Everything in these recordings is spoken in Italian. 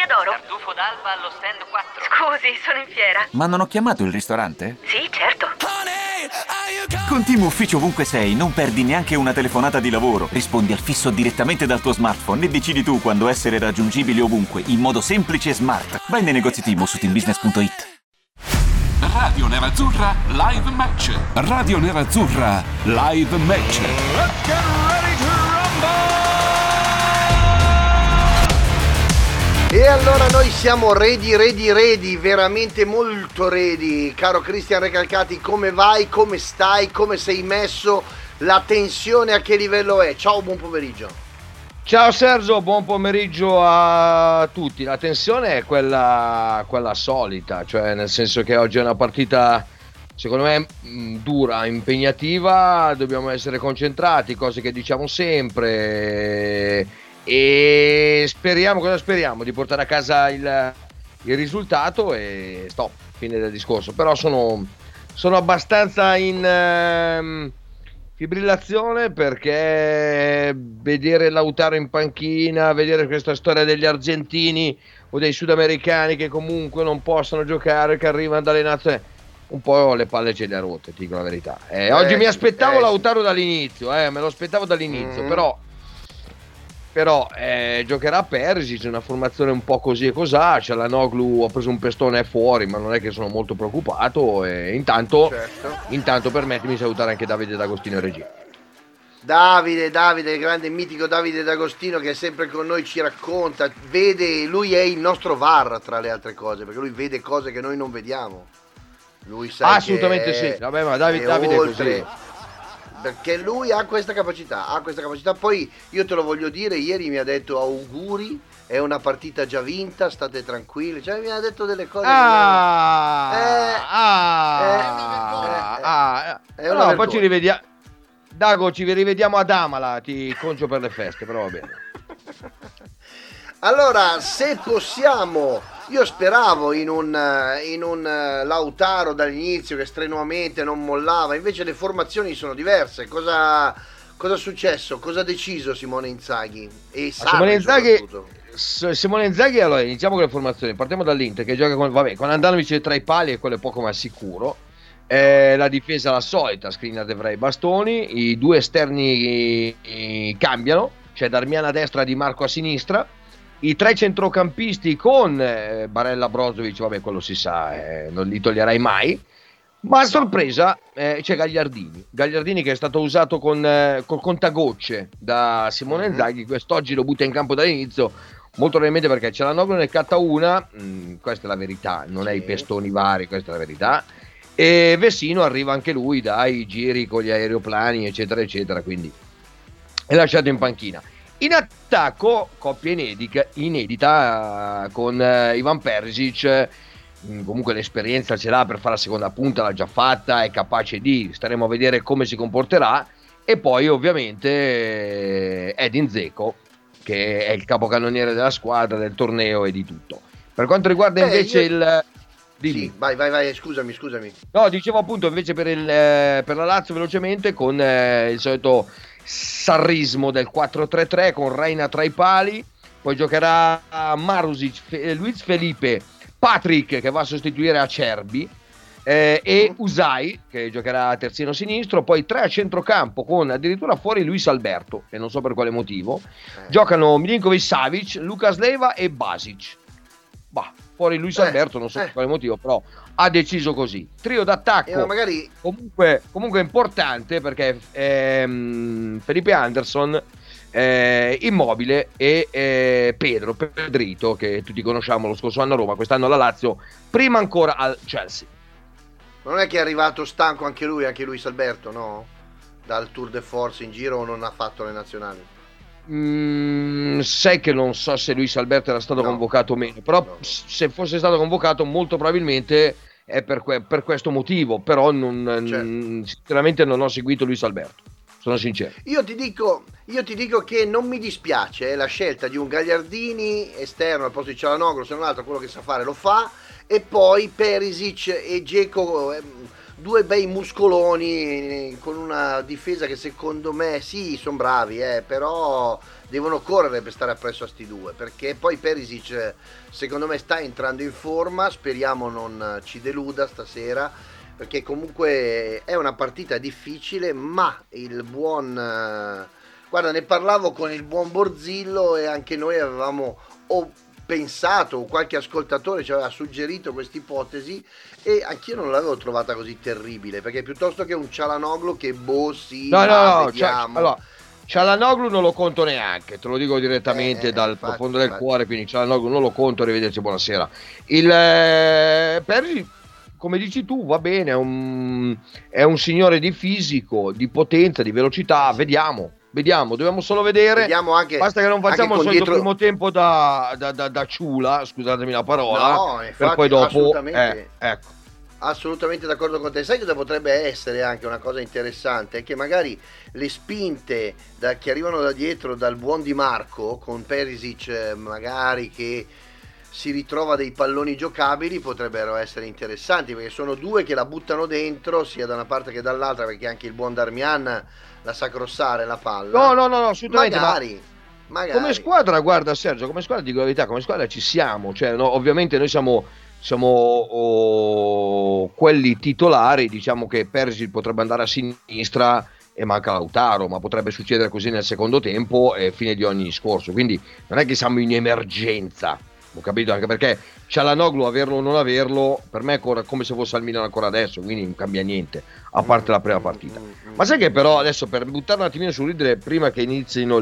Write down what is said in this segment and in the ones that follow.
Osteria d'Oro. Tartufo d'alba allo stand 4. Scusi, sono in fiera. Ma non ho chiamato il ristorante? Sì, certo. Con Team Ufficio ovunque sei, non perdi neanche una telefonata di lavoro. Rispondi al fisso direttamente dal tuo smartphone e decidi tu quando essere raggiungibile ovunque, in modo semplice e smart. Vai nei negozi Team o su teambusiness.it. Radio Nerazzurra Live Match. Radio Nerazzurra Live Match. Let's get ready to rumble! E allora noi siamo ready, veramente molto ready. Caro Cristian Recalcati, come vai, come stai, come sei messo, la tensione a che livello è? Ciao, buon pomeriggio. Ciao Sergio, buon pomeriggio a tutti. La tensione è quella solita, cioè nel senso che oggi è una partita secondo me dura, impegnativa, dobbiamo essere concentrati, cose che diciamo sempre, e speriamo di portare a casa il risultato e stop, fine del discorso. Però sono abbastanza in fibrillazione, perché vedere Lautaro in panchina, vedere questa storia degli argentini o dei sudamericani che comunque non possono giocare, che arrivano dalle nazioni, un po' le palle ce le ha rotte, ti dico la verità. Oggi mi aspettavo Lautaro dall'inizio, me lo aspettavo dall'inizio, però giocherà Perisic, una formazione un po' così e cosà. Cialanoglu ha preso un pestone, è fuori, ma non è che sono molto preoccupato. E intanto permettimi di salutare anche Davide D'Agostino in regia. Davide, il grande mitico Davide D'Agostino, che è sempre con noi, ci racconta, lui è il nostro VAR, tra le altre cose, perché lui vede cose che noi non vediamo. Lui sa assolutamente sì. Vabbè, ma Davide è così. Perché lui ha questa capacità. Poi io te lo voglio dire, ieri mi ha detto auguri, è una partita già vinta, state tranquilli, cioè mi ha detto delle cose. Poi ci rivediamo. Dago, ci rivediamo ad Amala, ti concio per le feste, però va bene. Allora, se possiamo, io speravo in un Lautaro dall'inizio che strenuamente non mollava, invece le formazioni sono diverse. Cosa è successo? Cosa ha deciso Simone Inzaghi? E Simone Inzaghi, allora iniziamo con le formazioni. Partiamo dall'Inter che gioca con Andanovic tra i pali, e quello è poco ma sicuro. La difesa la solita, Skriniar, De Vrij, Bastoni. I due esterni cambiano, c'è Darmian a destra, Di Marco a sinistra. I tre centrocampisti con Barella, Brozovic, quello si sa, non li toglierai mai. Ma a sorpresa c'è Gagliardini che è stato usato col contagocce da Simone Inzaghi. Quest'oggi lo butta in campo dall'inizio, molto probabilmente perché c'è la Noglu, ne catta una, questa è la verità, non è i pestoni vari, questa è la verità. E Vessino arriva anche lui dai giri con gli aeroplani eccetera eccetera, quindi è lasciato in panchina. In attacco, coppia inedita con Ivan Perisic. Comunque l'esperienza ce l'ha per fare la seconda punta, l'ha già fatta, è capace staremo a vedere come si comporterà. E poi ovviamente Edin Dzeko, che è il capocannoniere della squadra, del torneo e di tutto. Per quanto riguarda invece Sì, vai, scusami. No, dicevo appunto invece per la Lazio velocemente, con il solito sarrismo del 4-3-3 con Reina tra i pali. Poi giocherà Marusic, Luis Felipe, Patrick che va a sostituire Acerbi, e Usai che giocherà a terzino sinistro. Poi tre a centrocampo con addirittura fuori Luis Alberto, e non so per quale motivo. Giocano Milinkovic-Savic, Lucas Leiva e Basic. Fuori Luis Alberto, non so per quale motivo, però ha deciso così. Trio d'attacco magari comunque importante, perché Felipe Anderson, Immobile e Pedrito, che tutti conosciamo, lo scorso anno a Roma, quest'anno alla Lazio, prima ancora al Chelsea. Non è che è arrivato stanco anche Luis Alberto, no? Dal Tour de Force in giro, o non ha fatto le nazionali? Sai che non so se Luis Alberto era stato convocato o meno, però se fosse stato convocato molto probabilmente è per questo motivo, però sinceramente non ho seguito Luis Alberto, sono sincero. Io ti dico che non mi dispiace la scelta di un Gagliardini esterno al posto di Cialanoglu, se non altro quello che sa fare lo fa, e poi Perisic e Dzeko due bei muscoloni con una difesa che secondo me sì, sono bravi, però devono correre per stare appresso a sti due, perché poi Perisic secondo me sta entrando in forma, speriamo non ci deluda stasera, perché comunque è una partita difficile, ma il buon guarda, ne parlavo con il buon Borzillo e anche noi avevamo pensato, qualche ascoltatore ci aveva suggerito questa ipotesi e anch'io non l'avevo trovata così terribile, perché piuttosto che un Çalhanoğlu che vediamo. Allora, Çalhanoğlu non lo conto neanche, te lo dico direttamente dal profondo del cuore, quindi Çalhanoğlu non lo conto, arrivederci, buonasera. Il Perisic, come dici tu, va bene, è un signore di fisico, di potenza, di velocità, vediamo, dobbiamo solo vedere. Anche, basta che non facciamo il solito primo tempo da ciula, scusatemi la parola, no, infatti, per poi dopo ecco. Assolutamente d'accordo con te. Sai cosa potrebbe essere anche una cosa interessante? È che magari le spinte che arrivano da dietro dal buon Di Marco, con Perisic magari che si ritrova dei palloni giocabili, potrebbero essere interessanti, perché sono due che la buttano dentro sia da una parte che dall'altra, perché anche il buon Darmian la sa crossare la palla. No, assolutamente. Magari. Come squadra, guarda Sergio, come squadra, dico la verità, come squadra ci siamo, cioè, no, ovviamente noi siamo quelli titolari, diciamo che Perisic potrebbe andare a sinistra e manca Lautaro, ma potrebbe succedere così nel secondo tempo e fine di ogni discorso, quindi non è che siamo in emergenza, ho capito, anche perché Çalhanoğlu, averlo o non averlo, per me è come se fosse al Milan ancora adesso, quindi non cambia niente, a parte la prima partita. Ma sai che però adesso, per buttare un attimino sul ridere, prima che inizino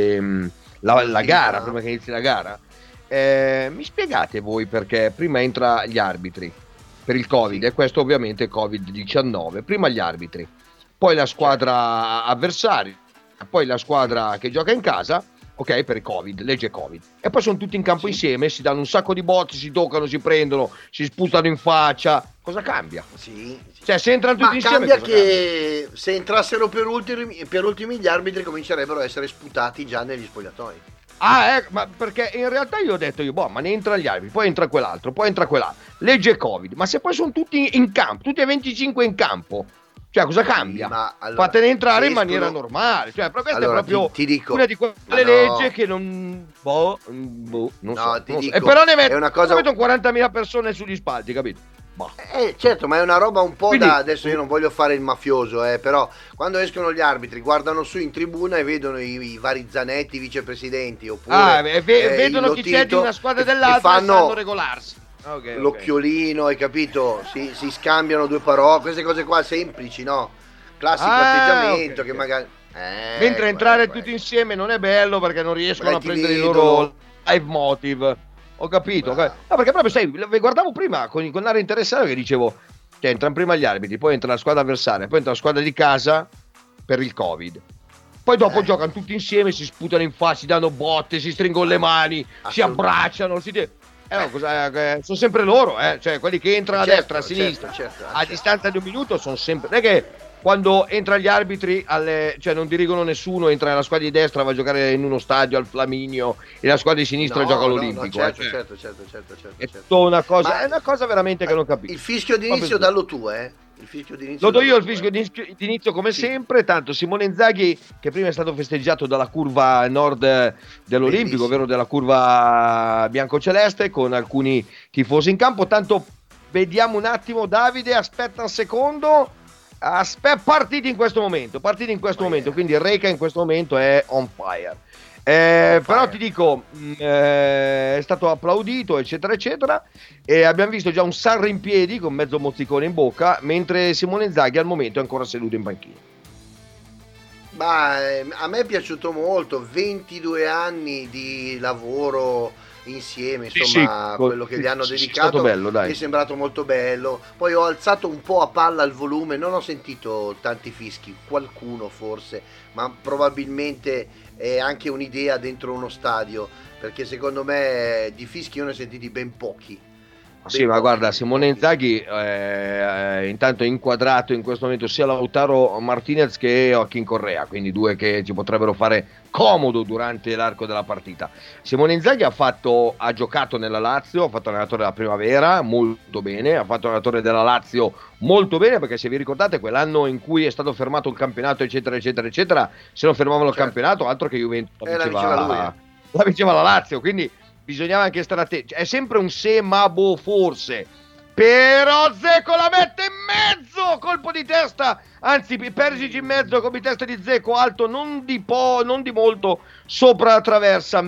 la gara, prima che inizi la gara, mi spiegate voi perché prima entra gli arbitri per il Covid, e questo ovviamente Covid-19, prima gli arbitri, poi la squadra avversaria, poi la squadra che gioca in casa, ok, per il Covid, legge Covid, e poi sono tutti in campo insieme, si danno un sacco di botte, si toccano, si prendono, si sputano in faccia, cosa cambia? Cioè, se entrano tutti insieme, cambia che se entrassero per ultimi gli arbitri comincerebbero a essere sputati già negli spogliatoi. Ma perché in realtà io ho detto, ma ne entra gli arbitri, poi entra quell'altro, legge Covid, ma se poi sono tutti in campo, tutti e 25 in campo, cioè cosa cambia? Allora, fatene entrare in maniera normale, cioè questa è proprio ti dico, una di quelle leggi che non non so. E però ne mettono 40.000 persone sugli spalti, capito? Certo, ma è una roba un po' quindi, adesso io non voglio fare il mafioso, però quando escono gli arbitri guardano su in tribuna e vedono i vari Zanetti, vicepresidenti, oppure vedono chi c'è di una squadra dell'altra e sanno regolarsi. L'occhiolino, hai capito? Si scambiano due parole, queste cose qua semplici, no? Classico atteggiamento che magari mentre entrare tutti insieme non è bello, perché non riescono a prendere i loro live motive. Ho capito, no, perché proprio sai, guardavo prima con aria interessata, che dicevo, cioè, entrano prima gli arbitri, poi entra la squadra avversaria, poi entra la squadra di casa per il Covid, poi dopo giocano tutti insieme, si sputano in faccia, si danno botte, si stringono le mani, si abbracciano, sono sempre loro, cioè quelli che entrano a destra, a sinistra, a distanza di un minuto sono sempre, non è che quando entra gli arbitri cioè non dirigono nessuno, entra la squadra di destra, va a giocare in uno stadio al Flaminio e la squadra di sinistra gioca all'Olimpico. Certo. È una cosa, è una cosa veramente che non capisco. Il fischio d'inizio dallo tu, Il fischio d'inizio lo do io il fischio d'inizio come sempre. Tanto Simone Inzaghi, che prima è stato festeggiato dalla curva nord dell'Olimpico, ovvero della curva biancoceleste, con alcuni tifosi in campo. Tanto vediamo un attimo, Davide, aspetta un secondo. Partiti in questo momento, quindi Reca in questo momento è on fire. Però ti dico, è stato applaudito, eccetera eccetera, e abbiamo visto già un Sarri in piedi con mezzo mozzicone in bocca, mentre Simone Inzaghi al momento è ancora seduto in panchina. A me è piaciuto molto, 22 anni di lavoro insieme, insomma, quello che gli hanno dedicato bello, dai. Mi è sembrato molto bello. Poi ho alzato un po' a palla il volume, non ho sentito tanti fischi, qualcuno forse, ma probabilmente è anche un'idea dentro uno stadio, perché secondo me di fischi io ne ho sentiti ben pochi. Sì, ma guarda, Simone Inzaghi intanto è inquadrato in questo momento sia Lautaro Martinez che Joaquin Correa, quindi due che ci potrebbero fare comodo durante l'arco della partita. Simone Inzaghi ha giocato nella Lazio, ha fatto allenatore della Primavera molto bene, ha fatto allenatore della Lazio molto bene, perché se vi ricordate quell'anno in cui è stato fermato il campionato eccetera eccetera eccetera, se non fermavano il campionato altro che Juventus la vinceva la Lazio, quindi bisognava anche stare attenti. È sempre un se, ma boh, forse. Però Dzeko la mette in mezzo, colpo di testa, anzi Perisic in mezzo, colpo di testa di Dzeko, alto non di molto, sopra la traversa,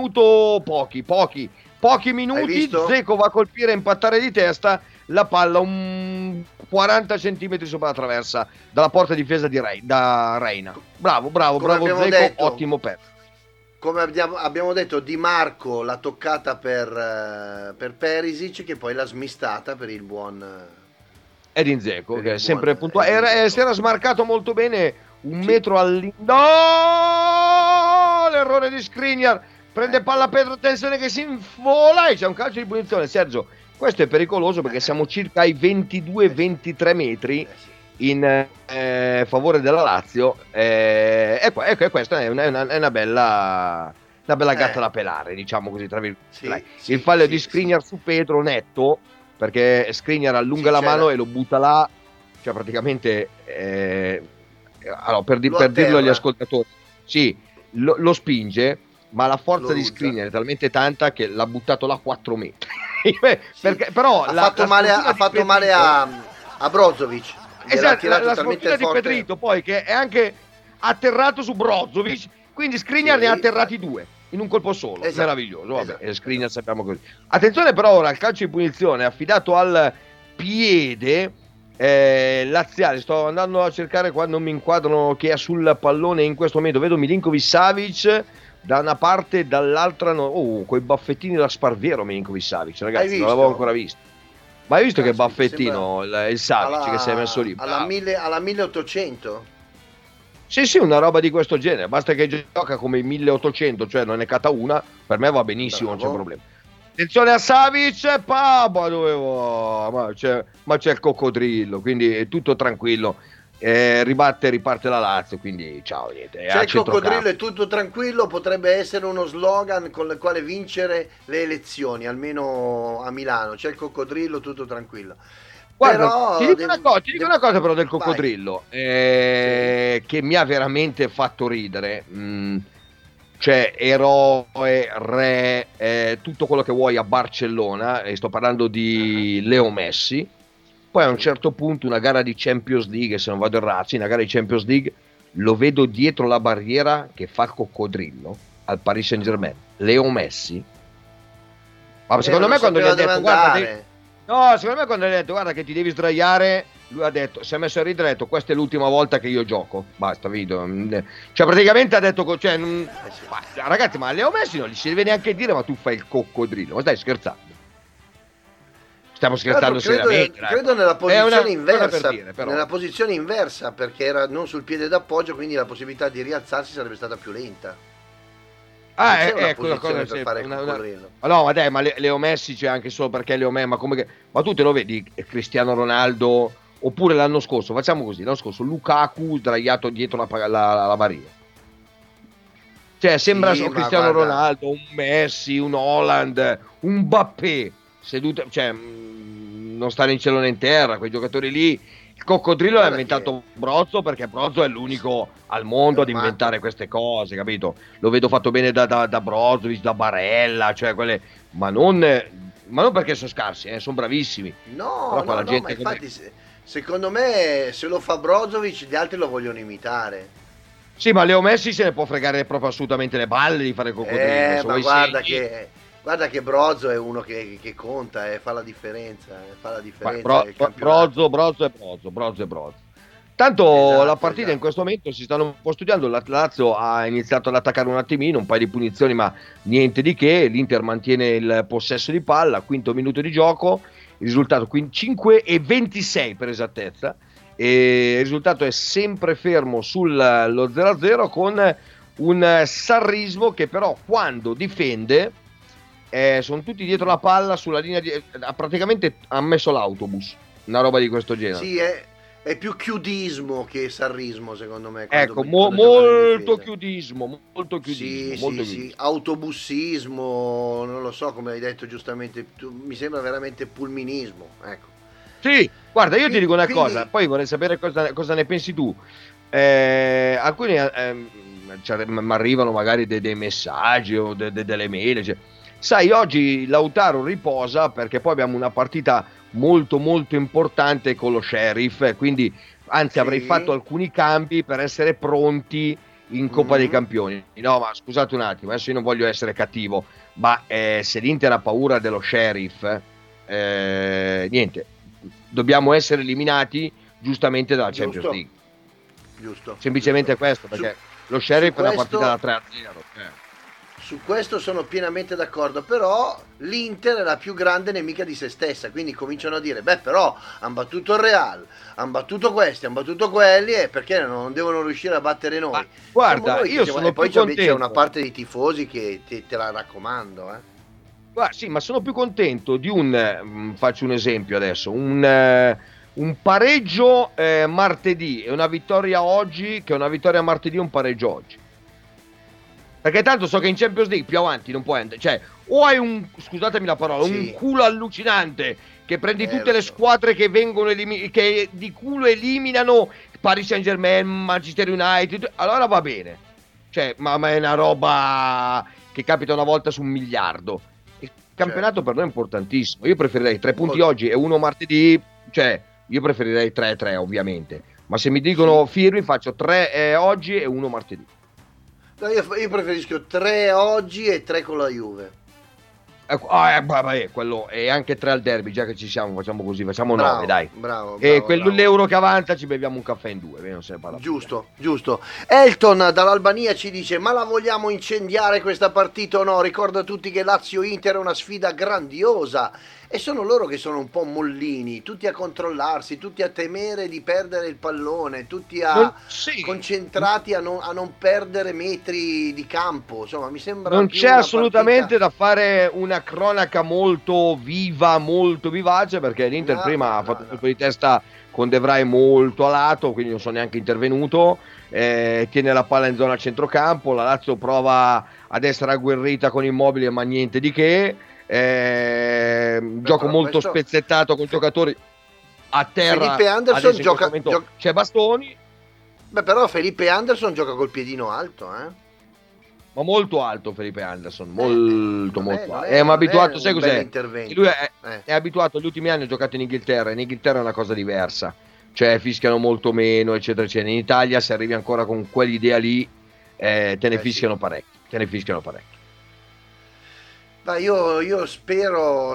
pochi minuti, Dzeko va a colpire e impattare di testa la palla un 40 centimetri sopra la traversa dalla porta difesa da Reina. Bravo Dzeko, ottimo pezzo. Come abbiamo detto, Di Marco l'ha toccata per Perisic, che poi l'ha smistata per il buon Edin Dzeko, che è sempre puntuale. Si era smarcato molto bene, metro no! L'errore di Skriniar, prende palla Pedro, attenzione che si infola e c'è un calcio di punizione. Sergio, questo è pericoloso perché siamo circa ai 22-23 metri in favore della Lazio, e questa è una bella gatta da pelare, diciamo così, tra virgolette. Il fallo di Skriniar su Pedro netto, perché Skriniar allunga la mano e lo butta là, cioè praticamente allora, per dirlo agli ascoltatori, sì, lo spinge, ma la forza di Skriniar è talmente tanta che l'ha buttato là 4 metri. Perché, però ha fatto male a Brozovic. Esatto, la sfortuna di Pedrito poi, che è anche atterrato su Brozovic, quindi Skriniar ne ha atterrati 2 in un colpo solo. Esatto. Meraviglioso, vabbè, esatto. Skriniar sappiamo così. Attenzione però, ora il calcio di punizione affidato al piede laziale. Sto andando a cercare qua, non mi inquadrano chi è sul pallone in questo momento. Vedo Milinkovic Savic da una parte e dall'altra coi baffettini da Sparviero. Milinkovic Savic, ragazzi, non l'avevo ancora visto. Ma hai visto che baffettino il Savic che si è messo lì? Alla 1800? Sì, una roba di questo genere. Basta che gioca come i 1800, cioè non è cata una. Per me va benissimo, non c'è problema. Attenzione a Savic, ma c'è il coccodrillo, quindi è tutto tranquillo. Riparte la Lazio, quindi ciao, niente. C'è il coccodrillo, è tutto tranquillo, potrebbe essere uno slogan con il quale vincere le elezioni, almeno a Milano. C'è il coccodrillo, tutto tranquillo. Guarda, però ti dico una cosa però del coccodrillo, che mi ha veramente fatto ridere. Cioè, eroe, re, tutto quello che vuoi a Barcellona, e sto parlando di Leo Messi. Poi a un certo punto una gara di Champions League, se non vado errato, una gara di Champions League, lo vedo dietro la barriera che fa il coccodrillo al Paris Saint-Germain. Leo Messi. Ma secondo me quando gli ha detto guarda che ti devi sdraiare, lui ha detto, si è messo a ridere, ha detto questa è l'ultima volta che io gioco. Basta, video. Cioè praticamente ha detto ragazzi, ma a Leo Messi non gli si deve neanche dire ma tu fai il coccodrillo. Ma stai scherzando? Stiamo scherzando seriamente. Credo nella posizione inversa, nella posizione inversa, perché era non sul piede d'appoggio, quindi la possibilità di rialzarsi sarebbe stata più lenta. Ecco la cosa per fare no, ma dai, ma Leo Messi c'è anche solo perché Leo Messi, ma tu te lo vedi Cristiano Ronaldo, oppure l'anno scorso, facciamo così, l'anno scorso Lukaku sdraiato dietro la barriera. Cioè sembra Cristiano Ronaldo, un Messi, un Haaland, un Mbappé seduto, cioè non stare in cielo né in terra, quei giocatori lì. Il coccodrillo l'ha inventato Brozzo, perché Brozzo è l'unico al mondo ad inventare queste cose, capito? Lo vedo fatto bene da Brozovic, da Barella, cioè quelle, ma non perché sono scarsi, sono bravissimi. No, ma infatti secondo me se lo fa Brozovic gli altri lo vogliono imitare. Sì, ma Leo Messi se ne può fregare proprio assolutamente le balle di fare il coccodrillo. Ma guarda che Brozzo è uno che conta, fa la differenza. Brozzo è Brozzo. Tanto la partita in questo momento si stanno un po' studiando. La Lazio ha iniziato ad attaccare un attimino, un paio di punizioni, ma niente di che. L'Inter mantiene il possesso di palla, quinto minuto di gioco, il risultato 5-26 per esattezza, e il risultato è sempre fermo sullo 0-0, con un Sarrismo che però quando difende sono tutti dietro la palla sulla linea praticamente ha messo l'autobus, una roba di questo genere. Sì, è più chiudismo che sarrismo, secondo me. Ecco, molto chiudismo. Sì, autobussismo, non lo so come hai detto giustamente, mi sembra veramente pulminismo, ecco. Sì, guarda, io ti dico una cosa, poi vorrei sapere cosa ne pensi tu. Alcuni mi arrivano magari dei messaggi o delle mail, cioè, sai, oggi Lautaro riposa perché poi abbiamo una partita molto molto importante con lo Sheriff, quindi anzi avrei fatto alcuni cambi per essere pronti in Coppa dei Campioni. No, ma scusate un attimo, adesso io non voglio essere cattivo, ma se l'Inter ha paura dello Sheriff, niente, dobbiamo essere eliminati giustamente dalla Champions League. Giusto. Semplicemente questo, perché lo Sheriff è una partita da 3-0. Su questo sono pienamente d'accordo, però l'Inter è la più grande nemica di se stessa, quindi cominciano a dire, però hanno battuto il Real, hanno battuto questi, hanno battuto quelli, e perché non devono riuscire a battere noi? Ma guarda, noi io sono più contento. C'è una parte dei tifosi che te la raccomando, Guarda, sì, ma sono più contento di faccio un esempio adesso, un pareggio martedì e una vittoria oggi che una vittoria martedì e un pareggio oggi. Perché tanto so che in Champions League più avanti non puoi andare, cioè o hai scusatemi la parola, un culo allucinante che prendi tutte le squadre che vengono che di culo eliminano Paris Saint-Germain, Manchester United, allora va bene. Cioè, ma è una roba che capita una volta su 1 miliardo. Il campionato per noi è importantissimo. Io preferirei 3 punti oggi e 1 martedì, cioè io preferirei 3-3 ovviamente. Ma se mi dicono firmi faccio 3 oggi e 1 martedì. No, io preferisco 3 oggi e 3 con la Juve. Quello, e anche 3 al derby, già che ci siamo, facciamo così, facciamo 9, dai. Bravo. E l'euro che avanza ci beviamo un caffè in 2, non se ne parla. Giusto. Elton dall'Albania ci dice, ma la vogliamo incendiare questa partita o no? Ricorda a tutti che Lazio-Inter è una sfida grandiosa. E sono loro che sono un po' mollini, tutti a controllarsi, tutti a temere di perdere il pallone, tutti concentrati a non perdere metri di campo. Insomma, mi sembra non c'è assolutamente da fare una cronaca molto viva, molto vivace, perché l'Inter prima ha fatto un colpo di testa con De Vrij molto a lato, quindi non sono neanche intervenuto, tiene la palla in zona centrocampo, la Lazio prova ad essere agguerrita con Immobile, ma niente di che. Gioco molto spezzettato con giocatori a terra. Felipe Anderson c'è Bastoni. Però Felipe Anderson gioca col piedino alto, ma molto alto Felipe Anderson, molto alto. Ma abituato, sai cos'è? Lui è abituato, gli ultimi anni ha giocato in Inghilterra è una cosa diversa, cioè fischiano molto meno, eccetera eccetera. In Italia se arrivi ancora con quell'idea lì te ne fischiano parecchio. Ma io spero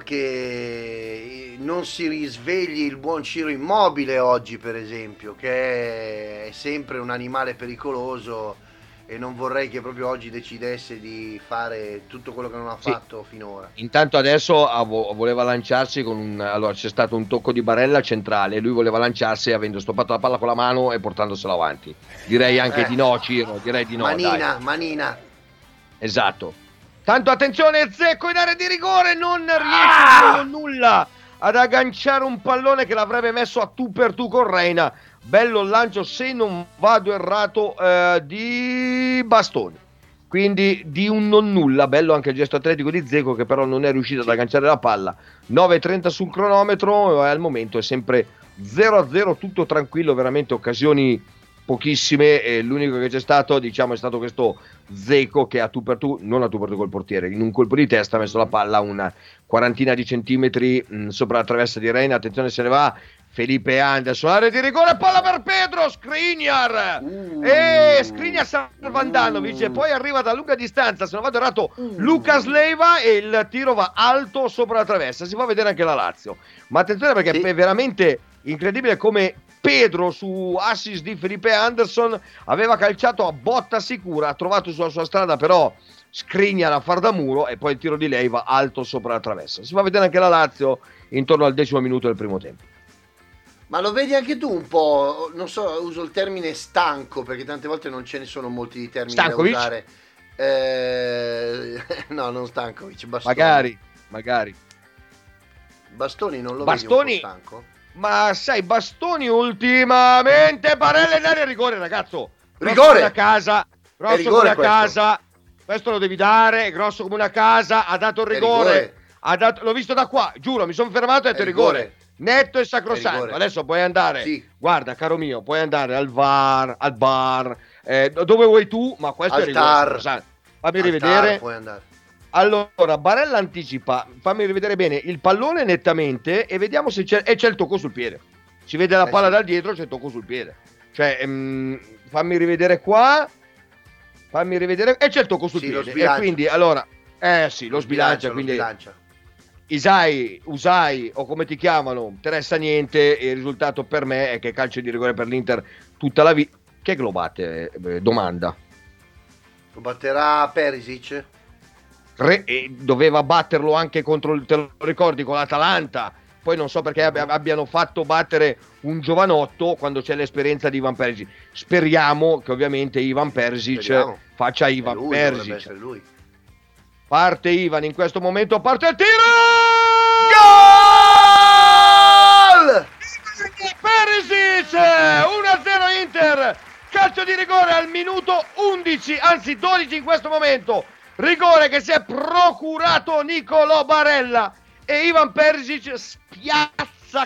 che non si risvegli il buon Ciro Immobile oggi, per esempio, che è sempre un animale pericoloso, e non vorrei che proprio oggi decidesse di fare tutto quello che non ha fatto finora. Intanto adesso voleva lanciarsi allora c'è stato un tocco di Barella centrale, lui voleva lanciarsi avendo stoppato la palla con la mano e portandosela avanti. Direi anche di no, Ciro, direi di no. Manina. Esatto. Tanto attenzione, Zecco in area di rigore, non riesce nulla ad agganciare un pallone che l'avrebbe messo a tu per tu con Reina. Bello il lancio, se non vado errato, di Bastoni. Quindi di un non nulla, bello anche il gesto atletico di Zecco che però non è riuscito ad agganciare la palla. 9:30 sul cronometro, al momento è sempre 0-0, tutto tranquillo, veramente occasioni pochissime, e l'unico che c'è stato, diciamo, è stato questo Zecco che non a tu per tu col portiere, in un colpo di testa ha messo la palla a una quarantina di centimetri sopra la traversa di Reina. Attenzione, se ne va Felipe Anderson, area di rigore, palla per Pedro Skriniar, e Skriniar salva Andanovic, e poi arriva da lunga distanza, se non vado errato, Lucas Leiva, e il tiro va alto sopra la traversa. Si fa vedere anche la Lazio, ma attenzione perché è veramente incredibile come Pedro, su assist di Felipe Anderson, aveva calciato a botta sicura, ha trovato sulla sua strada però Skriniar a far da muro, e poi il tiro di Leiva alto sopra la traversa. Si fa vedere anche la Lazio intorno al 10° minuto del primo tempo. Ma lo vedi anche tu un po', non so, uso il termine stanco perché tante volte non ce ne sono molti di termini da usare. No, non Stankovic, Bastoni. Magari. Bastoni non lo Bastoni, vedi un po' stanco? ma sai, Bastoni ultimamente, Barella in area, rigore, ragazzo. Rigore! Da casa, grosso rigore come una questo. casa. Questo lo devi dare, è grosso come una casa, ha dato il rigore. L'ho visto da qua, giuro, mi sono fermato e ha detto rigore. Netto e sacrosanto. Adesso puoi andare, sì. Guarda, caro mio, puoi andare al VAR, al bar, dove vuoi tu, ma questo è rigore sacrosanto. Fammi rivedere. Puoi andare. Allora, Barella anticipa, fammi rivedere bene il pallone nettamente e vediamo se c'è il tocco sul piede. Si vede la palla dal dietro, c'è il tocco sul piede. Cioè, fammi rivedere qua. E c'è il tocco sul piede. E quindi, allora, lo sbilancia, quindi Usai o come ti chiamano, interessa niente. E il risultato per me è che calcio di rigore per l'Inter tutta la vita. Che globate? Domanda. Lo batterà Perisic? Doveva batterlo anche contro, te lo ricordi, con l'Atalanta. Poi non so perché abbiano fatto battere un giovanotto quando c'è l'esperienza di Ivan Perisic. Speriamo che ovviamente Ivan Perisic faccia Ivan Perisic. Lui. Parte Ivan in questo momento, parte il tiro! Gol! Perisic! 1-0 Inter! Calcio di rigore al minuto 11, anzi 12 in questo momento. Rigore che si è procurato Nicolò Barella. E Ivan Perisic spiazza,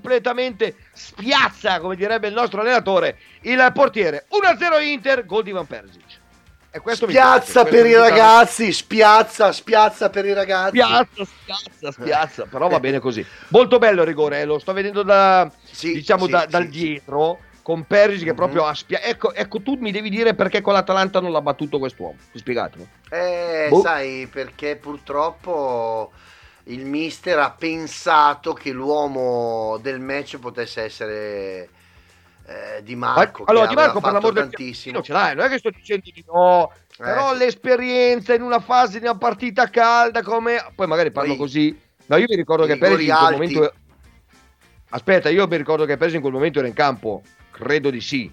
come direbbe il nostro allenatore, il portiere. 1-0 Inter, gol di Ivan Perisic. E questo spiazza per i ragazzi, spiazza per i ragazzi. Spiazza, però va bene così. Molto bello il rigore, lo sto vedendo dal dietro, con Perisic che proprio ecco, tu mi devi dire perché con l'Atalanta non l'ha battuto quest'uomo. Spiegatelo. Sai, perché purtroppo il mister ha pensato che l'uomo del match potesse essere Di Marco. Allora, Di Marco, per l'amor del cielo, ce l'hai, non è che sto dicendo di no, però l'esperienza in una fase di una partita calda, come poi magari parlo così. No, io mi ricordo che Perisic in quel momento. Aspetta, io mi ricordo che Perisic in quel momento era in campo. Credo di sì.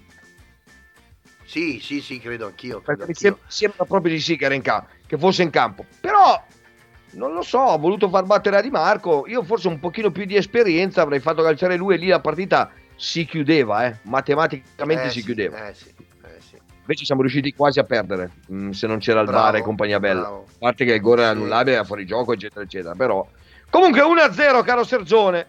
Sì, credo anch'io. Sembra proprio di sì che era in campo, che fosse in campo. Però non lo so, ho voluto far battere a Di Marco. Io forse un pochino più di esperienza avrei fatto calciare lui e lì la partita si chiudeva, matematicamente si chiudeva. Sì. Invece siamo riusciti quasi a perdere, se non c'era il VAR e compagnia bella. A parte che il gol era annullabile, era fuori gioco, eccetera. Però comunque 1-0, caro Serzone.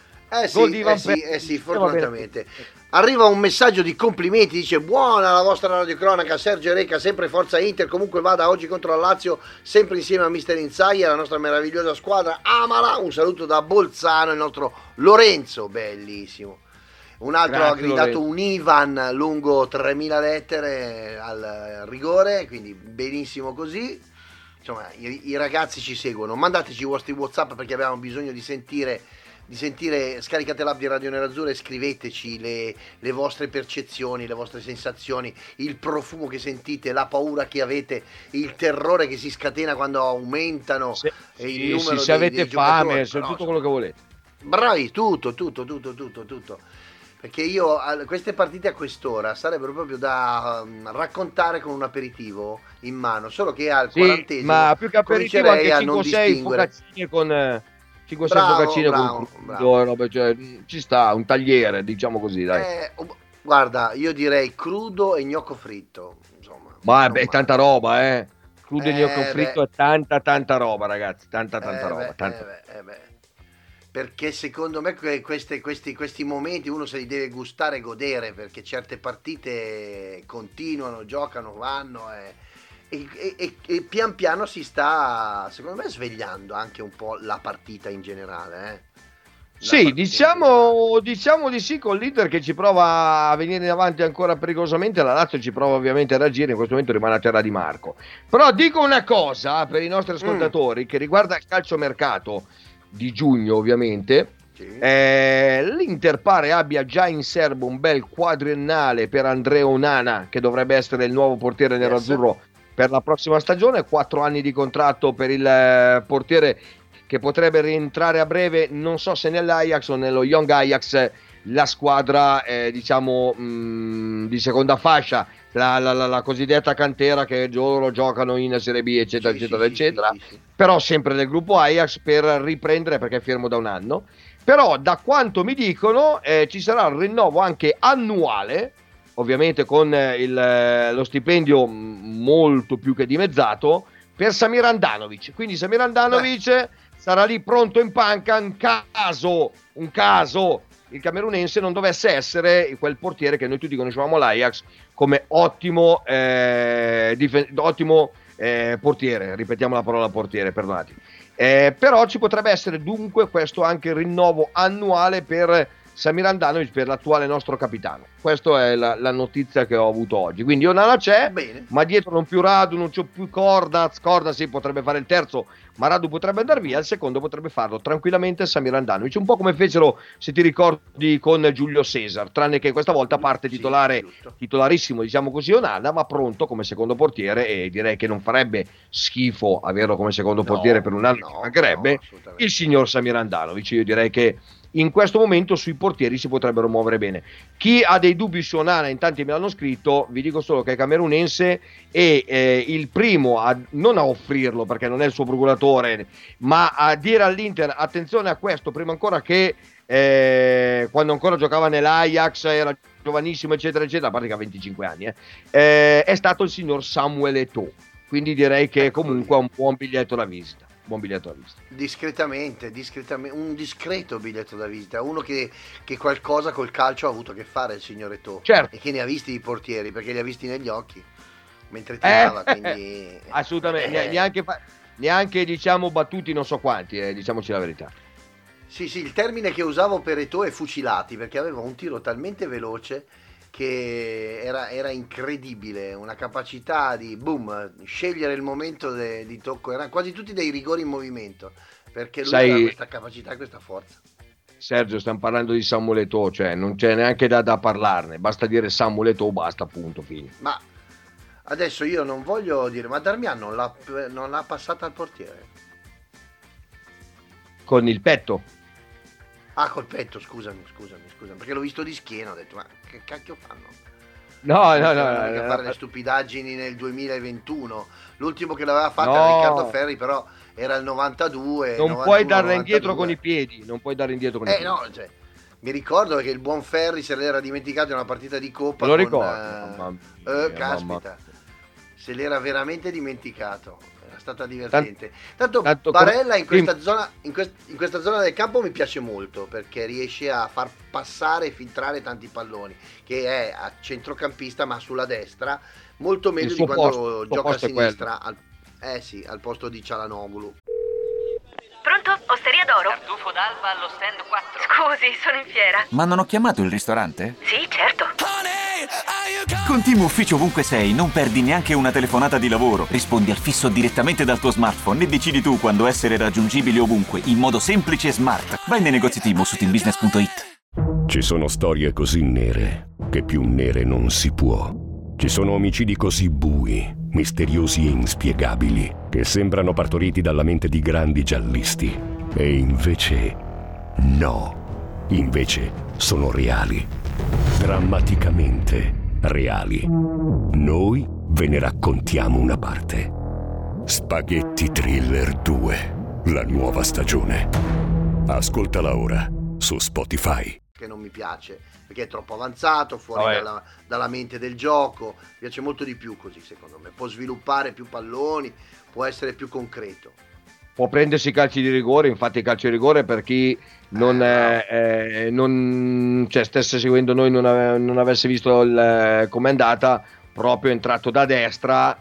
Sì, fortunatamente. Arriva un messaggio di complimenti, dice: buona la vostra radiocronaca, Sergio Reca, sempre forza Inter, comunque vada oggi contro la Lazio, sempre insieme a Mister Inzaghi, la nostra meravigliosa squadra, amala. Un saluto da Bolzano, il nostro Lorenzo, bellissimo. Un altro ha gridato un Ivan lungo 3000 lettere al rigore, quindi benissimo così. Insomma, i ragazzi ci seguono. Mandateci i vostri WhatsApp perché abbiamo bisogno di sentire, scaricate l'app di Radio Nerazzurra e scriveteci le vostre percezioni, le vostre sensazioni, il profumo che sentite, la paura che avete, il terrore che si scatena quando aumentano il numero se avete dei fame, giocatori. tutto quello che volete. Bravi, tutto. Perché io queste partite a quest'ora sarebbero proprio da raccontare con un aperitivo in mano, solo che al 40esimo, ma più che aperitivo anche 5-6 focaccine con 5-6 focaccine con crudo, cioè, ci sta un tagliere, diciamo così, dai. Guarda, io direi crudo e gnocco fritto, insomma. Ma è tanta roba, crudo e gnocco fritto è tanta roba, ragazzi, tanta roba. Perché secondo me questi momenti uno se li deve gustare e godere, perché certe partite continuano, giocano, vanno e pian piano si sta, secondo me, svegliando anche un po' la partita in generale. Sì, diciamo di sì, con l'Inter che ci prova a venire in avanti ancora pericolosamente, la Lazio ci prova ovviamente a reagire, in questo momento rimane a terra Di Marco. Però dico una cosa per i nostri ascoltatori che riguarda il calciomercato di giugno, ovviamente. L'Inter pare abbia già in serbo un bel quadriennale per Andrea Onana, che dovrebbe essere il nuovo portiere nerazzurro per la prossima stagione. 4 anni di contratto per il portiere, che potrebbe rientrare a breve, non so se nell'Ajax o nello Young Ajax, la squadra di seconda fascia la cosiddetta cantera che loro giocano in Serie B, eccetera, Sì, eccetera, sì, eccetera, sì. però sempre del gruppo Ajax per riprendere, perché è fermo da un anno. Però da quanto mi dicono ci sarà il rinnovo anche annuale, ovviamente con lo stipendio molto più che dimezzato, per Samir Handanovic. Quindi Samir Handanovic sarà lì pronto in panca in caso il camerunense non dovesse essere quel portiere che noi tutti conoscevamo l'Ajax come ottimo portiere, ripetiamo la parola portiere, perdonatemi. Però ci potrebbe essere dunque questo anche rinnovo annuale per Samir Handanovic, per l'attuale nostro capitano. Questa è la notizia che ho avuto oggi. Quindi Onana c'è, Bene. ma dietro non più Radu, non c'è più Corda sì, potrebbe fare il terzo, ma Radu potrebbe andare via, il secondo potrebbe farlo tranquillamente Samir Handanovic, un po' come fecero, se ti ricordi, con Giulio Cesar, tranne che questa volta parte titolare, titolarissimo, diciamo così, Onana, ma pronto come secondo portiere, e direi che non farebbe schifo averlo come secondo portiere per un anno, mancherebbe, il signor Samir Handanovic. Io direi che in questo momento sui portieri si potrebbero muovere bene. Chi ha dei dubbi su Onana, in tanti me l'hanno scritto, vi dico solo che è camerunense e il primo non a offrirlo perché non è il suo procuratore, ma a dire all'Inter attenzione a questo, prima ancora che quando ancora giocava nell'Ajax, era giovanissimo eccetera eccetera, a parte che ha 25 anni, è stato il signor Samuel Eto'o. Quindi direi che comunque è un buon biglietto da visita. Discretamente, un discreto biglietto da visita, uno che qualcosa col calcio ha avuto a che fare, il signore Eto'o, certo. E che ne ha visti i portieri, perché li ha visti negli occhi mentre tirava, quindi assolutamente, neanche diciamo battuti non so quanti, diciamoci la verità. Sì, il termine che usavo per Eto'o è fucilati, perché aveva un tiro talmente veloce che era incredibile, una capacità di scegliere il momento di tocco, erano quasi tutti dei rigori in movimento, perché lui aveva questa capacità e questa forza. Sergio, stiamo parlando di Samuel Eto'o, cioè non c'è neanche da parlarne, basta dire Samuel Eto'o, basta, punto, fine. Ma adesso io non voglio dire, ma Darmian non l'ha passata al portiere? Con il petto? Ah, col petto, scusami, perché l'ho visto di schiena, ho detto, ma che cacchio fanno? No. Fare le stupidaggini nel 2021. L'ultimo che l'aveva fatta era Riccardo Ferri, però era il 92. Non 91, puoi darla 92. indietro con i piedi, i piedi. No, cioè, mi ricordo che il buon Ferri se l'era dimenticato in una partita di Coppa. Lo ricordo. Caspita, se l'era veramente dimenticato. È stata divertente. Tanto Barella in questa zona del campo mi piace molto, perché riesce a far passare e filtrare tanti palloni, che è a centrocampista ma sulla destra, molto meglio di quando gioca a sinistra al posto di Cialanoglu. Pronto? Osteria d'Oro? Tartufo d'Alba allo stand 4. Scusi, sono in fiera. Ma non ho chiamato il ristorante? Sì, certo. Con Team Ufficio ovunque sei non perdi neanche una telefonata di lavoro. Rispondi al fisso direttamente dal tuo smartphone e decidi tu quando essere raggiungibile ovunque, in modo semplice e smart. Vai nei negozi Team su teambusiness.it. Ci sono storie così nere che più nere non si può. Ci sono omicidi così bui, misteriosi e inspiegabili, che sembrano partoriti dalla mente di grandi giallisti. E invece no. Invece sono reali. Drammaticamente reali. Noi ve ne raccontiamo una parte. Spaghetti Thriller 2, la nuova stagione. Ascoltala ora su Spotify. Che non mi piace, perché è troppo avanzato, fuori dalla mente del gioco. Mi piace molto di più così, secondo me. Può sviluppare più palloni, può essere più concreto. Può prendersi i calci di rigore, infatti il calcio di rigore, per chi non stesse seguendo noi, non avesse visto come è andata, proprio è entrato da destra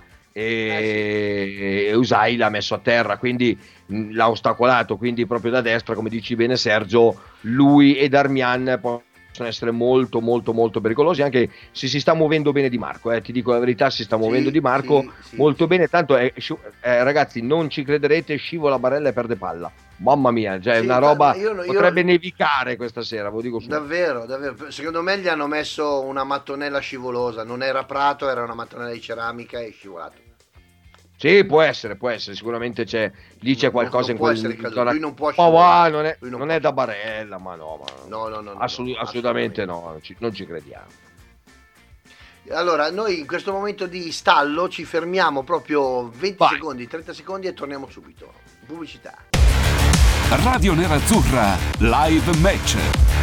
e Usai l'ha messo a terra, quindi l'ha ostacolato, quindi proprio da destra, come dici bene Sergio, lui e Darmian possono essere molto molto molto pericolosi, anche se si sta muovendo bene Di Marco, ti dico la verità, si sta muovendo Di Marco molto bene, tanto ragazzi, non ci crederete, scivola Barella e perde palla, mamma mia, cioè una roba, potrebbe nevicare questa sera, ve lo dico subito. Davvero, secondo me gli hanno messo una mattonella scivolosa, non era prato, era una mattonella di ceramica e è scivolato. Sì, può essere, sicuramente c'è qualcosa in quel zona. Lui non può scivolare. Non è da Barella, ma no. No, assolutamente no, non ci crediamo. Allora, noi in questo momento di stallo ci fermiamo proprio 20 secondi, 30 secondi e torniamo subito. Pubblicità. Radio Nerazzurra Live Match.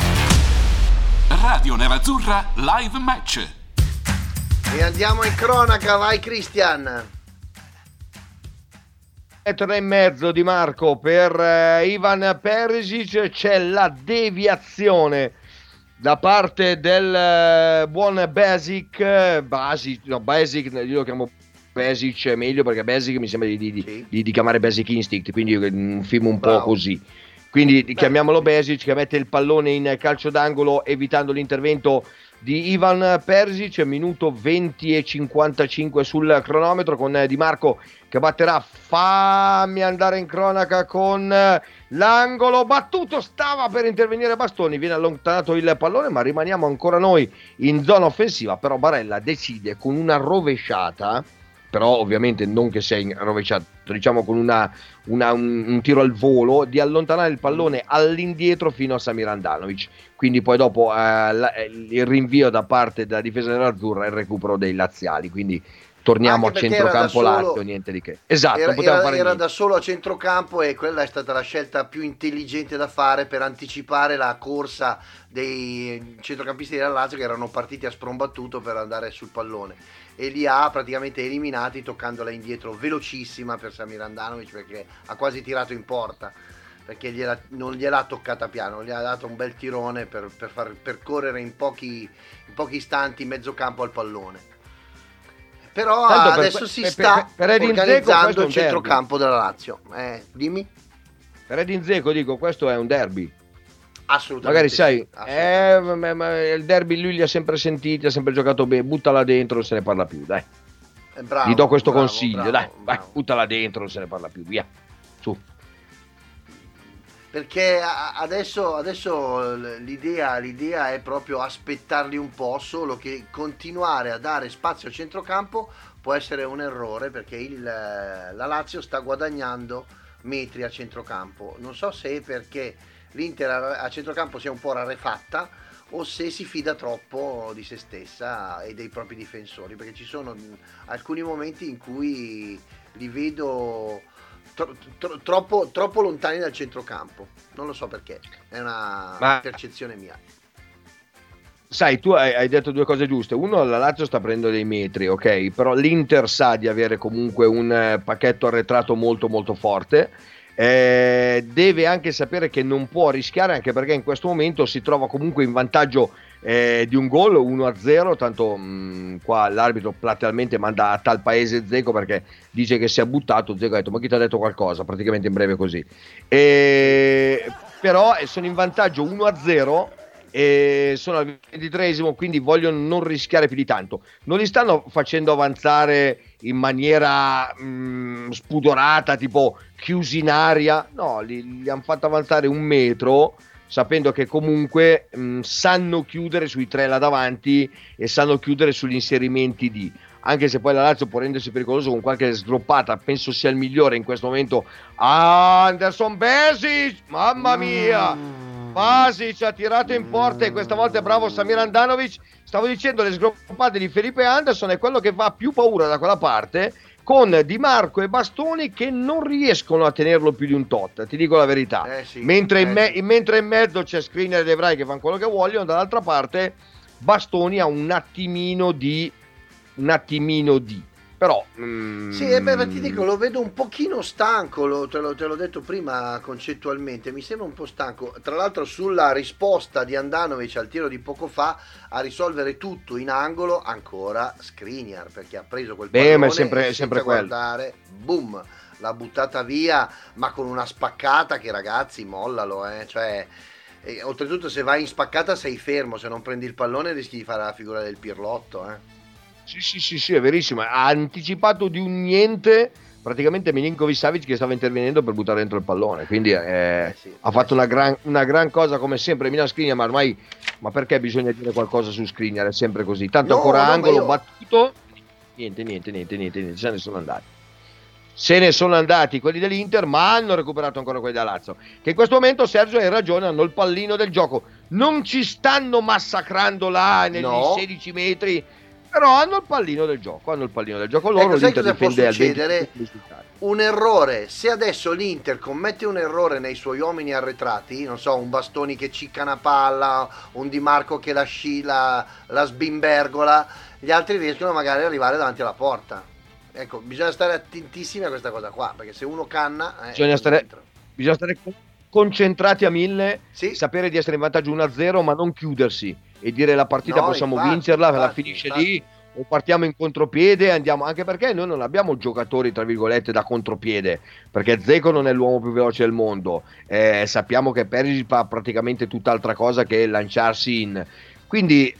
Radio Nerazzurra Live Match. E andiamo in cronaca, vai Christian. 3,5 di Marco per Ivan Perisic, c'è la deviazione da parte del buon Basic, io lo chiamo Basic, è meglio perché Basic mi sembra di chiamare Basic Instinct, quindi un film un po' così. Quindi chiamiamolo Basic, che mette il pallone in calcio d'angolo evitando l'intervento di Ivan Perisic, minuto 20 e 55 sul cronometro, con Di Marco che batterà, fammi andare in cronaca, con l'angolo battuto, stava per intervenire Bastoni, viene allontanato il pallone, ma rimaniamo ancora noi in zona offensiva, però Barella decide con una rovesciata, però ovviamente non che sia rovesciato, diciamo con un tiro al volo, di allontanare il pallone all'indietro fino a Samir Handanovic, quindi poi dopo il rinvio da parte della difesa dell'Azzurra e il recupero dei laziali, quindi torniamo a centrocampo Lazio, niente di che. Esatto, era da solo a centrocampo e quella è stata la scelta più intelligente da fare per anticipare la corsa dei centrocampisti della Lazio, che erano partiti a sprombattuto per andare sul pallone, e li ha praticamente eliminati toccandola indietro velocissima per Samir Handanovic, perché ha quasi tirato in porta, perché non gliel'ha toccata piano, gli ha dato un bel tirone per far percorrere in pochi istanti mezzo campo al pallone. Però adesso si sta organizzando il centrocampo della Lazio. Dimmi. Per Edin Dzeko dico, questo è un derby. Assolutamente. Magari sai, ma il derby lui li ha sempre sentiti, ha sempre giocato bene, buttala dentro, non se ne parla più, dai. Bravo, gli do questo consiglio, bravo. Vai, buttala dentro, non se ne parla più, via, su. Perché adesso l'idea è proprio aspettarli un po', solo che continuare a dare spazio a centrocampo può essere un errore, perché la Lazio sta guadagnando metri a centrocampo. Non so se è perché l'Inter a centrocampo sia un po' rarefatta o se si fida troppo di se stessa e dei propri difensori, perché ci sono alcuni momenti in cui li vedo troppo lontani dal centrocampo. Non lo so perché, è una percezione mia. Sai, tu hai detto due cose giuste. Uno, la Lazio sta prendendo dei metri, ok, però l'Inter sa di avere comunque un pacchetto arretrato molto molto forte. Deve anche sapere che non può rischiare, anche perché in questo momento si trova comunque in vantaggio di un gol, 1-0, tanto qua l'arbitro platealmente manda a tal paese Dzeko perché dice che si è buttato. Dzeko ha detto: ma chi ti ha detto qualcosa? Praticamente in breve così. Però sono in vantaggio 1-0 e sono al 23esimo, quindi vogliono non rischiare più di tanto. Non li stanno facendo avanzare in maniera spudorata, tipo chiusi in aria, no, li hanno fatto avanzare un metro, sapendo che comunque sanno chiudere sui tre là davanti e sanno chiudere sugli inserimenti anche se poi la Lazio può rendersi pericoloso con qualche sgroppata, penso sia il migliore in questo momento Anderson Basic, mamma mia, Basic ha tirato in porta e questa volta è bravo Samir Handanovic. Stavo dicendo, le sgroppate di Felipe Anderson è quello che fa più paura da quella parte, con Di Marco e Bastoni che non riescono a tenerlo più di un tot, ti dico la verità. Mentre in mezzo c'è Skriniar e De Vrij che fanno quello che vogliono, dall'altra parte Bastoni ha un attimino di però sì, ti dico, lo vedo un pochino stanco, te l'ho detto prima concettualmente, mi sembra un po' stanco. Tra l'altro sulla risposta di Handanovic al tiro di poco fa a risolvere tutto in angolo ancora Skriniar, perché ha preso quel pallone ma è sempre guardare, boom, l'ha buttata via, ma con una spaccata che, ragazzi, mollalo, cioè, oltretutto se vai in spaccata sei fermo, se non prendi il pallone rischi di fare la figura del Pirlotto, Sì, è verissimo. Ha anticipato di un niente praticamente Milinkovic-Savic che stava intervenendo per buttare dentro il pallone, quindi ha fatto una gran cosa come sempre Milan Skriniar, ma ormai perché bisogna dire qualcosa su Skriniar? È sempre così, tanto ancora angolo battuto, niente, se ne sono andati quelli dell'Inter, ma hanno recuperato ancora quelli da Lazio, che in questo momento, Sergio, hai ragione, hanno il pallino del gioco, non ci stanno massacrando là negli 16 metri Però hanno il pallino del gioco loro. Ecco, sai l'Inter cosa può difende al succedere? 20%. Un errore, se adesso l'Inter commette un errore nei suoi uomini arretrati, non so, un Bastoni che cicca una palla, un Di Marco che la sbimbergola, gli altri riescono magari ad arrivare davanti alla porta. Ecco, bisogna stare attentissimi a questa cosa qua, perché se uno canna... Bisogna stare concentrati a 1000, sì, sapere di essere in vantaggio 1-0, ma non chiudersi e dire la partita possiamo vincerla, la finisce lì, o partiamo in contropiede, andiamo, anche perché noi non abbiamo giocatori tra virgolette da contropiede, perché Dzeko non è l'uomo più veloce del mondo, sappiamo che Perisic fa praticamente tutt'altra cosa che lanciarsi in, quindi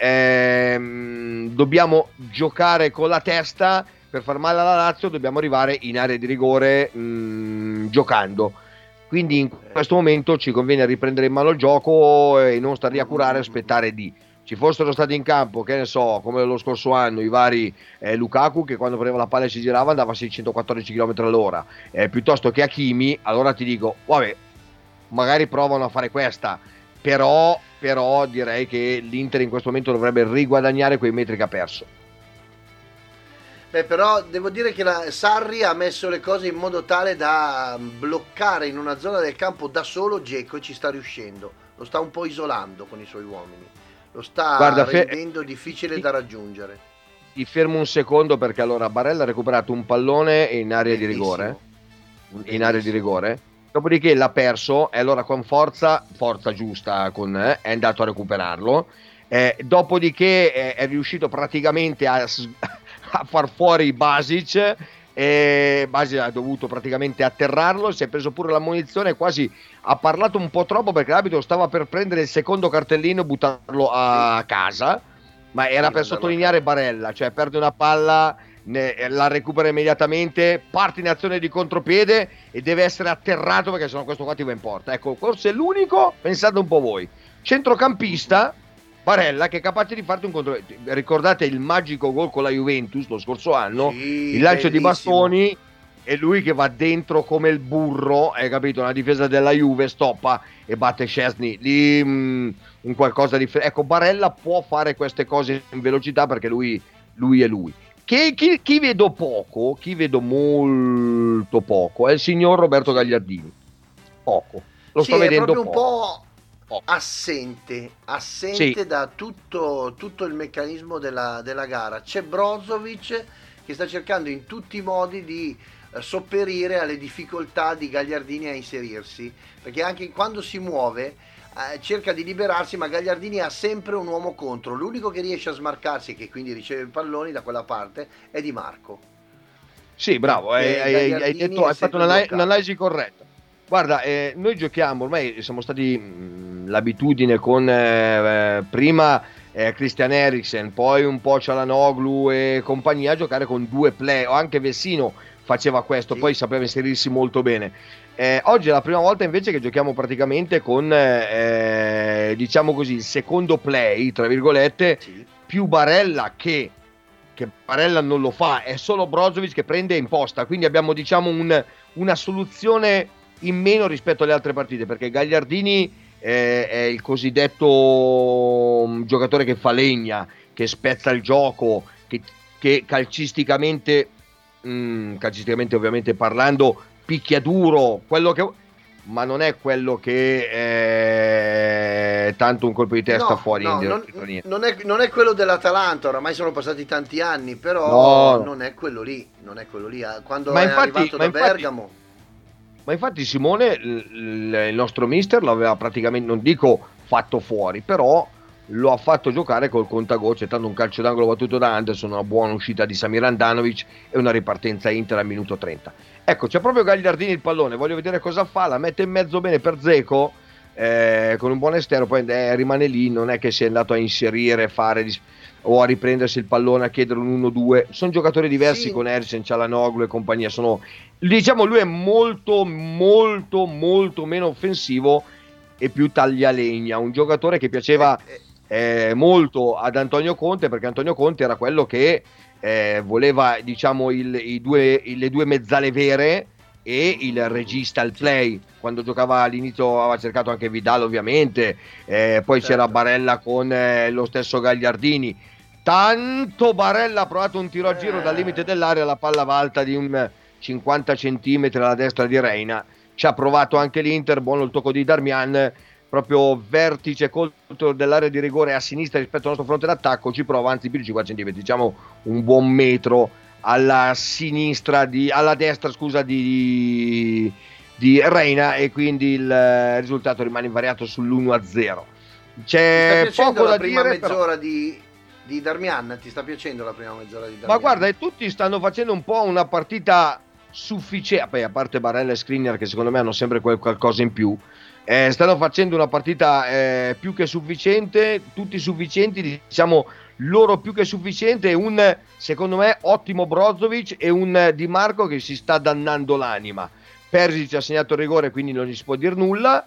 dobbiamo giocare con la testa. Per far male alla Lazio dobbiamo arrivare in area di rigore giocando, quindi in questo momento ci conviene riprendere in mano il gioco e non stare a curare e aspettare di ci fossero stati in campo, che ne so, come lo scorso anno i vari Lukaku, che quando prendeva la palla e si girava andava a 614 km all'ora, piuttosto che Hakimi, allora ti dico vabbè, magari provano a fare questa, però direi che l'Inter in questo momento dovrebbe riguadagnare quei metri che ha perso. Beh, però devo dire che Sarri ha messo le cose in modo tale da bloccare in una zona del campo da solo Dzeko, e ci sta riuscendo. Lo sta un po' isolando con i suoi uomini. Lo sta rendendo difficile da raggiungere. Ti fermo un secondo, perché allora Barella ha recuperato un pallone in area di rigore. In area di rigore. Dopodiché l'ha perso e allora con forza giusta è andato a recuperarlo. Dopodiché è riuscito praticamente a far fuori Basic, e Basic ha dovuto praticamente atterrarlo, si è preso pure la munizione, quasi ha parlato un po' troppo perché l'arbitro stava per prendere il secondo cartellino e buttarlo a casa, ma era per sottolineare Barella, cioè perde una palla, la recupera immediatamente, parte in azione di contropiede e deve essere atterrato perché sennò questo qua ti va in porta. Ecco, forse è l'unico, pensate un po' voi, centrocampista Barella che è capace di farti un controllo. Ricordate il magico gol con la Juventus lo scorso anno, sì, il lancio di Bastoni e lui che va dentro come il burro, hai capito? Una difesa della Juve stoppa e batte Szczesny lì, un qualcosa di ecco, Barella può fare queste cose in velocità perché lui è lui. Chi vedo poco, chi vedo molto poco è il signor Roberto Gagliardini. Poco, lo sto vedendo proprio poco. Un po' assente sì, da tutto il meccanismo della gara. C'è Brozovic che sta cercando in tutti i modi di sopperire alle difficoltà di Gagliardini a inserirsi, perché anche quando si muove cerca di liberarsi, ma Gagliardini ha sempre un uomo contro. L'unico che riesce a smarcarsi e che quindi riceve i palloni da quella parte è Di Marco. Sì, bravo, hai fatto un'analisi corretta. Guarda, noi giochiamo, ormai siamo stati l'abitudine con prima Christian Eriksen, poi un po' Çalhanoğlu e compagnia a giocare con due play, o anche Vecino faceva questo, sì. Poi sapeva inserirsi molto bene. Oggi è la prima volta invece che giochiamo praticamente con, diciamo così, il secondo play, tra virgolette, sì. Più Barella che Barella non lo fa, è solo Brozovic che prende in posta, quindi abbiamo diciamo una soluzione in meno rispetto alle altre partite, perché Gagliardini è il cosiddetto giocatore che fa legna, che spezza il gioco, che calcisticamente ovviamente parlando picchia duro, ma non è quello che tanto un colpo di testa fuori. Non è quello dell'Atalanta, oramai sono passati tanti anni, però non è quello lì, quando è arrivato da Bergamo. Ma infatti Simone, il nostro mister, l'aveva praticamente, non dico fatto fuori, però lo ha fatto giocare col contagocce, tanto un calcio d'angolo battuto da Anderson, una buona uscita di Samir Handanovic e una ripartenza Inter al minuto 30. Ecco, c'è proprio Gagliardini il pallone, voglio vedere cosa fa, la mette in mezzo bene per Dzeko, con un buon esterno, poi rimane lì, non è che si è andato a inserire, o a riprendersi il pallone, a chiedere un 1-2, sono giocatori diversi, sì. Con Eriksen, Çalhanoğlu e compagnia, diciamo lui è molto molto molto meno offensivo e più taglialegna, un giocatore che piaceva molto ad Antonio Conte, perché Antonio Conte era quello che voleva diciamo le due mezzale vere e il regista al play. Quando giocava all'inizio aveva cercato anche Vidal ovviamente, poi certo. C'era Barella con lo stesso Gagliardini, tanto Barella ha provato un tiro a giro dal limite dell'area, la palla va alta di un 50 centimetri alla destra di Reina. Ci ha provato anche l'Inter, buono il tocco di Darmian, proprio vertice contro dell'area di rigore a sinistra rispetto al nostro fronte d'attacco, ci prova, anzi più di 50 centimetri, diciamo un buon metro alla sinistra alla destra, scusa, di Reina, e quindi il risultato rimane invariato sull'1-0. C'è poco da dire. Mezz'ora di Darmian, ti sta piacendo la prima mezz'ora di Darmian? Ma guarda, tutti stanno facendo un po' una partita sufficiente, a parte Barella e Skriniar che secondo me hanno sempre qualcosa in più, stanno facendo una partita più che sufficiente, tutti sufficienti, diciamo loro più che sufficiente, un secondo me ottimo Brozovic e un Di Marco che si sta dannando l'anima. Perisic ha segnato il rigore, quindi non gli si può dire nulla.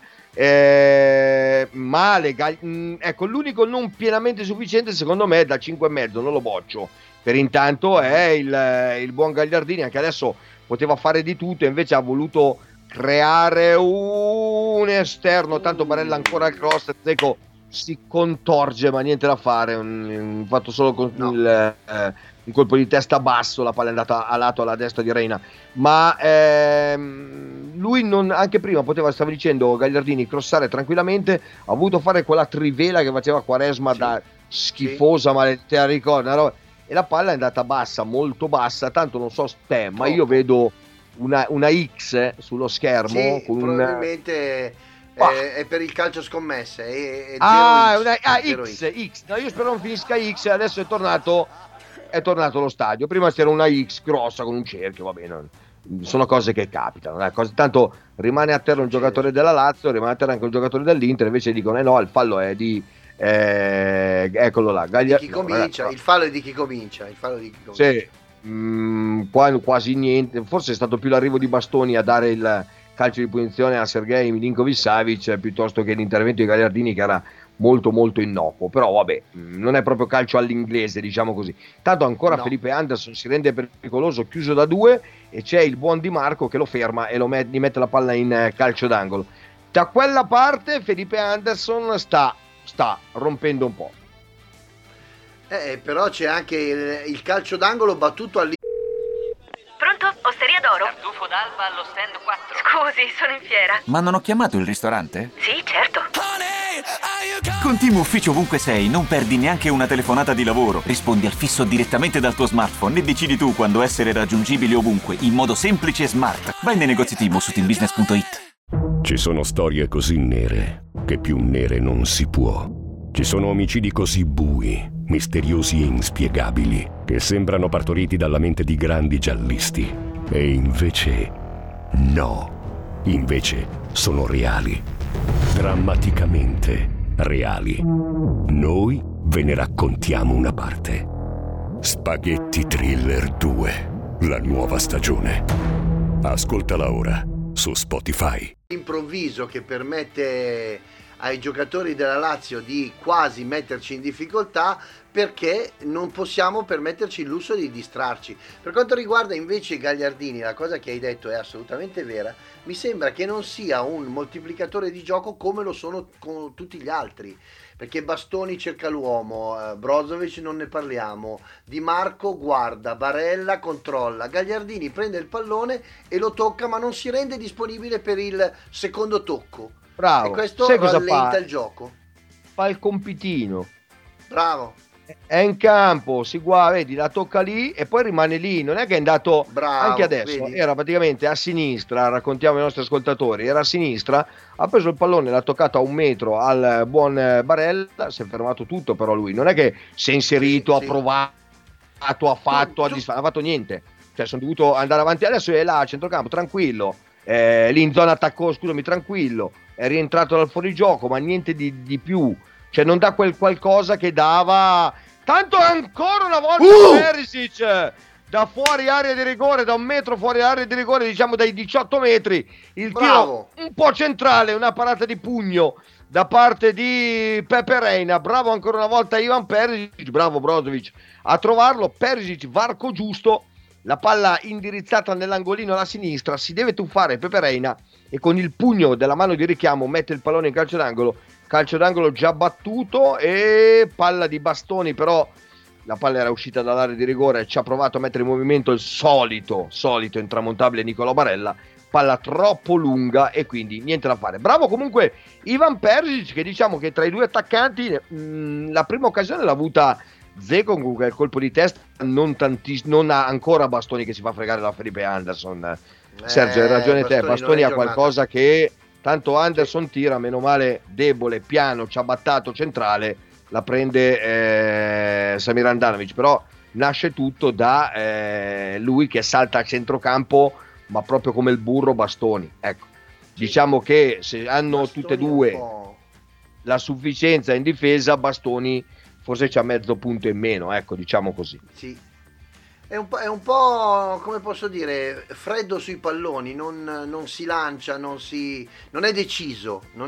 Male, ecco, l'unico non pienamente sufficiente secondo me è da 5,5, non lo boccio per intanto, è il buon Gagliardini. Anche adesso poteva fare di tutto, invece ha voluto creare un esterno, tanto Barella ancora al cross, Dzeko si contorge ma niente da fare, fatto solo con un colpo di testa basso, la palla è andata a lato alla destra di Reina, ma lui non, anche prima poteva, stavo dicendo Gagliardini, crossare tranquillamente, ha voluto fare quella trivela che faceva Quaresma, sì, da schifosa, sì, maledetta, ricorda, e la palla è andata bassa, molto bassa, tanto non so te, ma io vedo una X sullo schermo, sì, con probabilmente è per il calcio scommesse, è X. No, io spero non finisca X, adesso è tornato allo stadio. Prima c'era una X grossa con un cerchio, va bene, sono cose che capitano, tanto rimane a terra un giocatore della Lazio, rimane a terra anche un giocatore dell'Inter, invece dicono no, il fallo è di eccolo là, di chi comincia, il fallo è di chi comincia, sì, qua quasi niente, forse è stato più l'arrivo di Bastoni a dare il calcio di punizione a Sergej Milinković-Savić piuttosto che l'intervento di Gagliardini, che era molto molto innocuo, però vabbè, non è proprio calcio all'inglese, diciamo così. Tanto ancora Felipe Anderson si rende pericoloso, chiuso da 2, e c'è il buon Di Marco che lo ferma e gli mette la palla in calcio d'angolo. Da quella parte Felipe Anderson sta rompendo un po'. Però c'è anche il calcio d'angolo battuto Pronto? Osteria d'Oro? Tartufo d'alba allo stand 4. Scusi, sono in fiera. Ma non ho chiamato il ristorante? Sì, certo. Con Team Ufficio ovunque sei, non perdi neanche una telefonata di lavoro. Rispondi al fisso direttamente dal tuo smartphone e decidi tu quando essere raggiungibile ovunque, in modo semplice e smart. Vai nei negozi Team o su teambusiness.it. Ci sono storie così nere che più nere non si può. Ci sono omicidi così bui, misteriosi e inspiegabili, che sembrano partoriti dalla mente di grandi giallisti. E invece no. Invece sono reali. Drammaticamente reali. Noi ve ne raccontiamo una parte. Spaghetti Thriller 2, la nuova stagione. Ascoltala ora su Spotify. Improvviso che permette ai giocatori della Lazio di quasi metterci in difficoltà, perché non possiamo permetterci il lusso di distrarci. Per quanto riguarda invece Gagliardini, la cosa che hai detto è assolutamente vera. Mi sembra che non sia un moltiplicatore di gioco come lo sono con tutti gli altri, perché Bastoni cerca l'uomo, Brozovic non ne parliamo, Di Marco guarda, Barella controlla, Gagliardini prende il pallone e lo tocca, ma non si rende disponibile per il secondo tocco. Bravo. E questo rallenta il gioco. Fa il compitino. Bravo. È in campo, si guarda, vedi, la tocca lì e poi rimane lì. Non è che è andato. Bravo, anche adesso, vedi? Era praticamente a sinistra, raccontiamo ai nostri ascoltatori, era a sinistra, ha preso il pallone, l'ha toccato a 1 metro al buon Barella, si è fermato tutto, però lui non è che si è inserito, sì, ha provato, ha fatto, non ha fatto niente. Cioè sono dovuto andare avanti, adesso è là a centrocampo, tranquillo, lì in zona attacco, scusami, tranquillo, è rientrato dal fuorigioco, ma niente di più. Cioè non dà quel qualcosa che dava. Tanto ancora una volta Perisic da fuori area di rigore, da 1 metro fuori area di rigore, diciamo dai 18 metri, il Bravo. tiro un po' centrale, una parata di pugno da parte di Pepe Reina. Bravo ancora una volta Ivan Perisic, bravo Brozovic a trovarlo. Perisic, varco giusto, la palla indirizzata nell'angolino alla sinistra, si deve tuffare Pepe Reina e con il pugno della mano di richiamo mette il pallone in calcio d'angolo già battuto, e palla di Bastoni però la palla era uscita dall'area di rigore, ci ha provato a mettere in movimento il solito intramontabile Nicolò Barella, palla troppo lunga e quindi niente da fare. Bravo comunque Ivan Perisic, che diciamo che tra i due attaccanti la prima occasione l'ha avuta Dzeko, con il colpo di testa, non ha ancora Bastoni che si fa fregare da Felipe Anderson. Sergio, hai ragione te, Bastoni ha qualcosa che tanto Anderson tira, meno male, debole, piano, ciabattato, centrale, la prende Samir Handanovic, però nasce tutto da lui che salta a centrocampo, ma proprio come il burro Bastoni. Ecco, diciamo che se hanno Bastoni tutte e due la sufficienza in difesa, Bastoni forse c'ha mezzo punto in meno, ecco, diciamo così. Sì. È un po', come posso dire, freddo sui palloni, non si lancia, non è deciso, non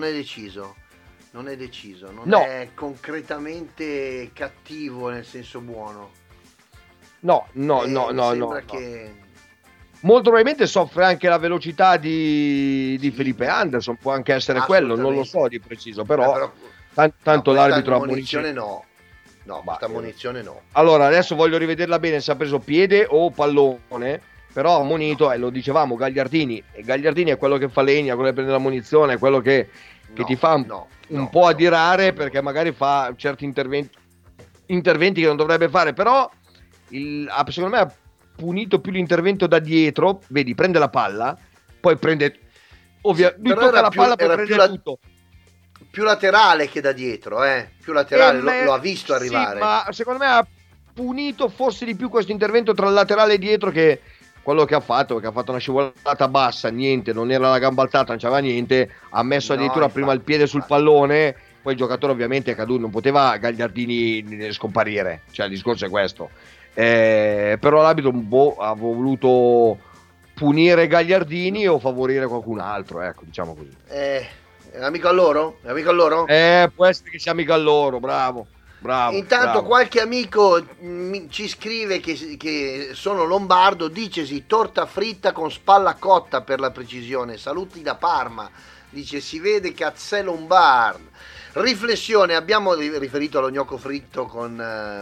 è concretamente cattivo nel senso buono. No. Sembra che molto probabilmente soffre anche la velocità di Felipe Anderson, può anche essere quello, non lo so di preciso, però tanto l'arbitro ammonisce. No, basta munizione no. Allora, adesso voglio rivederla bene se ha preso piede o pallone, però ammonito, lo dicevamo, Gagliardini. E Gagliardini è quello che fa legna, quello che prende la munizione, è quello che ti fa un po' adirare, perché magari fa certi interventi che non dovrebbe fare, però secondo me ha punito più l'intervento da dietro, vedi, prende la palla, poi prende, lui tocca la palla, poi prende tutto. Più laterale che da dietro, più laterale, lo ha visto arrivare. Sì, ma secondo me ha punito forse di più questo intervento tra il laterale e dietro che quello che ha fatto, perché ha fatto una scivolata bassa, niente, non era la gamba alzata, non c'aveva niente, ha messo addirittura prima il piede sul pallone, poi il giocatore ovviamente è caduto, non poteva Gagliardini scomparire, cioè il discorso è questo. Però l'arbitro ha voluto punire Gagliardini o favorire qualcun altro, ecco, diciamo così. È amico a loro? Può essere che sia amico a loro, bravo. Intanto qualche amico ci scrive che sono lombardo, dicesi torta fritta con spalla cotta per la precisione, saluti da Parma, dice si vede che è lombardo. Riflessione, abbiamo riferito allo gnocco fritto con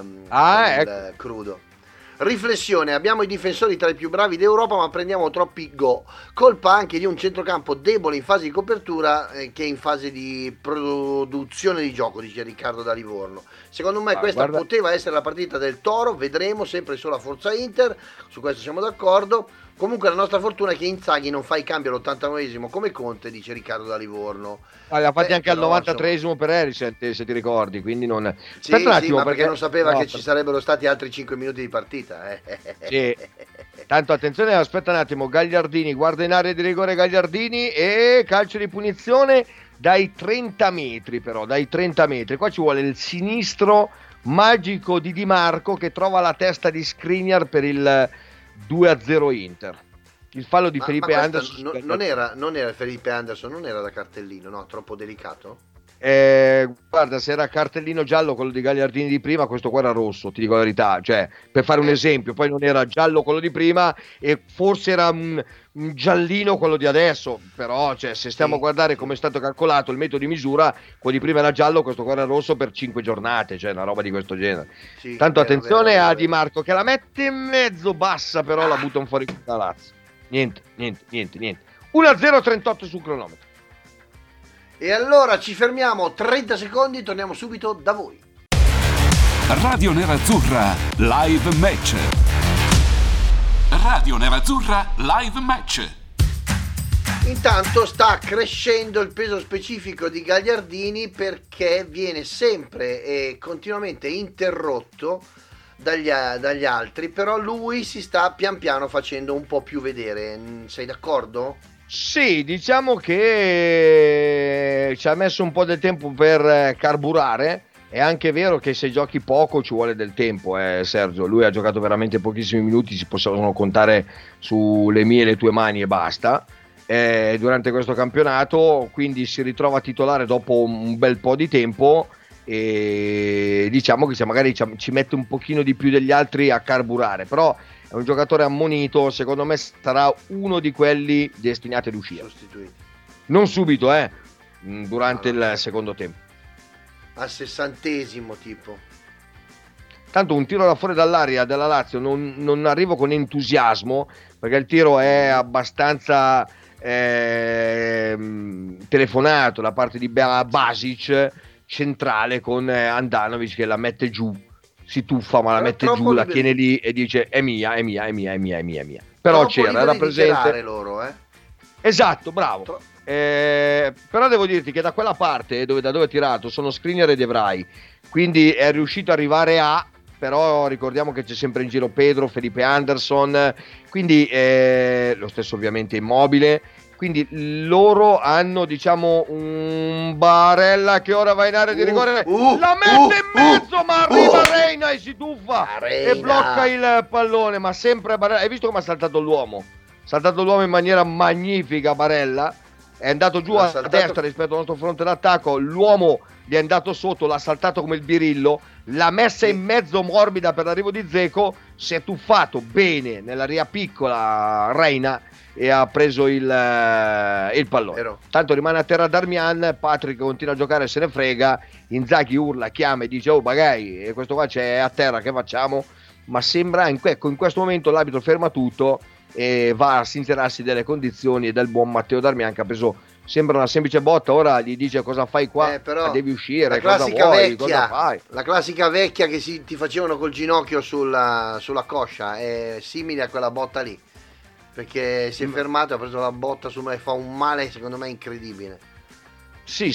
il crudo. Riflessione, abbiamo i difensori tra i più bravi d'Europa ma prendiamo troppi go, colpa anche di un centrocampo debole in fase di copertura che in fase di produzione di gioco, dice Riccardo da Livorno. Secondo me questa poteva essere la partita del Toro, vedremo, sempre solo a Forza Inter, su questo siamo d'accordo. Comunque la nostra fortuna è che Inzaghi non fa i cambi all'89esimo come Conte, dice Riccardo da Livorno. Li ha fatti anche al 93esimo per Eriksen, se ti ricordi, quindi non... Sì, ma perché non sapeva che ci sarebbero stati altri 5 minuti di partita. Sì. Tanto attenzione, aspetta un attimo, Gagliardini, guarda in area di rigore Gagliardini e calcio di punizione dai 30 metri però, dai 30 metri. Qua ci vuole il sinistro magico di Di Marco che trova la testa di Skriniar per il 2-0 Inter. Il fallo di Felipe Anderson non era Felipe Anderson, non era da cartellino, no? Troppo delicato? Guarda, se era cartellino giallo quello di Gagliardini di prima, questo qua era rosso, ti dico la verità, cioè per fare un esempio, poi non era giallo quello di prima e forse era un giallino quello di adesso, però cioè, se stiamo a guardare come è stato calcolato il metodo di misura, quello di prima era giallo, questo qua era rosso per 5 giornate, cioè una roba di questo genere. Sì, tanto attenzione a Di Marco che la mette in mezzo bassa, però la buttano fuori da Lazio. Niente. 1-0-38 sul cronometro. E allora ci fermiamo 30 secondi, torniamo subito da voi. Radio Nerazzurra Live Match. Radio Nerazzurra Live Match. Intanto sta crescendo il peso specifico di Gagliardini perché viene sempre e continuamente interrotto dagli altri, però lui si sta pian piano facendo un po' più vedere. Sei d'accordo? Sì, diciamo che ci ha messo un po' del tempo per carburare. È anche vero che se giochi poco ci vuole del tempo, Sergio. Lui ha giocato veramente pochissimi minuti, si possono contare sulle mie e le tue mani e basta durante questo campionato, quindi si ritrova titolare dopo un bel po' di tempo e diciamo che se magari ci mette un pochino di più degli altri a carburare, però è un giocatore ammonito, secondo me sarà uno di quelli destinati ad uscire. Sostituiti. Non subito, durante il secondo tempo. Al 60° tipo. tanto un tiro da fuori dall'area della Lazio non arrivo con entusiasmo, perché il tiro è abbastanza telefonato da parte di Basic, centrale, con Andanovic che la mette giù, si tuffa ma la mette giù, la tiene lì e dice è mia. Però era presente loro, esatto, bravo. Però devo dirti che da quella parte da dove ha tirato sono Skriniar e De Vrij, quindi è riuscito ad arrivare però ricordiamo che c'è sempre in giro Pedro, Felipe Anderson, quindi lo stesso ovviamente Immobile, quindi loro hanno, diciamo, un Barella che ora va in area di rigore, la mette in mezzo, ma arriva Reina e si tuffa e blocca il pallone, ma sempre Barella. Hai visto come ha saltato l'uomo? Saltato l'uomo in maniera magnifica Barella, è andato giù a destra rispetto al nostro fronte d'attacco, l'uomo gli è andato sotto, l'ha saltato come il birillo, l'ha messa in mezzo morbida per l'arrivo di Dzeko, si è tuffato bene nella ria piccola Reina e ha preso il pallone. Tanto rimane a terra Darmian, Patrick continua a giocare e se ne frega, Inzaghi urla, chiama e dice oh magari, e questo qua c'è a terra, che facciamo? Ma sembra in questo momento l'arbitro ferma tutto e va a sincerarsi delle condizioni del buon Matteo Darmian, che ha preso, sembra una semplice botta, ora gli dice cosa fai qua, però devi uscire, la classica cosa vuoi, vecchia, cosa fai? La classica vecchia che ti facevano col ginocchio sulla coscia, è simile a quella botta lì, perché si è fermato, ha preso la botta su me, fa un male secondo me incredibile. Sì,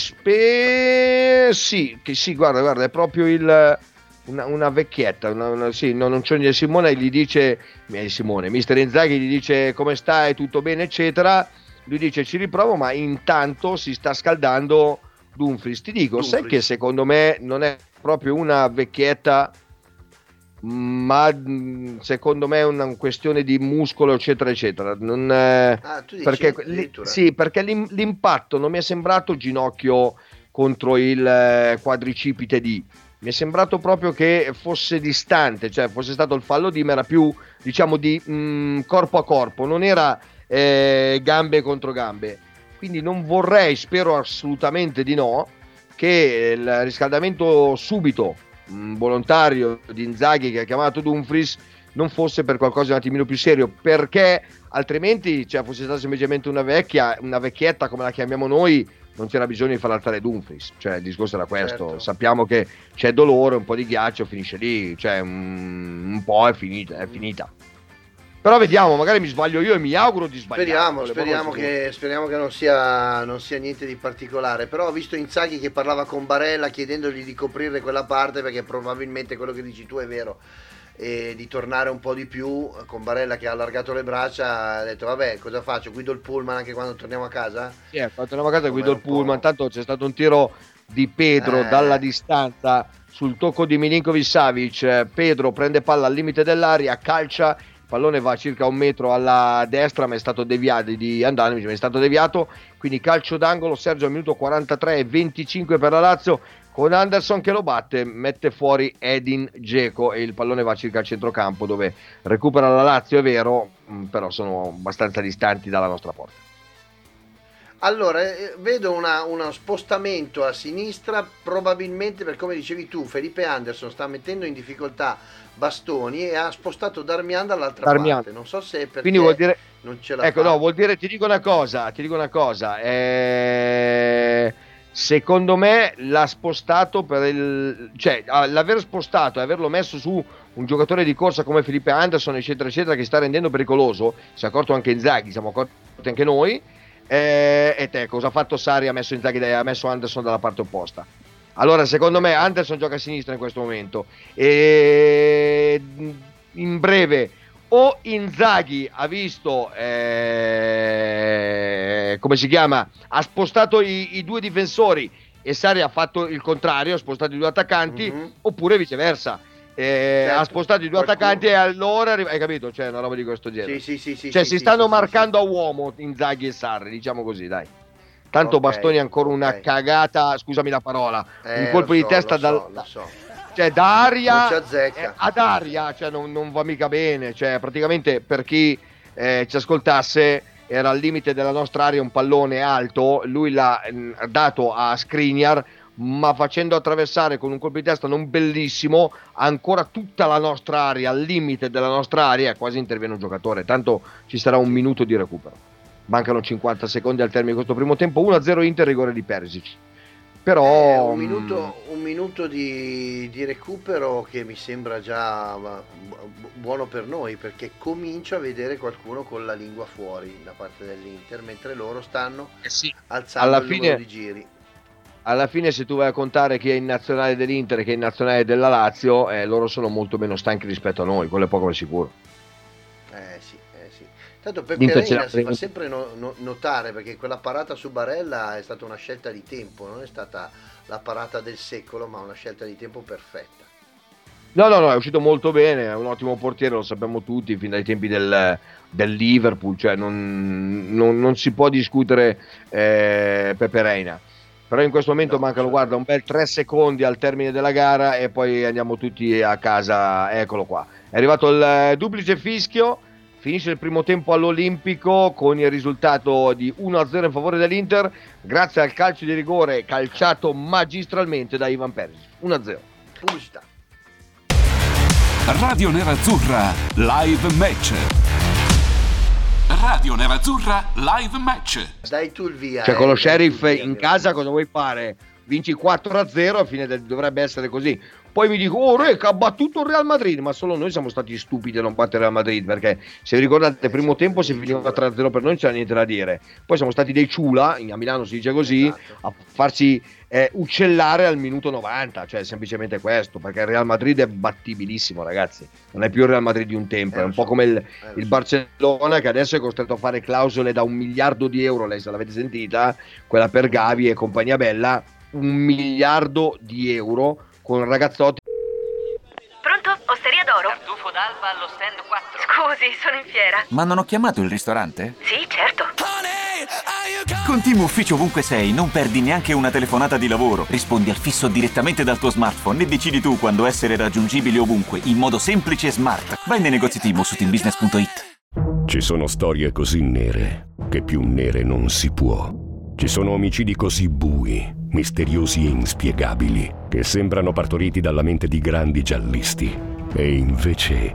guarda, è proprio una vecchietta, sì, non c'è niente. Simone gli dice, mister Inzaghi gli dice come stai, tutto bene eccetera, lui dice ci riprovo, ma intanto si sta scaldando Dumfries. Ti dico, sai che secondo me non è proprio una vecchietta, ma secondo me è una questione di muscolo eccetera eccetera, tu dici, perché l'impatto non mi è sembrato ginocchio contro il quadricipite mi è sembrato proprio che fosse distante, cioè fosse stato il fallo ma era più, diciamo, di corpo a corpo, non era gambe contro gambe, quindi non vorrei, spero assolutamente di no, che il riscaldamento subito volontario di Inzaghi che ha chiamato Dumfries non fosse per qualcosa di un attimino più serio, perché altrimenti fosse stata semplicemente una vecchietta come la chiamiamo noi, non c'era bisogno di far alzare Dumfries, cioè il discorso era questo, certo. Sappiamo che c'è dolore, un po' di ghiaccio, finisce lì, cioè un po' è finita. Però vediamo, magari mi sbaglio io e mi auguro di sbagliare. Speriamo che non sia niente di particolare, però ho visto Inzaghi che parlava con Barella chiedendogli di coprire quella parte, perché probabilmente quello che dici tu è vero, e di tornare un po' di più, con Barella che ha allargato le braccia, ha detto vabbè, cosa faccio, guido il pullman anche quando torniamo a casa? Sì, quando torniamo a casa guido il pullman, tanto c'è stato un tiro di Pedro dalla distanza sul tocco di Milinkovic Savic, Pedro prende palla al limite dell'area, calcia, il pallone va a circa 1 metro alla destra, ma è stato deviato di Andanovic, ma è stato deviato, quindi calcio d'angolo, Sergio, al minuto 43-25 per la Lazio, con Anderson che lo batte, mette fuori Edin Dzeko e il pallone va circa al centrocampo dove recupera la Lazio, è vero, però sono abbastanza distanti dalla nostra porta. Allora, vedo uno spostamento a sinistra, probabilmente per come dicevi tu, Felipe Anderson sta mettendo in difficoltà Bastoni e ha spostato Darmian dall'altra parte. Non so se è perché quindi vuol dire, non ce la ecco, fa. No, vuol dire, ti dico una cosa, secondo me l'ha spostato l'aver spostato e averlo messo su un giocatore di corsa come Felipe Anderson eccetera eccetera, che sta rendendo pericoloso, si è accorto anche Inzaghi, siamo accorti anche noi, cosa ha fatto Sarri? Ha messo Anderson dalla parte opposta. Allora secondo me Anderson gioca a sinistra in questo momento e in breve o Inzaghi ha visto ha spostato i due difensori e Sarri ha fatto il contrario, ha spostato i due attaccanti, oppure viceversa, ha spostato i due attaccanti e allora hai capito, cioè una roba di questo genere. Sì, si stanno marcando a uomo Inzaghi e Sarri, diciamo così, dai. Tanto Bastoni ancora una cagata, scusami la parola, un colpo di testa cioè da aria ad aria, cioè non va mica bene, cioè praticamente per chi ci ascoltasse era al limite della nostra area un pallone alto, lui l'ha dato a Skriniar, ma facendo attraversare con un colpo di testa non bellissimo ancora tutta la nostra area, al limite della nostra area, quasi interviene un giocatore, tanto ci sarà un minuto di recupero. Mancano 50 secondi al termine di questo primo tempo, 1-0 Inter, rigore di Perisic. Però un minuto di recupero che mi sembra già buono per noi, perché comincio a vedere qualcuno con la lingua fuori da parte dell'Inter, mentre loro stanno alzando il numero di giri. Alla fine, se tu vai a contare chi è in nazionale dell'Inter e chi è in nazionale della Lazio, loro sono molto meno stanchi rispetto a noi, quello è poco ma sicuro. Sì. Tanto Pepe Reina si fa sempre notare, perché quella parata su Barella è stata una scelta di tempo, non è stata la parata del secolo, ma una scelta di tempo perfetta. No, è uscito molto bene, è un ottimo portiere, lo sappiamo tutti, fin dai tempi del Liverpool, cioè non si può discutere Pepe Reina. Però in questo momento mancano, guarda, un bel 3 secondi al termine della gara e poi andiamo tutti a casa. Eccolo qua, è arrivato il duplice fischio. Finisce il primo tempo all'Olimpico con il risultato di 1-0 in favore dell'Inter, grazie al calcio di rigore calciato magistralmente da Ivan Perisic. 1-0. Pubblicità. Radio Nerazzurra Live Match. Radio Nerazzurra Live Match. Dai tu il via. Cioè con lo Sheriff in casa cosa vuoi fare? Vinci 4-0, a fine dovrebbe essere così. Poi mi dico, Reca ha battuto il Real Madrid, ma solo noi siamo stati stupidi a non battere il Real Madrid, perché se vi ricordate il primo tempo si finiva 3-0 per noi, non c'era niente da dire. Poi siamo stati dei ciula, a Milano si dice così, a farci uccellare al minuto 90, cioè semplicemente questo, perché il Real Madrid è battibilissimo, ragazzi, non è più il Real Madrid di un tempo, è un po' come il Barcellona, che adesso è costretto a fare clausole da 1 miliardo di euro, lei se l'avete sentita, quella per Gavi e compagnia bella, 1 miliardo di euro con ragazzotti. Pronto? Osteria d'Oro? Tartufo d'alba allo stand 4. Scusi, sono in fiera. Ma non ho chiamato il ristorante? Sì, certo. Con Team Ufficio ovunque sei, non perdi neanche una telefonata di lavoro. Rispondi al fisso direttamente dal tuo smartphone e decidi tu quando essere raggiungibile ovunque, in modo semplice e smart. Vai nei negozi Team o su teambusiness.it. Ci sono storie così nere che più nere non si può. Ci sono omicidi così bui, misteriosi e inspiegabili, che sembrano partoriti dalla mente di grandi giallisti. E invece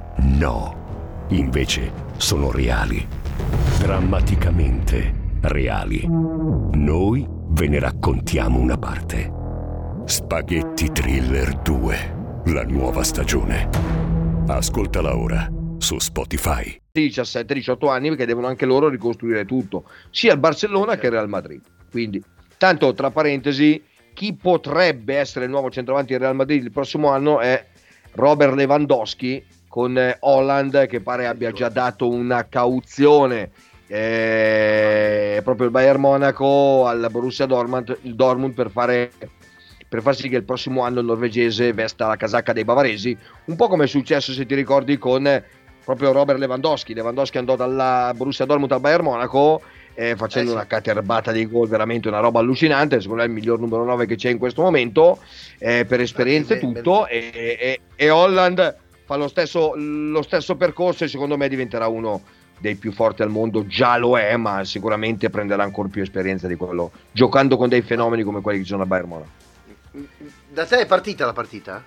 no. Invece sono reali. Drammaticamente reali. Noi ve ne raccontiamo una parte. Spaghetti Thriller 2, la nuova stagione. Ascoltala ora su Spotify. 17-18 anni, perché devono anche loro ricostruire tutto, sia il Barcellona che il Real Madrid. Quindi, tanto tra parentesi, chi potrebbe essere il nuovo centravanti del Real Madrid il prossimo anno è Robert Lewandowski, con Haaland che pare abbia già dato una cauzione proprio il Bayern Monaco al Borussia Dortmund per far sì che il prossimo anno il norvegese vesta la casacca dei bavaresi, un po' come è successo, se ti ricordi, proprio Robert Lewandowski andò dalla Borussia Dortmund al Bayern Monaco facendo una caterbata di gol, veramente una roba allucinante, secondo me è il miglior numero 9 che c'è in questo momento, per esperienza e tutto, e Haaland fa lo stesso percorso e secondo me diventerà uno dei più forti al mondo, già lo è, ma sicuramente prenderà ancora più esperienza di quello, giocando con dei fenomeni come quelli che ci sono al Bayern Monaco. Da te è partita la partita?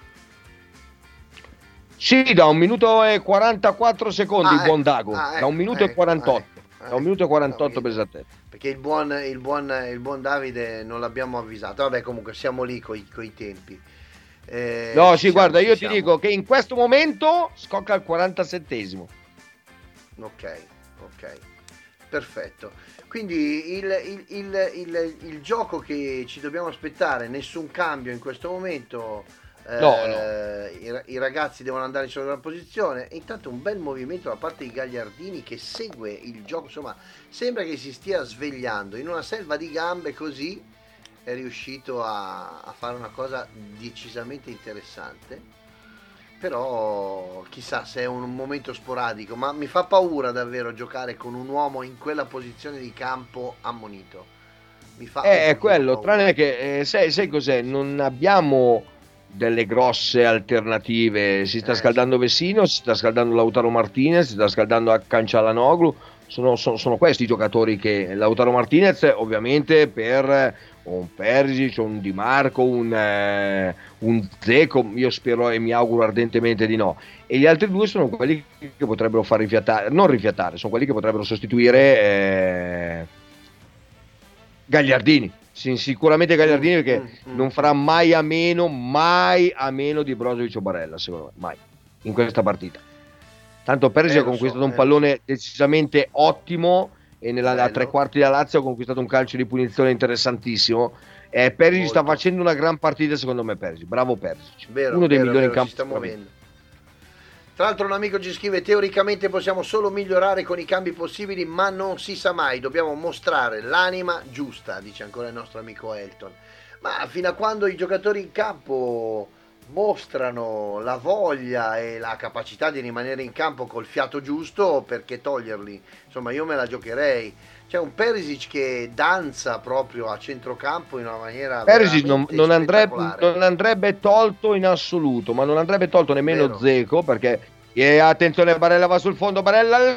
Sì, da 1 minuto e 44 secondi, buon Dago. Da 1 minuto e 48. Da 1 minuto e 48 per esattezza. Perché il buon Davide non l'abbiamo avvisato. Vabbè, comunque siamo lì coi tempi. Guarda, io ti dico che in questo momento scocca al 47esimo. Ok, perfetto. Quindi il gioco che ci dobbiamo aspettare, nessun cambio in questo momento. No. I ragazzi devono andare in sovrapposizione. Intanto un bel movimento da parte di Gagliardini che segue il gioco, insomma sembra che si stia svegliando in una selva di gambe, così è riuscito a fare una cosa decisamente interessante. Però chissà se è un momento sporadico, ma mi fa paura davvero giocare con un uomo in quella posizione di campo ammonito. Mi fa è quello paura. Tranne che sai cos'è, non abbiamo delle grosse alternative, si sta scaldando Vecino, si sta scaldando Lautaro Martinez, si sta scaldando Cancialanoglu, sono questi i giocatori che Lautaro Martinez ovviamente per un Perisic, un Di Marco, un Dzeko, io spero e mi auguro ardentemente di no, e gli altri due sono quelli che potrebbero far rifiatare, non rifiatare, sono quelli che potrebbero sostituire Gagliardini. Sì, sicuramente Gagliardini, perché non farà mai a meno di Brozovic o Barella, secondo me, mai in questa partita. Tanto Perisic ha conquistato un pallone decisamente ottimo e a tre quarti da Lazio ha conquistato un calcio di punizione interessantissimo. Perisic sta facendo una gran partita, secondo me. Perisic, bravo Perisic, uno dei migliori in campo. Si sta muovendo. Tra l'altro un amico ci scrive: teoricamente possiamo solo migliorare con i cambi possibili, ma non si sa mai, dobbiamo mostrare l'anima giusta, dice ancora il nostro amico Elton. Ma fino a quando i giocatori in campo mostrano la voglia e la capacità di rimanere in campo col fiato giusto, perché toglierli? Insomma, io me la giocherei. C'è un Perisic che danza proprio a centrocampo in una maniera Perisic non andrebbe tolto in assoluto, ma non andrebbe tolto nemmeno Dzeko, perché attenzione, Barella va sul fondo, Barella,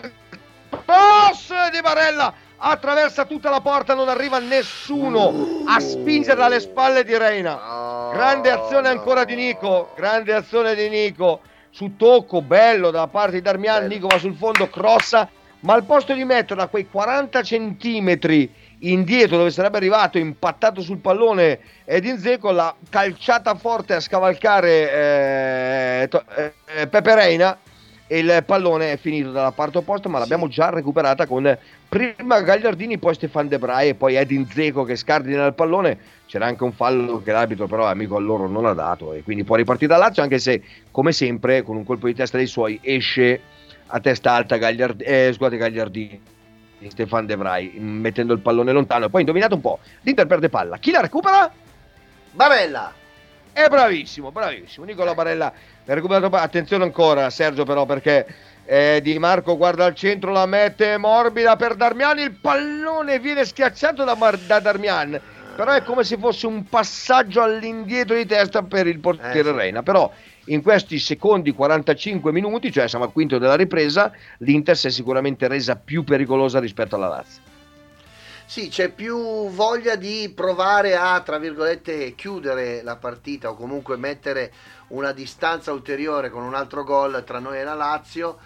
cross di Barella attraversa tutta la porta, non arriva nessuno a spingerla alle spalle di Reina. Grande azione ancora di Nico, grande azione di Nico su tocco bello da parte di Darmian. Nico va sul fondo, crossa, ma al posto di metterla a quei 40 centimetri indietro dove sarebbe arrivato impattato sul pallone Edin Dzeko, l'ha calciata forte a scavalcare Pepe Reina e il pallone è finito dalla parte opposta, ma l'abbiamo già recuperata con prima Gagliardini, poi Stefan De Vrij e poi Edin Dzeko che scardina il pallone. C'era anche un fallo che l'arbitro però amico a loro non ha dato e quindi può ripartire da Lazio, anche se come sempre con un colpo di testa dei suoi esce a testa alta Gagliardini, Stefan De Vrij, mettendo il pallone lontano. E poi indovinate un po', l'Inter perde palla, chi la recupera? Barella. È bravissimo Nicola Barella, ha recuperato. Attenzione ancora Sergio però, perché Di Marco guarda al centro, la mette morbida per Darmian, il pallone viene schiacciato da Darmian, però è come se fosse un passaggio all'indietro di testa per il portiere Reina. Però in questi secondi 45 minuti, cioè siamo al quinto della ripresa, l'Inter si è sicuramente resa più pericolosa rispetto alla Lazio. Sì, c'è più voglia di provare a, tra virgolette, chiudere la partita o comunque mettere una distanza ulteriore con un altro gol tra noi e la Lazio,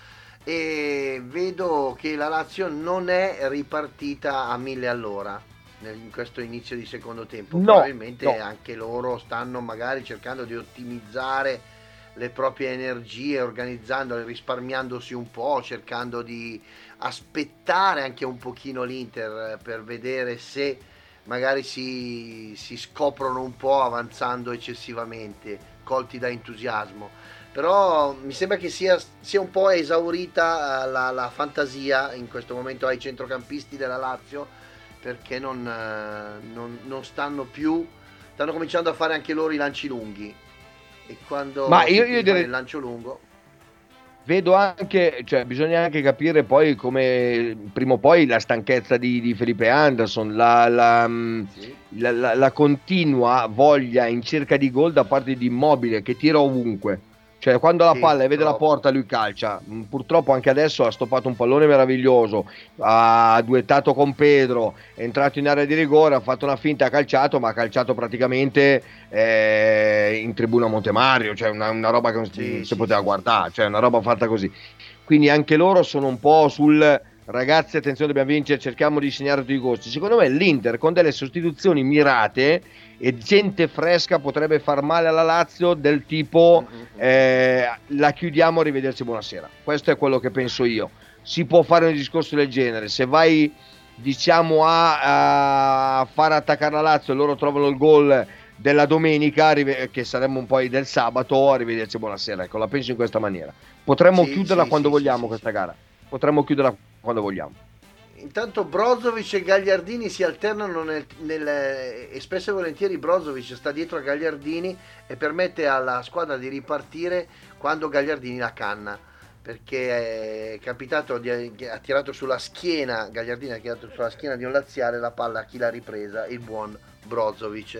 e vedo che la Lazio non è ripartita a 1000 all'ora in questo inizio di secondo tempo. Probabilmente anche loro stanno magari cercando di ottimizzare le proprie energie, organizzandole, risparmiandosi un po', cercando di aspettare anche un pochino l'Inter per vedere se magari si scoprono un po' avanzando eccessivamente, colti da entusiasmo. Però mi sembra che sia un po' esaurita la fantasia in questo momento ai centrocampisti della Lazio, perché non stanno più, stanno cominciando a fare anche loro i lanci lunghi, e quando io direi il lancio lungo vedo anche, cioè bisogna anche capire poi come prima o poi la stanchezza di Felipe Anderson, la continua voglia in cerca di gol da parte di Immobile che tira ovunque. Cioè quando la palla e vede la porta lui calcia. Purtroppo anche adesso ha stoppato un pallone meraviglioso, ha duettato con Pedro, è entrato in area di rigore, ha fatto una finta, ha calciato, ma ha calciato praticamente in tribuna Montemario, cioè una roba che non si poteva guardare, cioè una roba fatta così. Quindi anche loro sono un po' sul ragazzi attenzione, dobbiamo vincere, cerchiamo di segnare tutti i costi. Secondo me l'Inter con delle sostituzioni mirate e gente fresca potrebbe far male alla Lazio, del tipo la chiudiamo, arrivederci, buonasera. Questo è quello che penso io. Si può fare un discorso del genere, se vai diciamo a far attaccare la Lazio e loro trovano il gol della domenica, che saremmo un po' del sabato, arrivederci, buonasera. Ecco, la penso in questa maniera. Potremmo chiuderla quando vogliamo questa gara, potremmo chiuderla quando vogliamo. Intanto Brozovic e Gagliardini si alternano e spesso e volentieri Brozovic sta dietro a Gagliardini e permette alla squadra di ripartire quando Gagliardini la canna, perché è capitato ha tirato sulla schiena, Gagliardini ha tirato sulla schiena di un laziale la palla, a chi l'ha ripresa? Il buon Brozovic.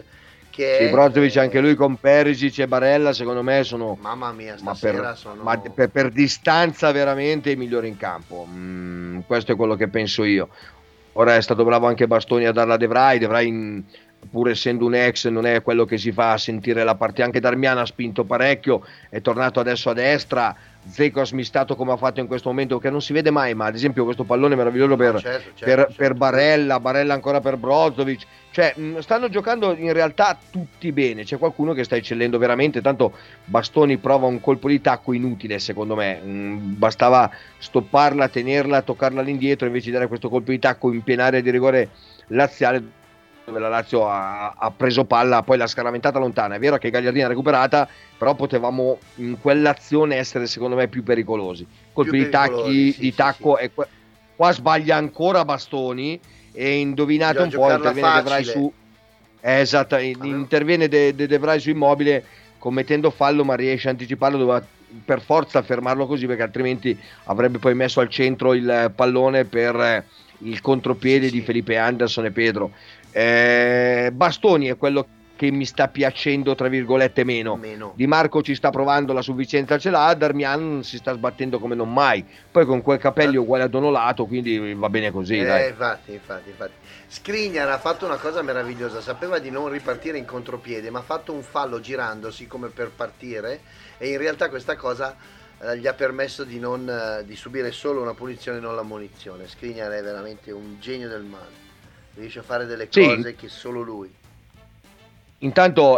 Sì, Brozovic anche lui con Perisic e Barella, secondo me sono, mamma mia, stasera sono... per distanza veramente i migliori in campo. Questo è quello che penso io. Ora è stato bravo anche Bastoni a darla a De Vrij, pur essendo un ex non è quello che si fa sentire la partita. Anche Darmian ha spinto parecchio, è tornato adesso a destra. Zeko ha smistato come ha fatto in questo momento, che non si vede mai, ma ad esempio questo pallone meraviglioso per Barella ancora per Brozovic, cioè stanno giocando in realtà tutti bene. C'è qualcuno che sta eccellendo veramente, tanto Bastoni prova un colpo di tacco inutile secondo me, bastava stopparla, tenerla, toccarla all'indietro invece di dare questo colpo di tacco in piena area di rigore laziale, dove la Lazio ha preso palla, poi l'ha scaramentata lontana. È vero che Gagliardini ha recuperata, però potevamo in quell'azione essere secondo me più pericolosi. Colpi di tacco. E qua sbaglia ancora Bastoni e indovinate un po', interviene De Vrij su interviene De Vrij su Immobile commettendo fallo, ma riesce a anticiparlo, doveva per forza fermarlo così, perché altrimenti avrebbe poi messo al centro il pallone per il contropiede di Felipe Anderson e Pedro. Bastoni è quello che mi sta piacendo tra virgolette meno. Di Marco ci sta provando, la sufficienza ce l'ha, Darmian si sta sbattendo come non mai, poi con quel capelli uguale a Donolato, quindi va bene così, dai. Infatti Skriniar ha fatto una cosa meravigliosa, sapeva di non ripartire in contropiede, ma ha fatto un fallo girandosi come per partire, e in realtà questa cosa gli ha permesso di subire solo una punizione e non l'ammonizione. Skriniar è veramente un genio del male, riesce a fare delle cose che solo lui. Intanto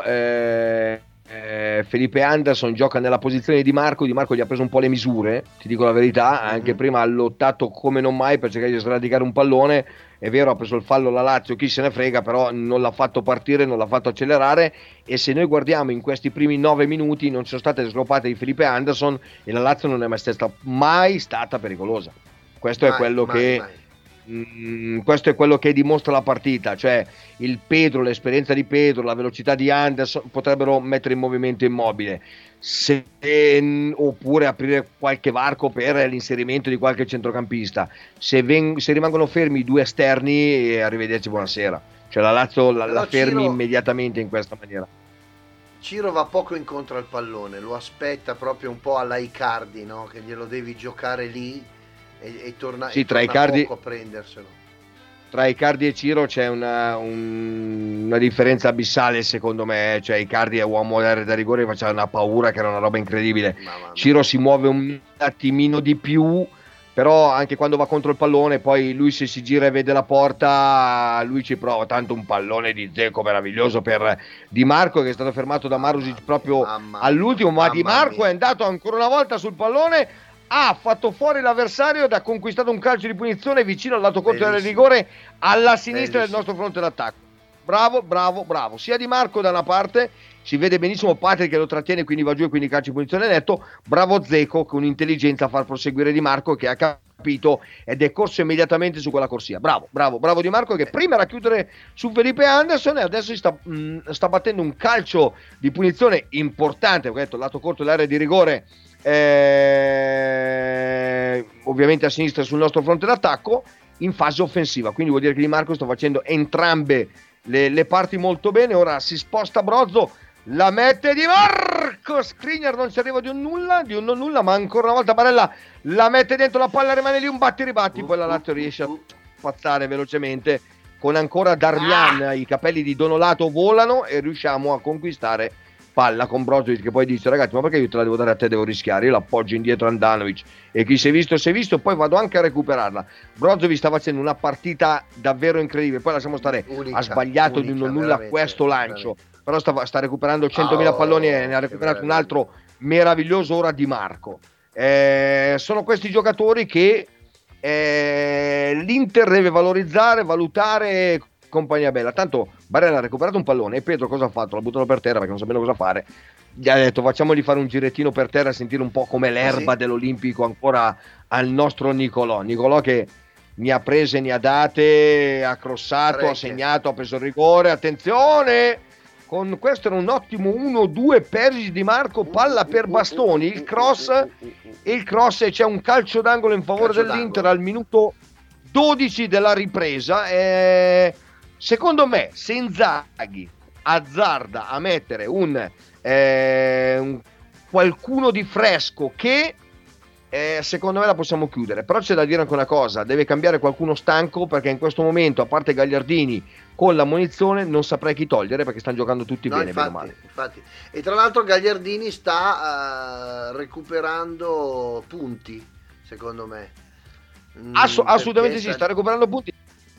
Felipe Anderson gioca nella posizione di Marco gli ha preso un po' le misure, ti dico la verità, anche prima ha lottato come non mai per cercare di sradicare un pallone. È vero, ha preso il fallo la Lazio, chi se ne frega, però non l'ha fatto partire, non l'ha fatto accelerare, e se noi guardiamo in questi primi 9 minuti non sono state sgropate di Felipe Anderson e la Lazio non è mai stata pericolosa. Questo è quello questo è quello che dimostra la partita, cioè il Pedro, l'esperienza di Pedro, la velocità di Anderson potrebbero mettere in movimento Immobile, oppure aprire qualche varco per l'inserimento di qualche centrocampista. Se rimangono fermi i due esterni, arrivederci, buonasera. Cioè la Lazio la fermi immediatamente in questa maniera. Ciro va poco incontro al pallone, lo aspetta proprio un po' alla Icardi, no? Che glielo devi giocare lì e torna, sì, tra Icardi, poco a prenderselo. Tra Icardi e Ciro c'è una differenza abissale secondo me, cioè Icardi è uomo da rigore, faceva una paura che era una roba incredibile. Ciro si muove un attimino di più, però anche quando va contro il pallone poi lui, se si gira e vede la porta, lui ci prova. Tanto un pallone di Zeko meraviglioso per Di Marco, che è stato fermato da Marusic proprio all'ultimo, ma Di Marco è andato ancora una volta sul pallone, ha fatto fuori l'avversario ed ha conquistato un calcio di punizione vicino al lato corto del rigore, alla sinistra del nostro fronte d'attacco. Bravo, sia Di Marco da una parte, si vede benissimo Patrick che lo trattiene, quindi va giù e quindi calcio di punizione netto. Bravo Zeko con intelligenza a far proseguire Di Marco, che ha capito ed è corso immediatamente su quella corsia. Bravo Di Marco, che prima era a chiudere su Felipe Anderson e adesso sta battendo un calcio di punizione importante, ho detto lato corto dell'area di rigore, ovviamente a sinistra sul nostro fronte d'attacco in fase offensiva, quindi vuol dire che Di Marco sta facendo entrambe le parti molto bene. Ora si sposta Brozzo, la mette Di Marco, Skriniar non ci arriva di un non nulla, ma ancora una volta Barella la mette dentro, la palla rimane lì, un batti, poi la Lazio riesce a spazzare velocemente con ancora Darmian, i capelli di Donolato volano e riusciamo a conquistare palla con Brozovic, che poi dice: ragazzi, ma perché io te la devo dare a te, devo rischiare, io l'appoggio indietro a Andanovic e chi si è visto, poi vado anche a recuperarla. Brozovic sta facendo una partita davvero incredibile, poi lasciamo stare, ha sbagliato di non nulla questo lancio, però sta recuperando 100.000 palloni e ne ha recuperato un altro meraviglioso ora Di Marco. Sono questi giocatori che l'Inter deve valorizzare, valutare, compagnia bella. Tanto Barella ha recuperato un pallone e Pedro cosa ha fatto? L'ha buttato per terra perché non sapeva cosa fare. Gli ha detto: facciamogli fare un girettino per terra e sentire un po' come l'erba dell'Olimpico ancora al nostro Nicolò che ne ha prese, ne ha date, ha crossato, ha segnato, ha preso il rigore. Attenzione, con questo era un ottimo 1-2 Perisic, Di Marco, palla per Bastoni, il cross e c'è un calcio d'angolo in favore dell'Inter al minuto 12 della ripresa. Secondo me, se Inzaghi azzarda a mettere un qualcuno di fresco che secondo me la possiamo chiudere. Però c'è da dire anche una cosa: deve cambiare qualcuno stanco, perché in questo momento, a parte Gagliardini con la munizione, non saprei chi togliere, perché stanno giocando tutti bene, infatti, bene o male. Infatti. E tra l'altro Gagliardini sta recuperando punti, secondo me. Assolutamente sì, sta recuperando punti.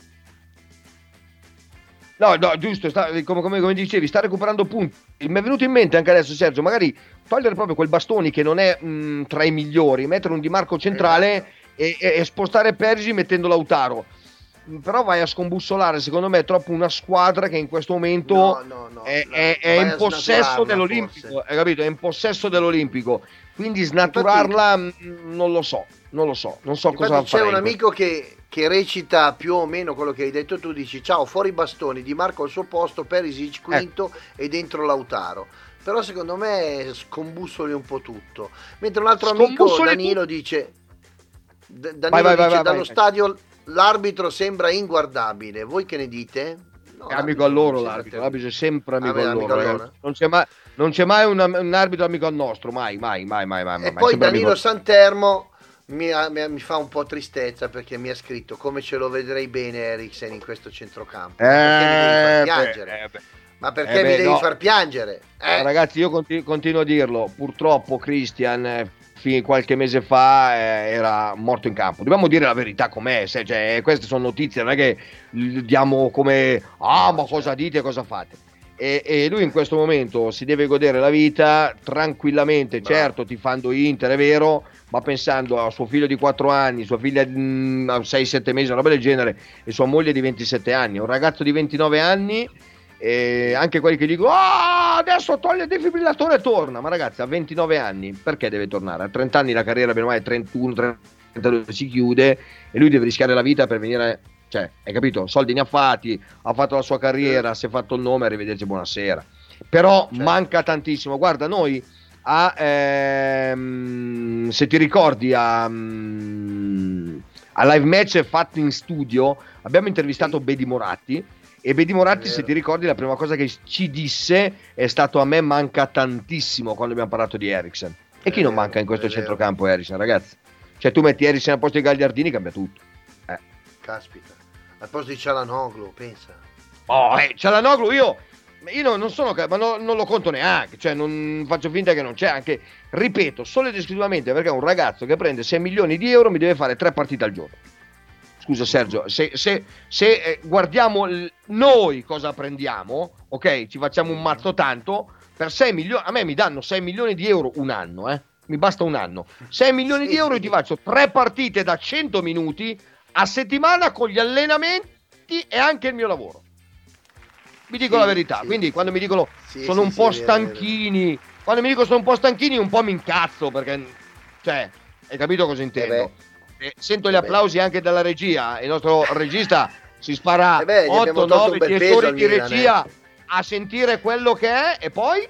No, giusto, come dicevi, sta recuperando punti. Mi è venuto in mente anche adesso, Sergio, magari togliere proprio quel Bastoni che non è tra i migliori, mettere un Di Marco centrale e spostare Perisi mettendo Lautaro. Però vai a scombussolare, secondo me, troppo una squadra che in questo momento è in possesso dell'Olimpico, hai capito? È in possesso dell'Olimpico, quindi snaturarla non lo so, non so cosa fare. C'è un amico che recita più o meno quello che hai detto tu, dici: ciao, fuori Bastoni, Di Marco al suo posto, Perisic quinto e dentro Lautaro. Però secondo me scombussoli un po' tutto. Mentre un altro amico, Danilo, dice dallo stadio l'arbitro sembra inguardabile. Voi che ne dite? No, è amico a loro l'arbitro è sempre amico a loro. Non c'è mai un arbitro amico al nostro, mai. E poi Danilo Santermo mi fa un po' tristezza, perché mi ha scritto: come ce lo vedrei bene Eriksen in questo centrocampo. Perché mi devi far piangere? Ma perché mi devi far piangere? Ragazzi, io continuo a dirlo, purtroppo Christian qualche mese fa era morto in campo. Dobbiamo dire la verità com'è, cioè, queste sono notizie, non è che diamo come ma cosa dite, cosa fate. E lui in questo momento si deve godere la vita tranquillamente, certo tifando Inter, è vero, ma pensando a suo figlio di 4 anni, sua figlia di 6-7 mesi, una roba del genere, e sua moglie di 27 anni, un ragazzo di 29 anni. E anche quelli che dicono adesso toglie il defibrillatore e torna, ma ragazzi, a 29 anni perché deve tornare? A 30 anni la carriera bene o male 31, 32 si chiude, e lui deve rischiare la vita per venire, cioè, hai capito? Soldi ne ha fatti, ha fatto la sua carriera, si è fatto il nome, arrivederci, buonasera. Però manca tantissimo. Guarda, noi se ti ricordi a Live Match fatto in studio abbiamo intervistato Bedi Moratti. E Bedi Moratti, se ti ricordi, la prima cosa che ci disse è stato: a me manca tantissimo, quando abbiamo parlato di Eriksen. E chi non manca in questo centrocampo Eriksen, ragazzi? Cioè, tu metti Eriksen al posto di Gagliardini, cambia tutto. Caspita, al posto di Çalhanoğlu, pensa. Çalhanoğlu io non sono, ma non lo conto neanche, cioè non faccio finta che non c'è, anche, ripeto, solo ed esclusivamente perché un ragazzo che prende 6 milioni di euro mi deve fare 3 partite al giorno. Scusa Sergio, se guardiamo noi cosa prendiamo, ok, ci facciamo un mazzo tanto, per 6 milioni, a me mi danno 6 milioni di euro un anno, mi basta un anno, 6 milioni di euro e ti faccio 3 partite da 100 minuti a settimana con gli allenamenti e anche il mio lavoro. Vi dico la verità, quindi quando mi dicono sono un po' stanchini, quando mi dicono sono un po' stanchini un po' mi incazzo, perché, cioè, hai capito cosa intendo? Sento gli applausi anche dalla regia, il nostro regista si spara 8, 9, 10 ore di regia a sentire quello che è, e poi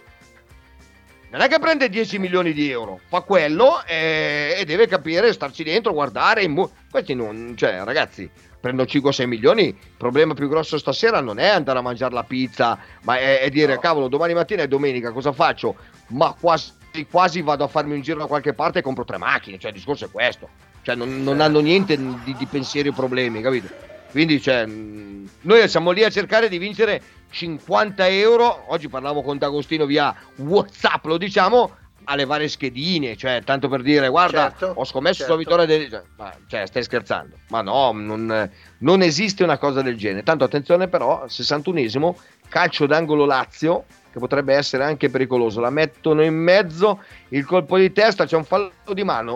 non è che prende 10 milioni di euro, fa quello e deve capire, starci dentro, guardare. Questi non, cioè, ragazzi, prendo 5-6 milioni, il problema più grosso stasera non è andare a mangiare la pizza, ma è dire, cavolo, domani mattina è domenica, cosa faccio? Ma quasi vado a farmi un giro da qualche parte e compro 3 macchine, cioè il discorso è questo. Cioè non hanno niente di pensieri o problemi, capito? Quindi, cioè, noi siamo lì a cercare di vincere 50 euro. Oggi parlavo con D'Agostino via WhatsApp, lo diciamo, alle varie schedine, cioè, tanto per dire, guarda, ho scommesso sulla vittoria cioè, stai scherzando? Ma no, non esiste una cosa del genere. Tanto attenzione però, 61esimo, calcio d'angolo Lazio, che potrebbe essere anche pericoloso, la mettono in mezzo, il colpo di testa, c'è un fallo di mano,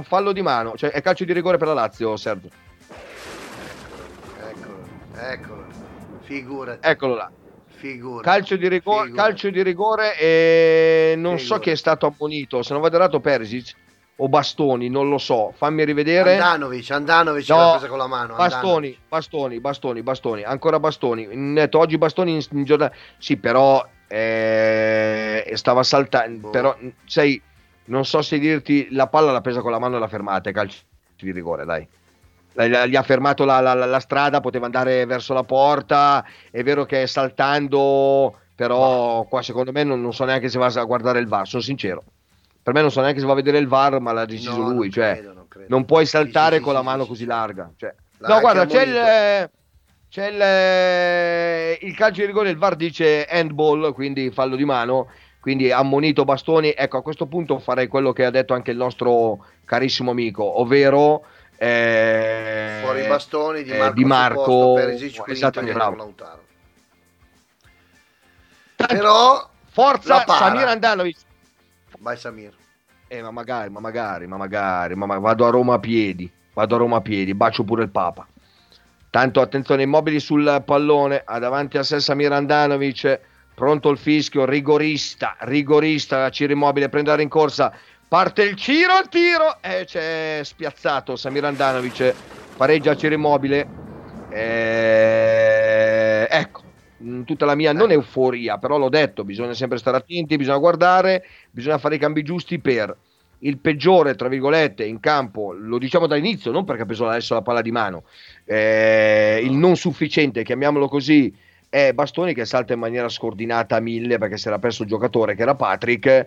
cioè è calcio di rigore per la Lazio, Sergio. Eccolo, figurati. Eccolo là. Figurati. Calcio di rigore e non so chi è stato ammonito, se non vado errato Perisic o Bastoni, non lo so, fammi rivedere. Andanovic l'ha presa con la mano. Bastoni, ancora Bastoni. Netto, oggi Bastoni in giornata. Sì, però stava saltando, però sai, non so se dirti, la palla l'ha presa con la mano e l'ha fermata, calcio di rigore, dai. Gli ha fermato la strada, poteva andare verso la porta, è vero che saltando, però qua secondo me non so neanche se va a guardare il VAR, sono sincero. Per me non so neanche se va a vedere il VAR, ma l'ha deciso lui, non cioè credo. Non puoi saltare con la mano così larga. Cioè. No, guarda, c'è il calcio di rigore, il VAR dice handball, quindi fallo di mano, quindi ammonito Bastoni. Ecco, a questo punto farei quello che ha detto anche il nostro carissimo amico, ovvero fuori Bastoni di Marco Perisic, esattamente, bravo. Però forza Samir Handanovic. Vai Samir. Ma magari, vado a Roma a piedi, bacio pure il Papa. Tanto attenzione, Immobili sul pallone, ha davanti a sé Samir Handanovic, pronto il fischio, rigorista, Ciro Immobile prende la rincorsa, parte il Ciro, il tiro, e c'è spiazzato Samir Handanovic, pareggia Ciro Immobile, ecco, tutta la mia non euforia, però l'ho detto, bisogna sempre stare attenti, bisogna guardare, bisogna fare i cambi giusti per il peggiore, tra virgolette, in campo, lo diciamo dall'inizio, non perché ha preso adesso la palla di mano, il non sufficiente, chiamiamolo così, è Bastoni che salta in maniera scordinata a 1000 perché si era perso il giocatore che era Patrick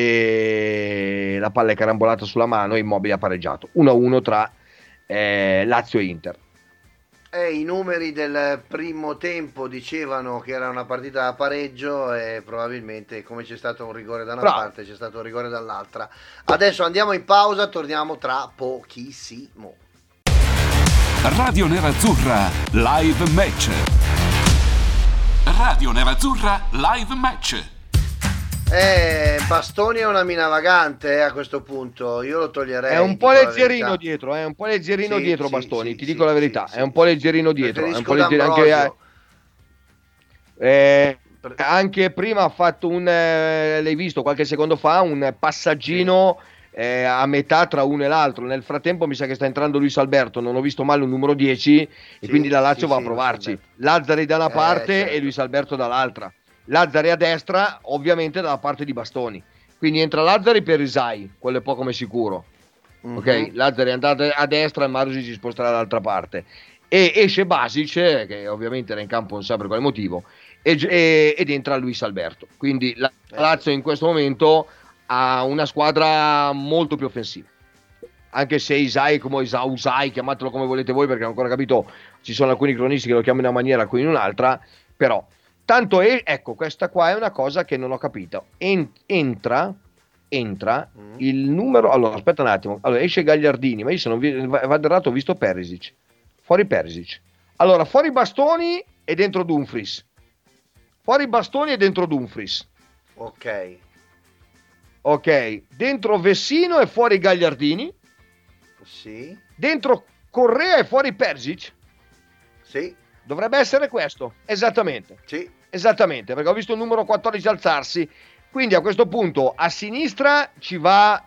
e la palla è carambolata sulla mano e Immobile ha pareggiato 1-1 tra Lazio e Inter. I numeri del primo tempo dicevano che era una partita a pareggio e probabilmente come c'è stato un rigore da una parte c'è stato un rigore dall'altra. Adesso andiamo in pausa, torniamo tra pochissimo. Radio Nerazzurra Live Match. Radio Nerazzurra Live Match. Bastoni è una mina vagante a questo punto, io lo toglierei. È un po' leggierino dietro, dietro Bastoni, ti dico la verità, è un po' leggierino dietro, è un po' leggierino anche prima ha fatto l'hai visto qualche secondo fa, un passaggino a metà tra uno e l'altro. Nel frattempo mi sa che sta entrando Luis Alberto, non ho visto male un numero 10 e quindi la Lazio va a provarci. Lazzari da una parte certo. E Luis Alberto dall'altra. Lazzari a destra, ovviamente dalla parte di Bastoni. Quindi entra Lazzari per Isai, quello è poco ma sicuro. Mm-hmm. Ok, Lazzari è andato a destra e Marusi si sposterà dall'altra parte. E esce Basic, che ovviamente era in campo non sa per quale motivo, ed entra Luis Alberto. Quindi la Lazio in questo momento ha una squadra molto più offensiva. Anche se Isai, come Usai, chiamatelo come volete voi, perché non ho ancora capito, ci sono alcuni cronisti che lo chiamano in una maniera, alcuni in un'altra, però tanto ecco, questa qua è una cosa che non ho capito. Entra il numero. Allora, aspetta un attimo. Allora, esce Gagliardini, ma io se non vado errato ho visto Perisic. Fuori Perisic. Allora, fuori Bastoni e dentro Dumfries. Fuori Bastoni e dentro Dumfries. Ok. Dentro Vessino e fuori Gagliardini. Sì. Dentro Correa e fuori Perisic. Sì. Dovrebbe essere questo. Esattamente. Sì. Esattamente, perché ho visto il numero 14 alzarsi, quindi a questo punto a sinistra ci va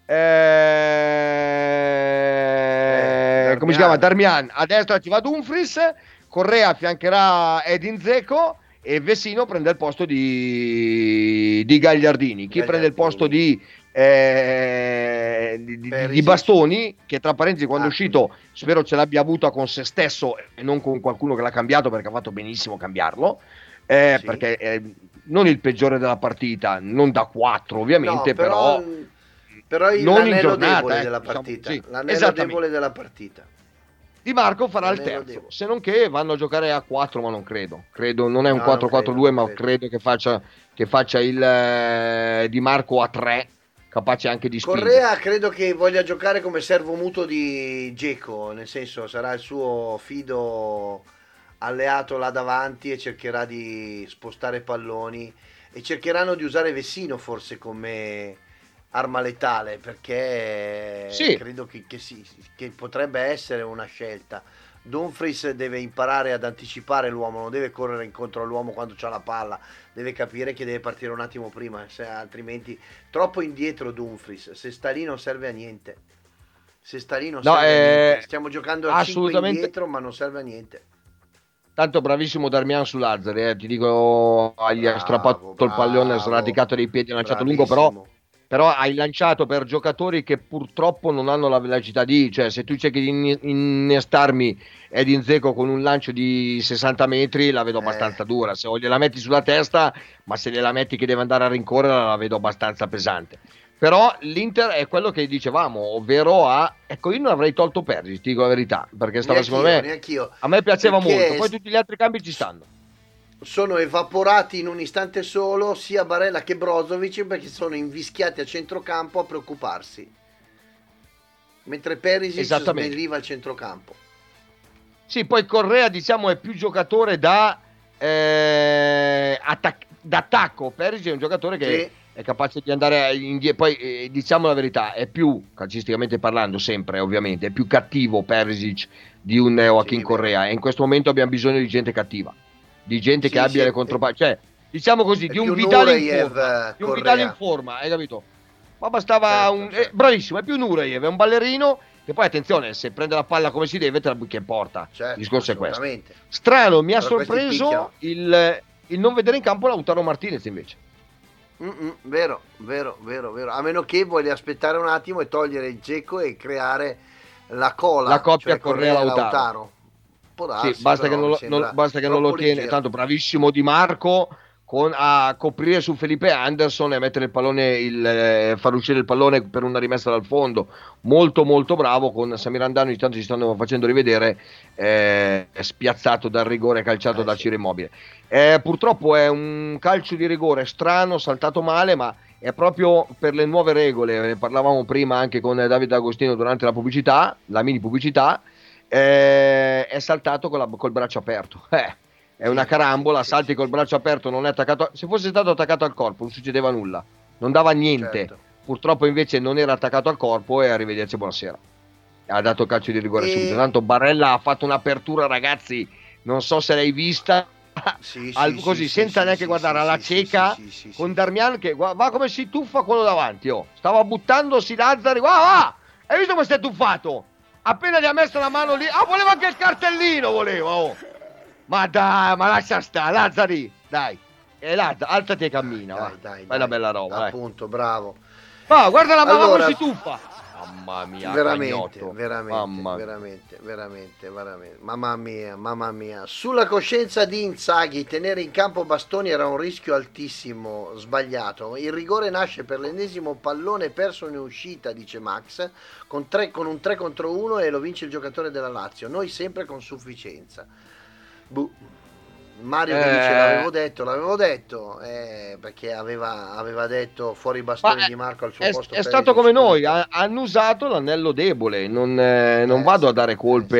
come si chiama? Darmian, a destra ci va Dumfries, Correa affiancherà Edin Dzeko e Vessino prende il posto di Gagliardini. Chi prende il posto di Bastoni, che tra parentesi quando è uscito spero ce l'abbia avuta con se stesso e non con qualcuno che l'ha cambiato, perché ha fatto benissimo cambiarlo. Perché non il peggiore della partita, non da 4 ovviamente, no, però non in l'anello giornata, debole della partita, diciamo, sì, l'anello debole della partita. Di Marco farà il terzo, debole. Se non che vanno a giocare a 4, ma non credo non è un 4-4-2, ma credo che faccia il Di Marco a 3, capace anche di spingere. Correa credo che voglia giocare come servo muto di Dzeko, nel senso sarà il suo fido alleato là davanti e cercherà di spostare palloni e cercheranno di usare Vessino forse come arma letale, perché credo che potrebbe essere una scelta. Dumfries deve imparare ad anticipare l'uomo, non deve correre incontro all'uomo quando c'ha la palla, deve capire che deve partire un attimo prima, altrimenti troppo indietro Dumfries, se sta lì non serve a niente. Stiamo giocando a 5 indietro, ma non serve a niente. Tanto bravissimo Darmian su Lazzari, ti dico, gli ha strappato il pallone, ha sradicato dei piedi, ha lanciato lungo, però però hai lanciato per giocatori che purtroppo non hanno la velocità cioè se tu cerchi di innestarmi Edin Dzeko con un lancio di 60 metri la vedo abbastanza dura, se gliela metti sulla testa, ma se gliela metti che deve andare a rincorrere la vedo abbastanza pesante. Però l'Inter è quello che dicevamo, ovvero ecco, io non avrei tolto Perisic, ti dico la verità, perché stava secondo me, a me piaceva molto, poi tutti gli altri cambi ci stanno. Sono evaporati in un istante solo sia Barella che Brozovic, perché sono invischiati a centrocampo a preoccuparsi, mentre Perisic snelliva il centrocampo. Sì, poi Correa diciamo è più giocatore d'attacco. Perisic è un giocatore che è capace di andare indietro, poi diciamo la verità, è più, calcisticamente parlando sempre ovviamente, è più cattivo Perisic di un Joaquin Correa, e in questo momento abbiamo bisogno di gente cattiva, di gente che abbia le controparti, cioè diciamo così, di un Vidal in forma, hai capito? Ma bastava bravissimo, è più Nureyev, è un ballerino che poi attenzione, se prende la palla come si deve te la buchi in porta, il discorso è questo. Strano, mi ha sorpreso il non vedere in campo Lautaro Martinez invece. Vero, a meno che voglia aspettare un attimo e togliere Dzeko e creare la coppia, cioè Correa-Lautaro. Sì, basta che non lo tiene, tanto bravissimo Di Marco a coprire su Felipe Anderson e a mettere il pallone, far uscire il pallone per una rimessa dal fondo, molto molto bravo. Con Samir Handanovic ogni tanto ci stanno facendo rivedere, spiazzato dal rigore calciato da Ciro Immobile. Purtroppo è un calcio di rigore strano, saltato male, ma è proprio per le nuove regole, ne parlavamo prima anche con Davide Agostino durante la pubblicità, la mini pubblicità, è saltato col braccio aperto. È una carambola, salti col braccio aperto, non è attaccato. Se fosse stato attaccato al corpo non succedeva nulla, non dava niente. Purtroppo invece non era attaccato al corpo e arrivederci, buonasera. Ha dato calcio di rigore subito. Tanto Barella ha fatto un'apertura, ragazzi, non so se l'hai vista, senza neanche guardare alla cieca, con Darmian che va come si tuffa quello davanti. Stava buttandosi Lazzari, va! Hai visto come si è tuffato? Appena gli ha messo la mano lì, voleva anche il cartellino, voleva, Ma dai, ma lascia stare, Lazzari, dai. Alzati e cammina, dai, fai una bella roba. Appunto, bravo. Guarda la mano come si tuffa. Mamma mia, veramente. Mamma mia. Sulla coscienza di Inzaghi, tenere in campo Bastoni era un rischio altissimo, sbagliato. Il rigore nasce per l'ennesimo pallone perso in uscita, dice Max, con un 3 contro 1 e lo vince il giocatore della Lazio. Noi sempre con sufficienza. Mario mi dice l'avevo detto, perché aveva detto fuori i bastoni di Marco al suo posto. È stato come noi, hanno usato l'anello debole, non vado a dare colpe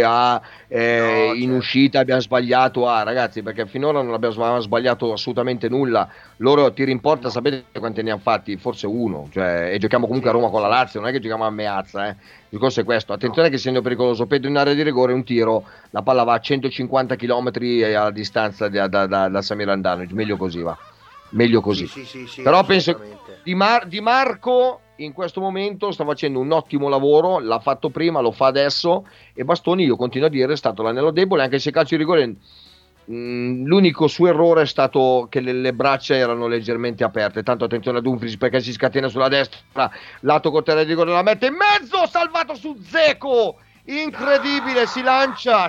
in uscita abbiamo sbagliato ragazzi, perché finora non abbiamo sbagliato assolutamente nulla. Loro tiri in porta, sapete quanti ne hanno fatti? Forse uno, e giochiamo comunque a Roma con la Lazio, non è che giochiamo a Meazza, Il discorso è questo, attenzione che segno pericoloso, Pedro in area di rigore, un tiro, la palla va a 150 km a distanza da Samir Handanovic, meglio così va, meglio così. Però penso Di Marco in questo momento sta facendo un ottimo lavoro, l'ha fatto prima, lo fa adesso, e Bastoni, io continuo a dire, è stato l'anello debole, anche se calcio di rigore l'unico suo errore è stato che le braccia erano leggermente aperte. Tanto attenzione a Dumfries perché si scatena sulla destra, lato cortile di rigore, la mette in mezzo, salvato su Dzeko, incredibile, si lancia,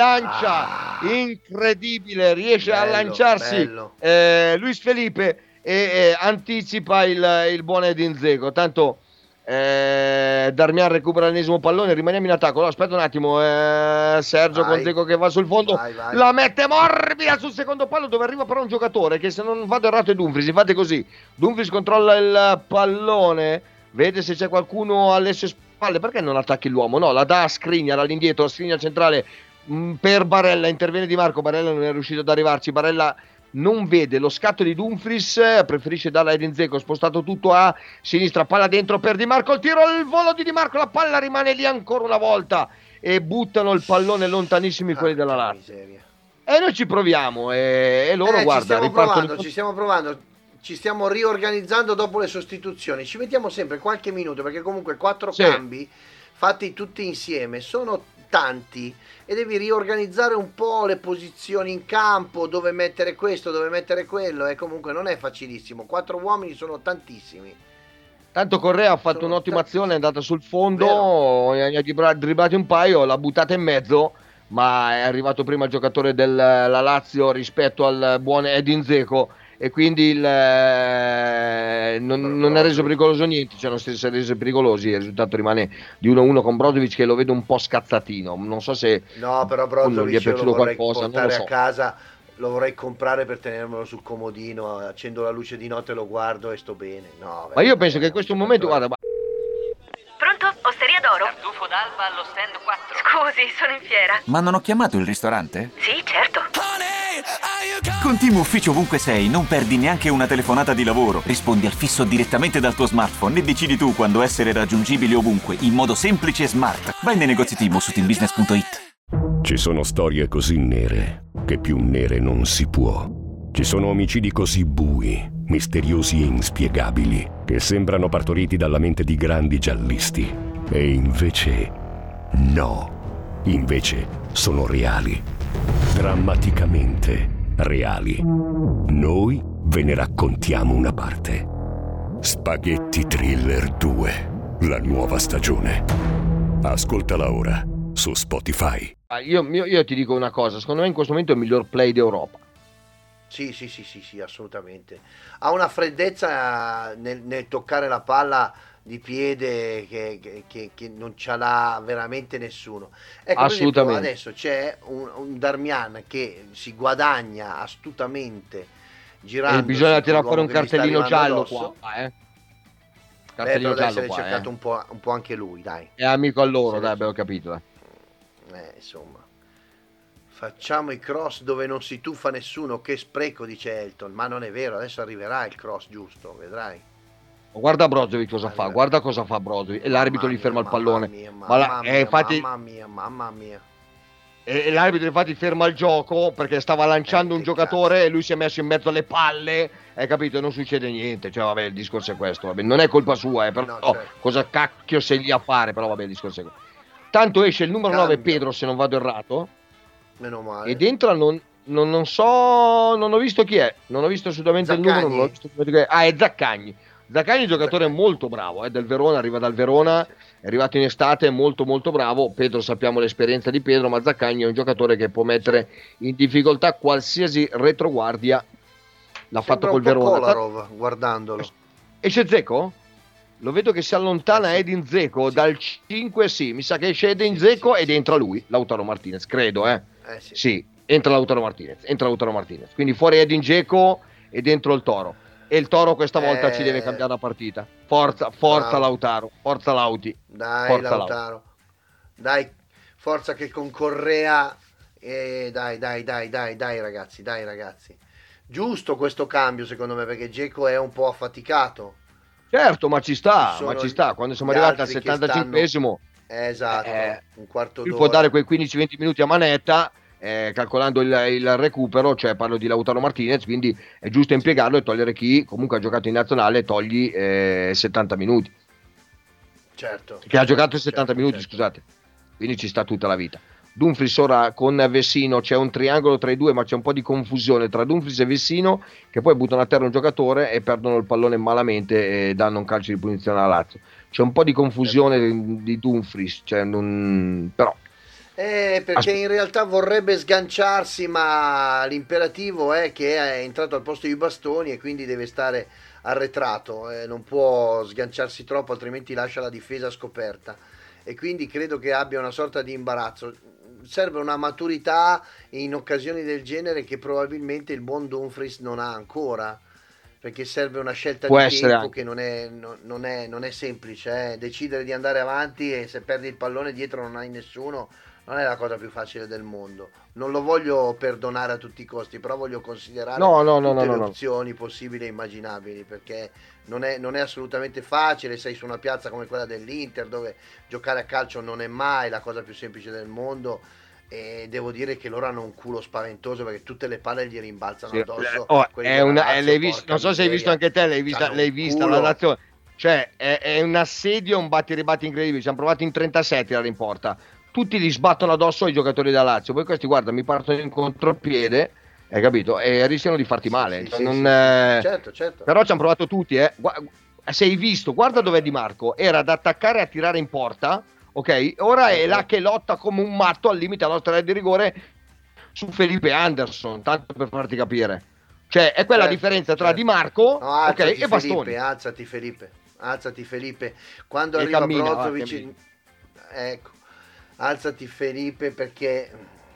incredibile, riesce a lanciarsi Luis Felipe e anticipa il buon Edin Dzeko. Tanto Darmian recupera l'ennesimo pallone, rimaniamo in attacco. Aspetta un attimo, Sergio con Dzeko che va sul fondo, la mette morbida sul secondo palo, dove arriva però un giocatore che, se non vado errato, è Dumfries. Infatti così Dumfries controlla il pallone, vede se c'è qualcuno alle sue spalle, perché non attacchi l'uomo? No, la dà a Skriniar all'indietro, Skriniar centrale per Barella, interviene Di Marco, Barella non è riuscito ad arrivarci, Barella non vede lo scatto di Dumfries, preferisce darla a Edin Dzeko, spostato tutto a sinistra, palla dentro per Di Marco, il tiro, il volo di Marco, la palla rimane lì ancora una volta e buttano il pallone lontanissimi quelli della Lazio. E noi ci proviamo e loro guarda, ci stiamo provando, ci stiamo riorganizzando dopo le sostituzioni, ci mettiamo sempre qualche minuto perché comunque 4 cambi fatti tutti insieme sono tanti e devi riorganizzare un po' le posizioni in campo, dove mettere questo, dove mettere quello, e comunque non è facilissimo. 4 uomini sono tantissimi. Tanto Correa ha fatto un'ottima azione, è andata sul fondo, ha dribblato un paio, l'ha buttata in mezzo, ma è arrivato prima il giocatore della Lazio rispetto al buon Edin Dzeko e quindi non è reso pericoloso niente, cioè non si è reso pericolosi, il risultato rimane di 1-1 con Brozovic che lo vedo un po' scazzatino, non so se no, però Brozovic non gli è piaciuto qualcosa, non lo so. A casa lo vorrei comprare per tenermelo sul comodino, accendo la luce di notte, lo guardo e sto bene. No, ma io penso che in questo momento, guarda, Pronto? Osteria d'oro? Tartufo d'alba allo stand 4. Scusi, sono in fiera. Ma non ho chiamato il ristorante? Sì, certo. Con Team Ufficio ovunque sei, non perdi neanche una telefonata di lavoro. Rispondi al fisso direttamente dal tuo smartphone e decidi tu quando essere raggiungibile ovunque, in modo semplice e smart. Vai nei negozi Team o su teambusiness.it. Ci sono storie così nere che più nere non si può. Ci sono omicidi così bui, misteriosi e inspiegabili, che sembrano partoriti dalla mente di grandi giallisti. E invece no. Invece sono reali. Drammaticamente reali. Noi ve ne raccontiamo una parte. Spaghetti Thriller 2, la nuova stagione. Ascoltala ora su Spotify. Io ti dico una cosa, secondo me in questo momento è il miglior play d'Europa. Sì, assolutamente. Ha una freddezza nel toccare la palla di piede che non ce l'ha veramente nessuno. Ecco, assolutamente. Per esempio, adesso c'è un Darmian che si guadagna astutamente girando. E bisogna tirare fuori un cartellino giallo qua, Cartellino giallo qua, cercato un po' anche lui, dai. È amico a loro, dai, abbiamo capito. Insomma. Facciamo i cross dove non si tuffa nessuno, che spreco, dice Elton. Ma non è vero, adesso arriverà il cross giusto, vedrai. Guarda Brozovic cosa fa, guarda cosa fa Brozovic. E l'arbitro gli ferma il pallone. Mamma mia. E l'arbitro infatti ferma il gioco perché stava lanciando un giocatore e lui si è messo in mezzo alle palle, hai capito? E non succede niente, cioè vabbè, il discorso è questo, vabbè, non è colpa sua, però no, certo. Cosa cacchio sei lì a fare, però vabbè, il discorso è questo. Tanto esce il numero 9 Pedro, se non vado errato. Meno male. Ed entra non so, non ho visto chi è, non ho visto assolutamente Zaccagni. Il numero, non ho visto è Zaccagni. Zaccagni è un giocatore molto bravo, del Verona, arriva dal Verona, è arrivato in estate, è molto molto bravo. Pedro, sappiamo l'esperienza di Pedro, ma Zaccagni è un giocatore che può mettere in difficoltà qualsiasi retroguardia. L'ha fatto col Verona. Kolarov, guardandolo. Esce Dzeko? Lo vedo che si allontana Edin Dzeko dal 5, sì, mi sa che esce Edin Dzeko ed entra lui, Lautaro Martinez, credo, Sì, entra Lautaro Martinez. Quindi fuori Edin Dzeko e dentro il Toro. E il Toro questa volta ci deve cambiare la partita. Forza Lautaro, forza Lauti. Dai, forza Lautaro. Dai, forza che con Correa. Dai, ragazzi. Giusto questo cambio, secondo me, perché Dzeko è un po' affaticato. Certo, ma ci sta. Quando siamo arrivati al 75esimo, esatto, un quarto d'ora. Lui può dare quei 15-20 minuti a manetta, calcolando il recupero, cioè parlo di Lautaro Martinez, quindi è giusto impiegarlo e togliere chi comunque ha giocato in nazionale, togli 70 minuti. Certo. Che ha giocato 70 minuti, scusate. Quindi ci sta tutta la vita. Dumfries ora con Vessino, c'è un triangolo tra i due, ma c'è un po' di confusione tra Dumfries e Vessino, che poi buttano a terra un giocatore e perdono il pallone malamente e danno un calcio di punizione alla Lazio. C'è un po' di confusione di Dumfries, cioè però perché in realtà vorrebbe sganciarsi, ma l'imperativo è che è entrato al posto di Bastoni e quindi deve stare arretrato, non può sganciarsi troppo, altrimenti lascia la difesa scoperta, e quindi credo che abbia una sorta di imbarazzo. Serve una maturità in occasioni del genere che probabilmente il buon Dumfries non ha ancora, perché serve una scelta di tempo che non è semplice, decidere di andare avanti, e se perdi il pallone dietro non hai nessuno, non è la cosa più facile del mondo. Non lo voglio perdonare a tutti i costi, però voglio considerare tutte le opzioni possibili e immaginabili, perché non è assolutamente facile. Sei su una piazza come quella dell'Inter, dove giocare a calcio non è mai la cosa più semplice del mondo, e devo dire che loro hanno un culo spaventoso, perché tutte le palle gli rimbalzano addosso. Non so se hai visto anche te, l'hai vista la nazione. Cioè è un assedio, un batti-ribatti incredibile. Ci hanno provato in 37 a tirare in porta, tutti li sbattono addosso ai giocatori da Lazio, poi questi, guarda, mi partono in contropiede, hai capito? E rischiano di farti male. Certo. Però ci hanno provato tutti, se hai visto, guarda dov'è Di Marco, era da attaccare a tirare in porta, ok? Ora è là che lotta come un matto al limite alla nostra area di rigore su Felipe Anderson, tanto per farti capire. Cioè è quella differenza tra Di Marco e Bastoni. Alzati Felipe, quando arriva Brozovic, ecco, alzati Felipe, perché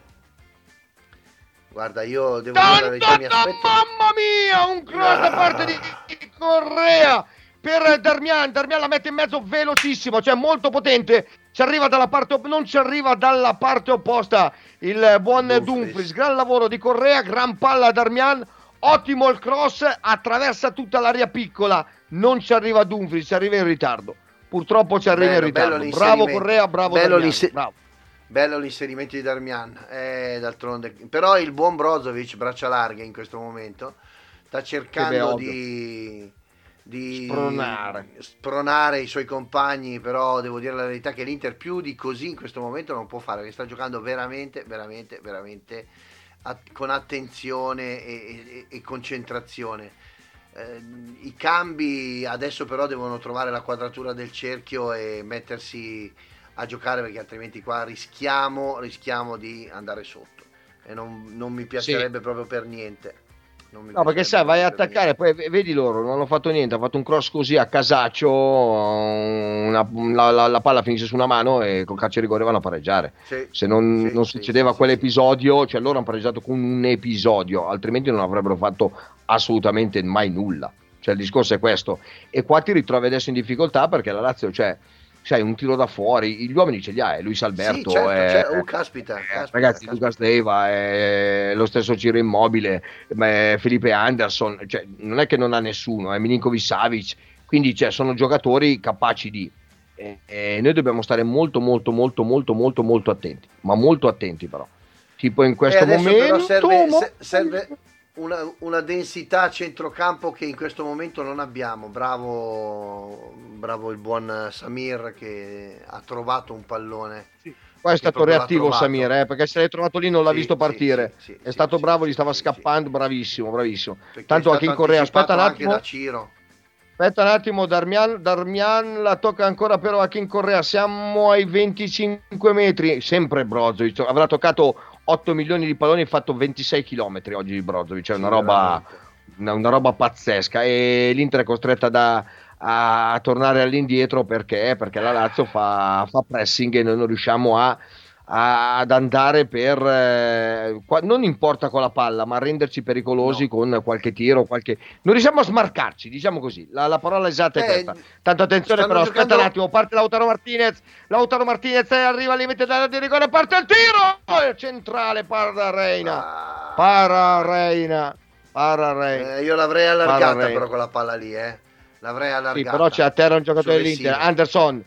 guarda, io devo dire la verità, mi aspetto. Mamma mia, un cross da parte di Correa per Darmian la mette in mezzo velocissimo, cioè molto potente, non ci arriva dalla parte opposta il buon Dumfries. Gran lavoro di Correa, gran palla a Darmian, ottimo il cross, attraversa tutta l'area piccola, non ci arriva Dumfries, ci arriva in ritardo, purtroppo ci arriva in ritardo. Bravo Correa, bravo Darmian, bravo. Bello l'inserimento di Darmian, d'altronde. Però il buon Brozovic, braccia larghe in questo momento, sta cercando di spronare i suoi compagni, però devo dire la verità che l'Inter più di così in questo momento non può fare, che sta giocando veramente con attenzione e concentrazione. I cambi adesso però devono trovare la quadratura del cerchio e mettersi a giocare, perché altrimenti qua rischiamo di andare sotto e non mi piacerebbe proprio per niente. No, perché sai, vai a attaccare, poi vedi loro, non hanno fatto niente, ha fatto un cross così a casaccio, la palla finisce su una mano e col calcio di rigore vanno a pareggiare. Se non succedeva quell'episodio, cioè loro hanno pareggiato con un episodio, altrimenti non avrebbero fatto assolutamente mai nulla. Cioè il discorso è questo, e qua ti ritrovi adesso in difficoltà perché la Lazio, cioè, sai, un tiro da fuori, gli uomini ce li ha, Luis Alberto, caspita, ragazzi, Lucas Leiva, lo stesso Ciro Immobile, Felipe Anderson, cioè, non è che non ha nessuno, Milinkovic Savic, quindi cioè, sono giocatori capaci di, noi dobbiamo stare molto attenti, ma molto attenti però, tipo in questo momento serve una densità a centrocampo che in questo momento non abbiamo. Bravo il buon Samir che ha trovato un pallone. Qua è stato reattivo Samir, perché se l'hai trovato lì non l'ha visto partire. È stato bravo, gli stava scappando, bravissimo. Tanto Akin Correa, aspetta un attimo, Darmian la tocca ancora, però Akin Correa, siamo ai 25 metri, sempre Brozovic, avrà toccato 8 milioni di palloni e fatto 26 km oggi di Brozovic, cioè una roba pazzesca, e l'Inter è costretta a tornare all'indietro perché la Lazio fa pressing e noi non riusciamo ad andare non importa con la palla, ma a renderci pericolosi con qualche tiro, non riusciamo a smarcarci, diciamo così, la parola esatta è questa. Tanto attenzione però, aspetta un attimo, parte Lautaro Martinez arriva al limite dell'area di rigore, parte il tiro centrale, para Reina. Io l'avrei allargata però con la palla lì, l'avrei allargata. Sì, però c'è a terra un giocatore dell'Inter, Anderson,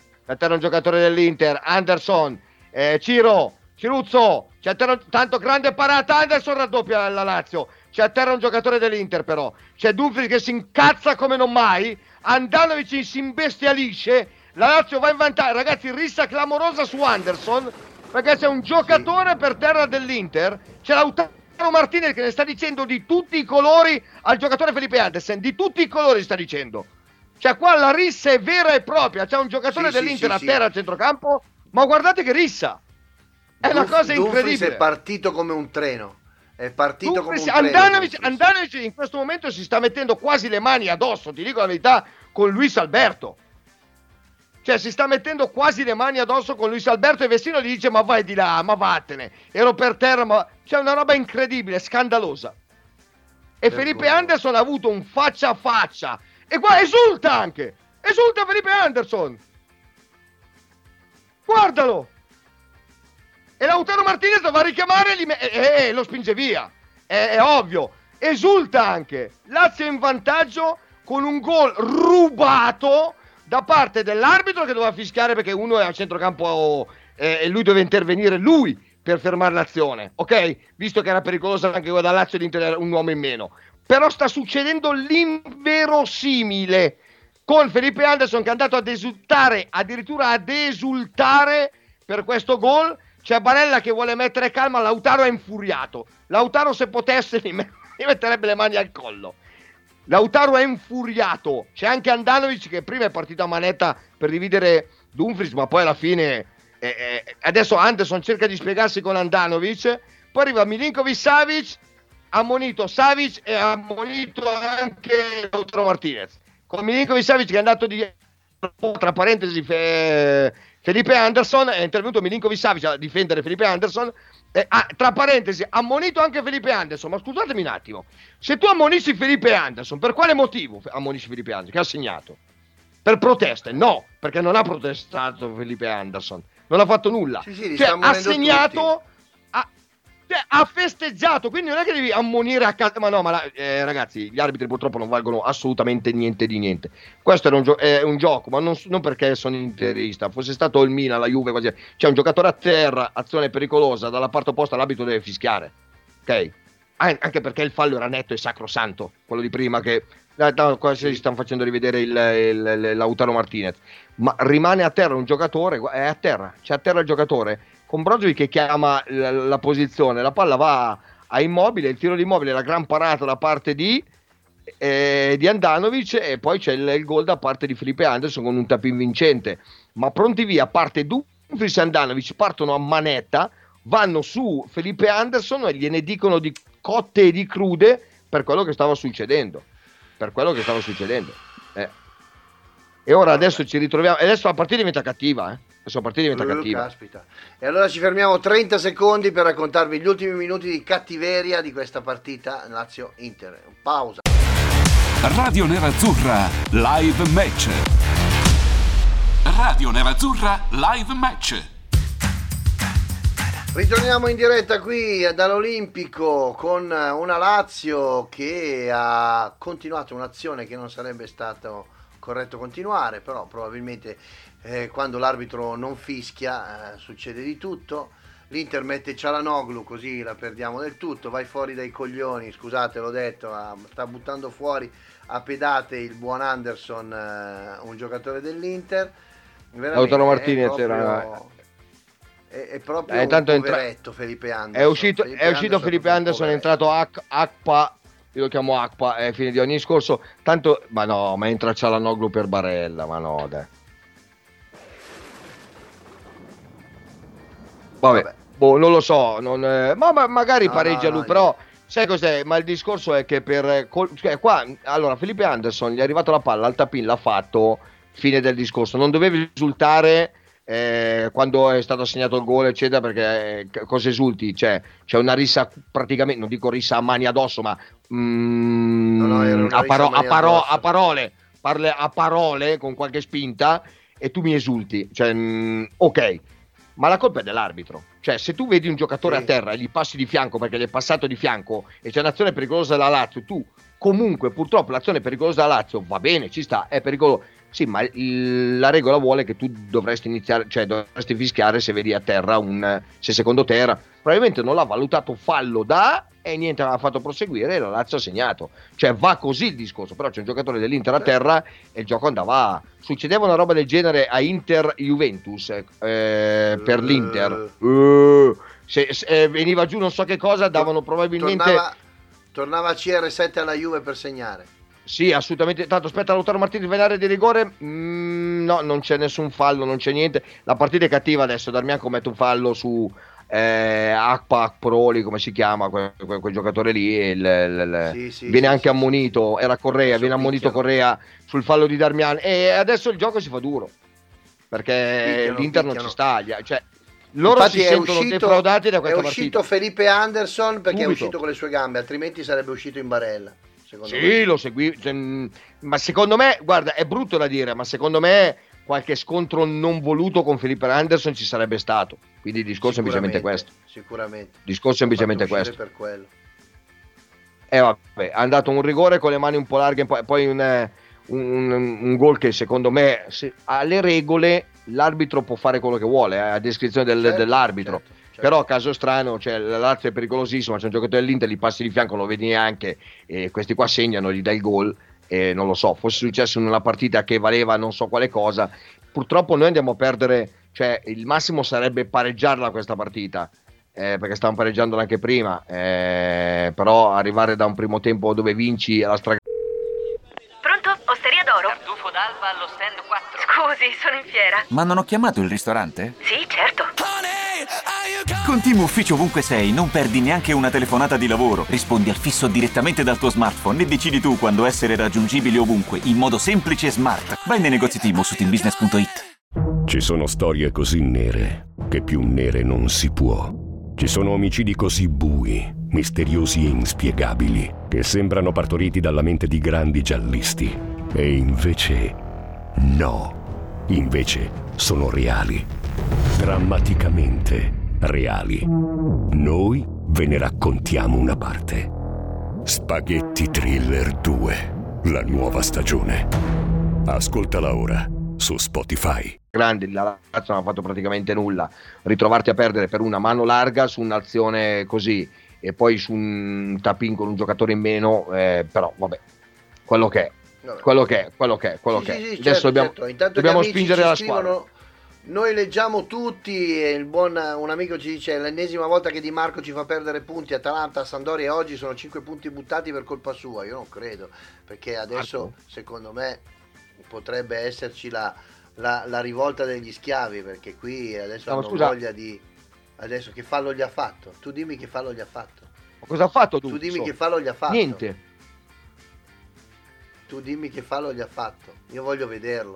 Ciruzzo, c'è a terra, tanto grande parata, Anderson raddoppia la Lazio, c'è a terra un giocatore dell'Inter però, c'è Dumfries che si incazza come non mai, Andanovic si imbestialisce, la Lazio va in vantaggio, ragazzi, rissa clamorosa su Anderson, perché c'è un giocatore per terra dell'Inter, c'è Lautaro Martinez che ne sta dicendo di tutti i colori al giocatore Felipe Anderson, di tutti i colori sta dicendo, cioè qua la rissa è vera e propria, c'è un giocatore dell'Inter a terra al centrocampo, ma guardate che rissa, è una cosa incredibile. Dumfries è partito come un treno, Andanovic in questo momento si sta mettendo quasi le mani addosso, ti dico la verità, con Luis Alberto, cioè si sta mettendo quasi le mani addosso con Luis Alberto, e Vestino gli dice ma vai di là, ma vattene, ero per terra, ma c'è una roba incredibile, scandalosa, e Felipe Anderson ha avuto un faccia a faccia, e qua esulta Felipe Anderson, guardalo, e Lautaro Martinez lo va a richiamare e lo spinge via, è ovvio, esulta anche, Lazio in vantaggio con un gol rubato da parte dell'arbitro che doveva fischiare perché uno è a centrocampo e lui deve intervenire lui per fermare l'azione, ok? Visto che era pericolosa anche quella da Lazio di Inter, un uomo in meno, però sta succedendo l'inverosimile con Felipe Anderson che è andato ad esultare, addirittura ad esultare per questo gol. C'è Barella che vuole mettere calma, Lautaro è infuriato, Lautaro se potesse gli metterebbe le mani al collo, Lautaro è infuriato, c'è anche Andanovic che prima è partito a manetta per dividere Dumfries, ma poi alla fine adesso Anderson cerca di spiegarsi con Andanovic, poi arriva Milinkovic-Savic, ha ammonito Savic e ha ammonito anche Lautaro Martinez, con Milinkovic-Savic che è andato tra parentesi Felipe Anderson, è intervenuto Milinkovic-Savic a difendere Felipe Anderson, tra parentesi ammonito anche Felipe Anderson. Ma scusatemi un attimo, se tu ammonisci Felipe Anderson, per quale motivo ammonisci Felipe Anderson che ha segnato? Per proteste? No, perché non ha protestato Felipe Anderson, non ha fatto nulla, cioè, ha segnato, ha festeggiato, quindi non è che devi ammonire a casa, ma no, ragazzi, gli arbitri purtroppo non valgono assolutamente niente di niente. Questo è un gioco, ma non perché sono interista, fosse stato il Milan, la Juve, quasi, c'è un giocatore a terra, azione pericolosa, dalla parte opposta l'arbitro deve fischiare, ok? Anche perché il fallo era netto e sacrosanto, quello di prima, che qua si stanno facendo rivedere il Lautaro Martinez, ma rimane a terra un giocatore, è a terra, c'è a terra il giocatore, con Brozovic che chiama la posizione, la palla va a Immobile, il tiro di Immobile, la gran parata da parte di Andanovic, e poi c'è il gol da parte di Felipe Anderson con un tapin vincente, ma pronti via, parte Dumfries e Andanovic, partono a manetta, vanno su Felipe Anderson e gliene dicono di cotte e di crude per quello che stava succedendo, e ora adesso ci ritroviamo, e adesso la partita diventa cattiva, Caspita. E allora ci fermiamo 30 secondi per raccontarvi gli ultimi minuti di cattiveria di questa partita Lazio-Inter. Pausa. Radio Nerazzurra Live Match. Radio Nerazzurra Live Match. Ritorniamo in diretta qui dall'Olimpico con una Lazio che ha continuato un'azione che non sarebbe stato corretto continuare, però probabilmente quando l'arbitro non fischia succede di tutto. L'Inter mette Çalhanoğlu, così la perdiamo del tutto, vai fuori dai coglioni, scusate l'ho detto, sta buttando fuori a pedate il buon Anderson, un giocatore dell'Inter. Lautaro Martinez è proprio un poveretto Felipe Anderson. È uscito Felipe Anderson, è entrato Akpa, io lo chiamo Akpa, è fine di ogni discorso, tanto, ma entra Çalhanoğlu per Barella, ma no, dai. Vabbè. Non lo so, ma magari pareggia lui, però sai cos'è? Ma il discorso è che qua, allora Felipe Anderson gli è arrivato la palla, al tapin l'ha fatto, fine del discorso, non dovevi risultare quando è stato assegnato il gol eccetera, perché cosa esulti? C'è una rissa, praticamente, non dico rissa a mani addosso, ma a parole con qualche spinta, e tu mi esulti, cioè, ok. Ma la colpa è dell'arbitro, cioè se tu vedi un giocatore a terra e gli passi di fianco perché gli è passato di fianco e c'è un'azione pericolosa della Lazio, tu comunque purtroppo l'azione pericolosa della Lazio va bene, ci sta, è pericoloso, sì, ma la regola vuole che tu dovresti iniziare, cioè dovresti fischiare se vedi a terra se secondo te era, probabilmente non l'ha valutato fallo e niente, aveva fatto proseguire e la Lazio ha segnato, cioè va così il discorso. Però c'è un giocatore dell'Inter a terra e il gioco andava, succedeva una roba del genere a Inter-Juventus per l'Inter, se veniva giù non so che cosa, davano probabilmente tornava CR7 alla Juve per segnare. Sì, assolutamente. Tanto aspetta Lautaro Martinez in area di rigore, no, non c'è nessun fallo, non c'è niente, la partita è cattiva adesso. Darmian commette un fallo su Akproli, come si chiama quel giocatore lì, viene anche ammonito, era Correa, viene ammonito Correa sul fallo di Darmian, e adesso il gioco si fa duro perché l'Inter non ci sta, cioè loro infatti si sentono defraudati da questa partita. È uscito Felipe Anderson perché subito è uscito con le sue gambe, altrimenti sarebbe uscito in barella. Sì, lo seguì, ma secondo me, guarda, è brutto da dire, ma secondo me qualche scontro non voluto con Felipe Anderson ci sarebbe stato, quindi il discorso è semplicemente questo. Sicuramente. Il discorso è semplicemente questo. Per quello. Vabbè, ha dato un rigore con le mani un po' larghe, poi un gol che secondo me, alle regole, l'arbitro può fare quello che vuole, a descrizione dell'arbitro. Certo. Però caso strano, cioè la Lazio è pericolosissima, c'è un giocatore dell'Inter, li passi di fianco, non lo vedi neanche, e questi qua segnano, gli dai il gol, e non lo so, fosse successo in una partita che valeva non so quale cosa, purtroppo noi andiamo a perdere, cioè il massimo sarebbe pareggiarla questa partita, perché stavamo pareggiandola anche prima, però arrivare da un primo tempo dove vinci alla Osteria d'Oro? Tartufo d'alba allo stand 4. Scusi, sono in fiera. Ma non ho chiamato il ristorante? Sì, certo. Con Team Ufficio ovunque sei, non perdi neanche una telefonata di lavoro. Rispondi al fisso direttamente dal tuo smartphone e decidi tu quando essere raggiungibile ovunque, in modo semplice e smart. Vai nei negozi Team su teambusiness.it. Ci sono storie così nere che più nere non si può. Ci sono omicidi così bui, misteriosi e inspiegabili, che sembrano partoriti dalla mente di grandi giallisti. E invece no. Invece sono reali. Drammaticamente reali. Noi ve ne raccontiamo una parte. Spaghetti Thriller 2, la nuova stagione. Ascoltala ora su Spotify. Grandi, la Lazio non ha fatto praticamente nulla. Ritrovarti a perdere per una mano larga su un'azione così e poi su un tap-in con un giocatore in meno, però vabbè, quello che è. Sì, Adesso certo. Intanto dobbiamo gli amici spingere ci la scrivono, squadra. noi leggiamo tutti e un amico ci dice: è l'ennesima volta che Di Marco ci fa perdere punti. Atalanta, Sampdoria e oggi sono 5 punti buttati per colpa sua. Io non credo, perché adesso secondo me potrebbe esserci la rivolta degli schiavi, perché qui adesso hanno voglia di... Adesso che fallo gli ha fatto? Tu dimmi che fallo gli ha fatto. Ma cosa ha fatto tu? Dimmi che fallo gli ha fatto. Niente. Tu dimmi che fallo gli ha fatto. Io voglio vederlo.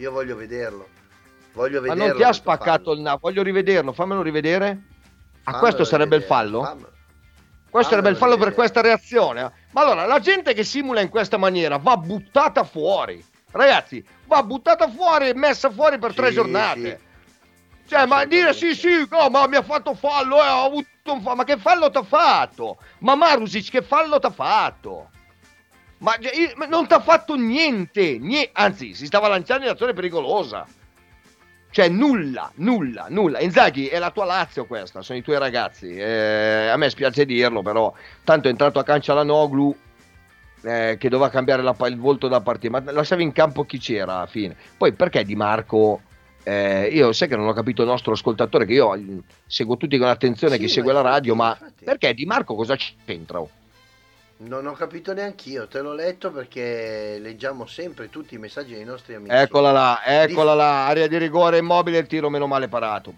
Ma non ti ha spaccato il naso? Voglio rivederlo, fammelo rivedere. Questo sarebbe il fallo? Questo sarebbe il fallo per questa reazione. Ma allora, la gente che simula in questa maniera va buttata fuori. Ragazzi, va buttata fuori e messa fuori per 3 giornate. Cioè, ma dire sì, no, ma mi ha fatto fallo, ho avuto un fallo. Ma che fallo t'ha fatto? Ma Marusic, che fallo t'ha fatto? Ma non t'ha fatto niente. Anzi, si stava lanciando in azione pericolosa. Cioè, nulla. Inzaghi, è la tua Lazio questa, sono i tuoi ragazzi. A me spiace dirlo, però tanto è entrato a Calcialanoglu, che doveva cambiare il volto della partita, ma lasciavi in campo chi c'era alla fine. Poi perché Di Marco, io sai che non ho capito il nostro ascoltatore, che io seguo tutti con attenzione, chi segue la radio, ma perché Di Marco cosa c'entra? Non ho capito neanch'io, te l'ho letto perché leggiamo sempre tutti i messaggi dei nostri amici. Eccola là, area di rigore, Immobile, il tiro meno male parato.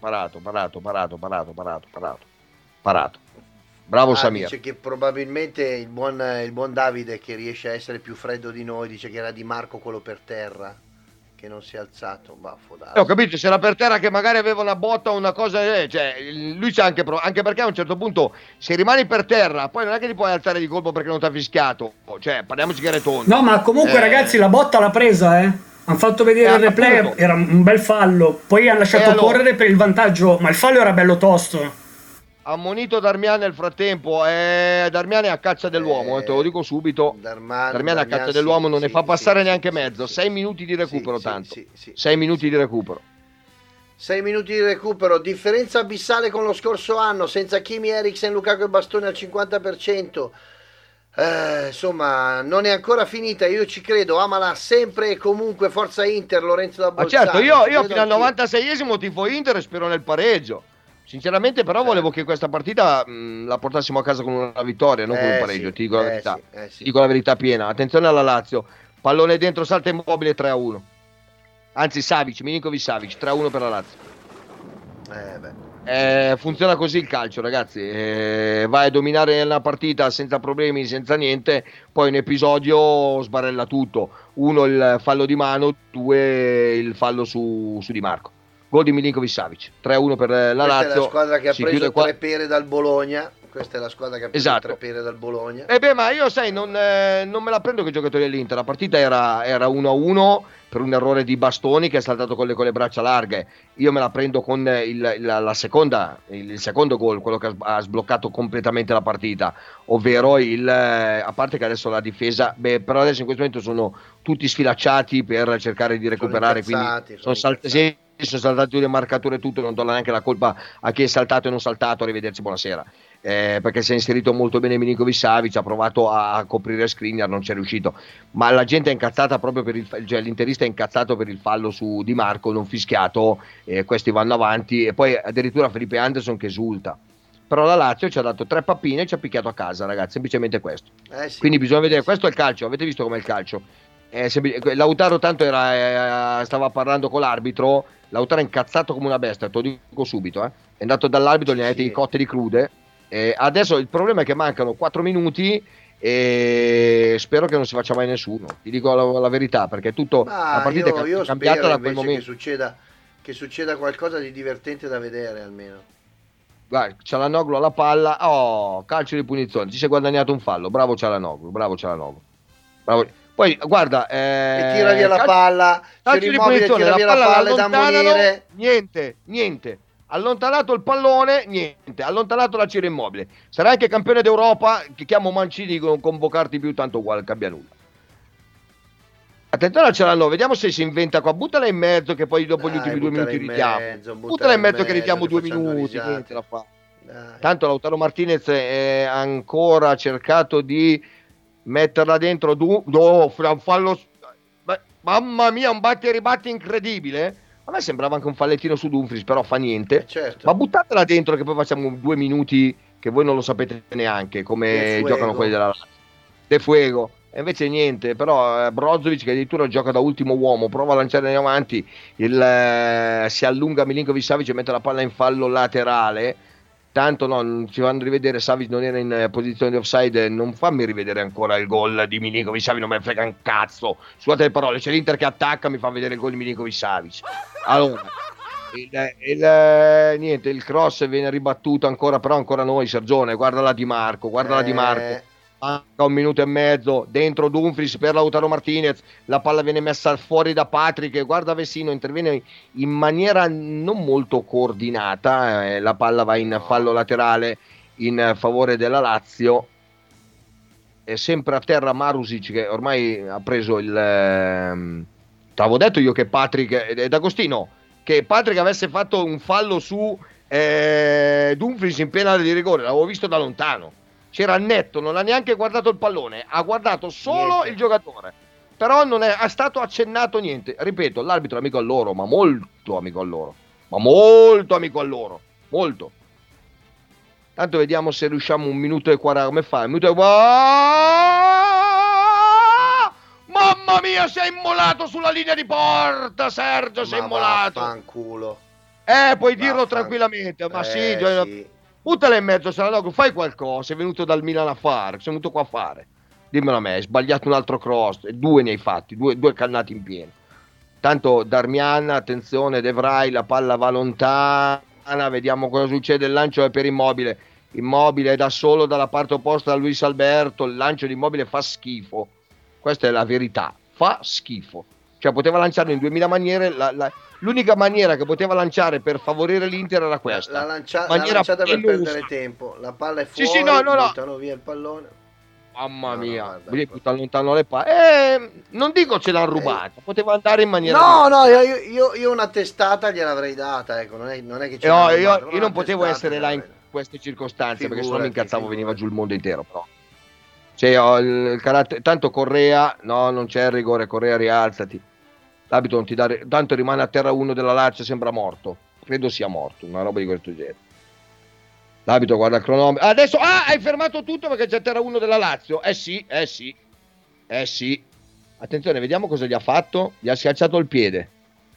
Bravo Samir. Dice che probabilmente il buon Davide, che riesce a essere più freddo di noi, dice che era Di Marco quello per terra, che non si è alzato. Baffo, ho capito, se era per terra che magari aveva una botta o una cosa, cioè lui c'ha anche perché a un certo punto se rimani per terra poi non è che ti puoi alzare di colpo perché non ti ha fischiato, cioè parliamoci che retonda. No, ma comunque ragazzi, la botta l'ha presa, hanno fatto vedere il replay, appunto. Era un bel fallo, poi hanno lasciato correre per il vantaggio, ma il fallo era bello tosto. Ammonito Darmian nel frattempo, Darmian è a caccia dell'uomo, te lo dico subito. Darmian è a caccia dell'uomo, non ne fa passare neanche mezzo. 6 minuti di recupero, tanto. 6 minuti di recupero. 6 minuti di recupero, differenza abissale con lo scorso anno, senza Kimi, Eriksen, Lukaku e Bastoni al 50%. Insomma, non è ancora finita, io ci credo. Amala sempre e comunque, forza Inter, Lorenzo da Bolzano. Ma certo, io fino al 96esimo tifo Inter e spero nel pareggio. Sinceramente però volevo che questa partita la portassimo a casa con una vittoria, non con un pareggio, ti dico la verità. Ti dico la verità piena. Attenzione alla Lazio, pallone dentro, salta Immobile, 3-1. Anzi Milinkovic Savic, 3-1 per la Lazio. Funziona così il calcio, ragazzi. Vai a dominare la partita senza problemi, senza niente, poi un episodio sbarella tutto. 1 il fallo di mano, 2 il fallo su Di Marco. Gol di Milinkovic Savic, 3-1 per la Lazio. Questa è la squadra che ha preso 3 pere dal Bologna. Questa è la squadra che ha preso 3 pere dal Bologna. Ma io sai, non me la prendo con i giocatori dell'Inter. La partita era 1-1 per un errore di Bastoni che è saltato con le braccia larghe. Io me la prendo con il secondo gol, quello che ha sbloccato completamente la partita, ovvero a parte che adesso la difesa, però adesso in questo momento sono tutti sfilacciati per cercare di recuperare, sono saltati le marcature e tutto, non do neanche la colpa a chi è saltato e non saltato, arrivederci, buonasera. Perché si è inserito molto bene Milinkovic Savic, ha provato a coprire Skriniar, non ci è riuscito, ma la gente è incazzata proprio cioè l'interista è incazzato per il fallo su Di Marco non fischiato, questi vanno avanti e poi addirittura Felipe Anderson che esulta. Però la Lazio ci ha dato 3 pappine e ci ha picchiato a casa, ragazzi, semplicemente questo. Quindi bisogna vedere, questo è il calcio, avete visto com'è il calcio, Lautaro tanto stava parlando con l'arbitro. Lautaro è incazzato come una bestia, te lo dico subito. È andato dall'arbitro, gli ha detto di cotte di crude. Adesso il problema è che mancano 4 minuti e spero che non si faccia mai nessuno. Ti dico la verità, perché tutto la partita è cambiata da quel momento. Che succeda qualcosa di divertente da vedere almeno. Guarda, Cialanoglu alla palla, calcio di punizione, ci si è guadagnato un fallo, bravo Cialanoglu. Bravo. Poi guarda, e tira via la palla, calcio di punizione, tira via la palla da morire. Niente. Allontanato il pallone, niente. Allontanato la Ciro Immobile. Sarai anche campione d'Europa, che chiamo Mancini di non convocarti più, tanto uguale, cambia nulla. Attenzione a Cialanoglu, vediamo se si inventa qua. Buttala in mezzo, che poi dopo gli ultimi 2 minuti ridiamo. Buttala in mezzo che ridiamo 2 minuti. Niente la fa. Tanto Lautaro Martinez è ancora cercato di metterla dentro. Fallo. Mamma mia, un batti e ribatti incredibile. A me sembrava anche un fallettino su Dumfries, però fa niente. Certo. Ma buttatela dentro che poi facciamo 2 minuti che voi non lo sapete neanche come giocano quelli della Lazio. De Fuego. E invece niente, però Brozovic, che addirittura gioca da ultimo uomo, prova a lanciare in avanti, si allunga Milinkovic Savic e mette la palla in fallo laterale. Tanto no, ci vanno a rivedere, Savic non era in posizione di offside, non fammi rivedere ancora il gol di Milinkovic Savic, non me ne frega un cazzo, scusate le parole, c'è l'Inter che attacca, mi fa vedere il gol di Milinkovic Savic. Allora niente, il cross viene ribattuto ancora, però ancora noi, Sergione, guardala Di Marco. Manca 1 minuto e mezzo, dentro Dumfries per Lautaro Martinez, la palla viene messa fuori da Patrick, guarda Vecino, interviene in maniera non molto coordinata, la palla va in fallo laterale in favore della Lazio. È sempre a terra Marusic, che ormai ha preso t'avevo detto io che Patrick ed Agostino, che Patrick avesse fatto un fallo su Dumfries in piena area di rigore, l'avevo visto da lontano. C'era netto, non ha neanche guardato il pallone, ha guardato solo il giocatore, però non è stato accennato niente. Ripeto, l'arbitro è amico a loro, ma molto amico a loro, molto. Tanto vediamo se riusciamo 1 minuto e 40, come fa? 1 minuto e... Mamma mia, sei immolato sulla linea di porta, Sergio, sei immolato. Vaffanculo. Puoi dirlo tranquillamente, ma sì. Buttala in mezzo, Cialanoglu, fai qualcosa, sei venuto dal Milan a fare, sei venuto qua a fare. Dimmelo a me, hai sbagliato un altro cross, 2 ne hai fatti, 2 cannati in pieno. Tanto Darmian, attenzione, De Vrij, la palla va lontana, vediamo cosa succede, il lancio è per Immobile. Immobile è da solo dalla parte opposta da Luis Alberto, il lancio di Immobile fa schifo. Questa è la verità, fa schifo. Cioè poteva lanciarlo in 2000 maniere, l'unica maniera che poteva lanciare per favorire l'Inter era questa. La lanciata per perdere tempo, la palla è fuori, buttano via il pallone. Mamma mia, butta lontano le palle. Non dico ce l'ha rubata, poteva andare in maniera... No, io una testata gliel'avrei data, ecco, non è che ce l'ha rubata, io non potevo essere là in queste circostanze, perché se no mi incazzavo, veniva giù il mondo intero, però. Cioè, ho il carattere, tanto Correa, no, non c'è il rigore, Correa rialzati. L'abito non ti dà, tanto rimane a terra uno della Lazio, sembra morto, credo sia morto, una roba di questo genere. L'abito guarda il cronometro, adesso hai fermato tutto perché c'è a terra uno della Lazio, sì. Attenzione, vediamo cosa gli ha fatto, gli ha schiacciato il piede.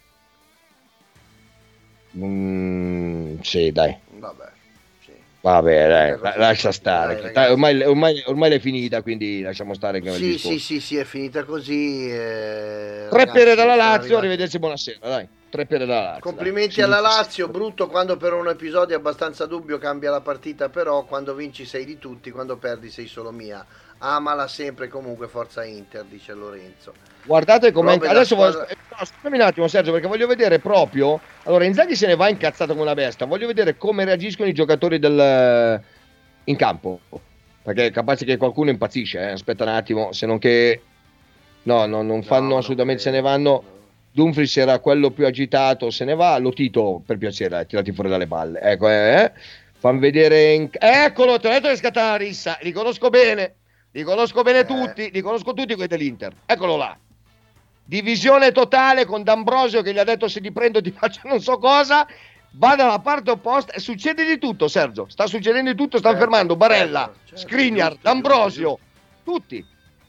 Sì, dai. Vabbè, dai, lascia stare. Dai, ormai l'è finita, quindi lasciamo stare. Che sì, è finita così. 3 pere dalla Lazio, arrivederci, buonasera, dai. 3 pere dalla Lazio. Complimenti alla Lazio, brutto quando per un episodio abbastanza dubbio cambia la partita, però quando vinci sei di tutti, quando perdi sei solo mia. Amala sempre comunque, forza Inter, dice Lorenzo. Guardate come adesso aspettami un attimo, Sergio, perché voglio vedere proprio. Allora, Inzaghi se ne va incazzato come una bestia. Voglio vedere come reagiscono i giocatori in campo, perché è capace che qualcuno impazzisce. Aspetta un attimo, se non che non fanno assolutamente, se ne vanno. Dumfries era quello più agitato, se ne va. Lotito, per piacere, tirati fuori dalle palle. Ecco, fan vedere eccolo, ti ho detto che scatta la rissa, li conosco bene tutti, li conosco tutti quelli dell'Inter. Eccolo là. Divisione totale con D'Ambrosio che gli ha detto se ti prendo ti faccio non so cosa, va dalla parte opposta e succede di tutto, Sergio, sta succedendo di tutto, stanno fermando Barella, Skriniar, D'Ambrosio, tutti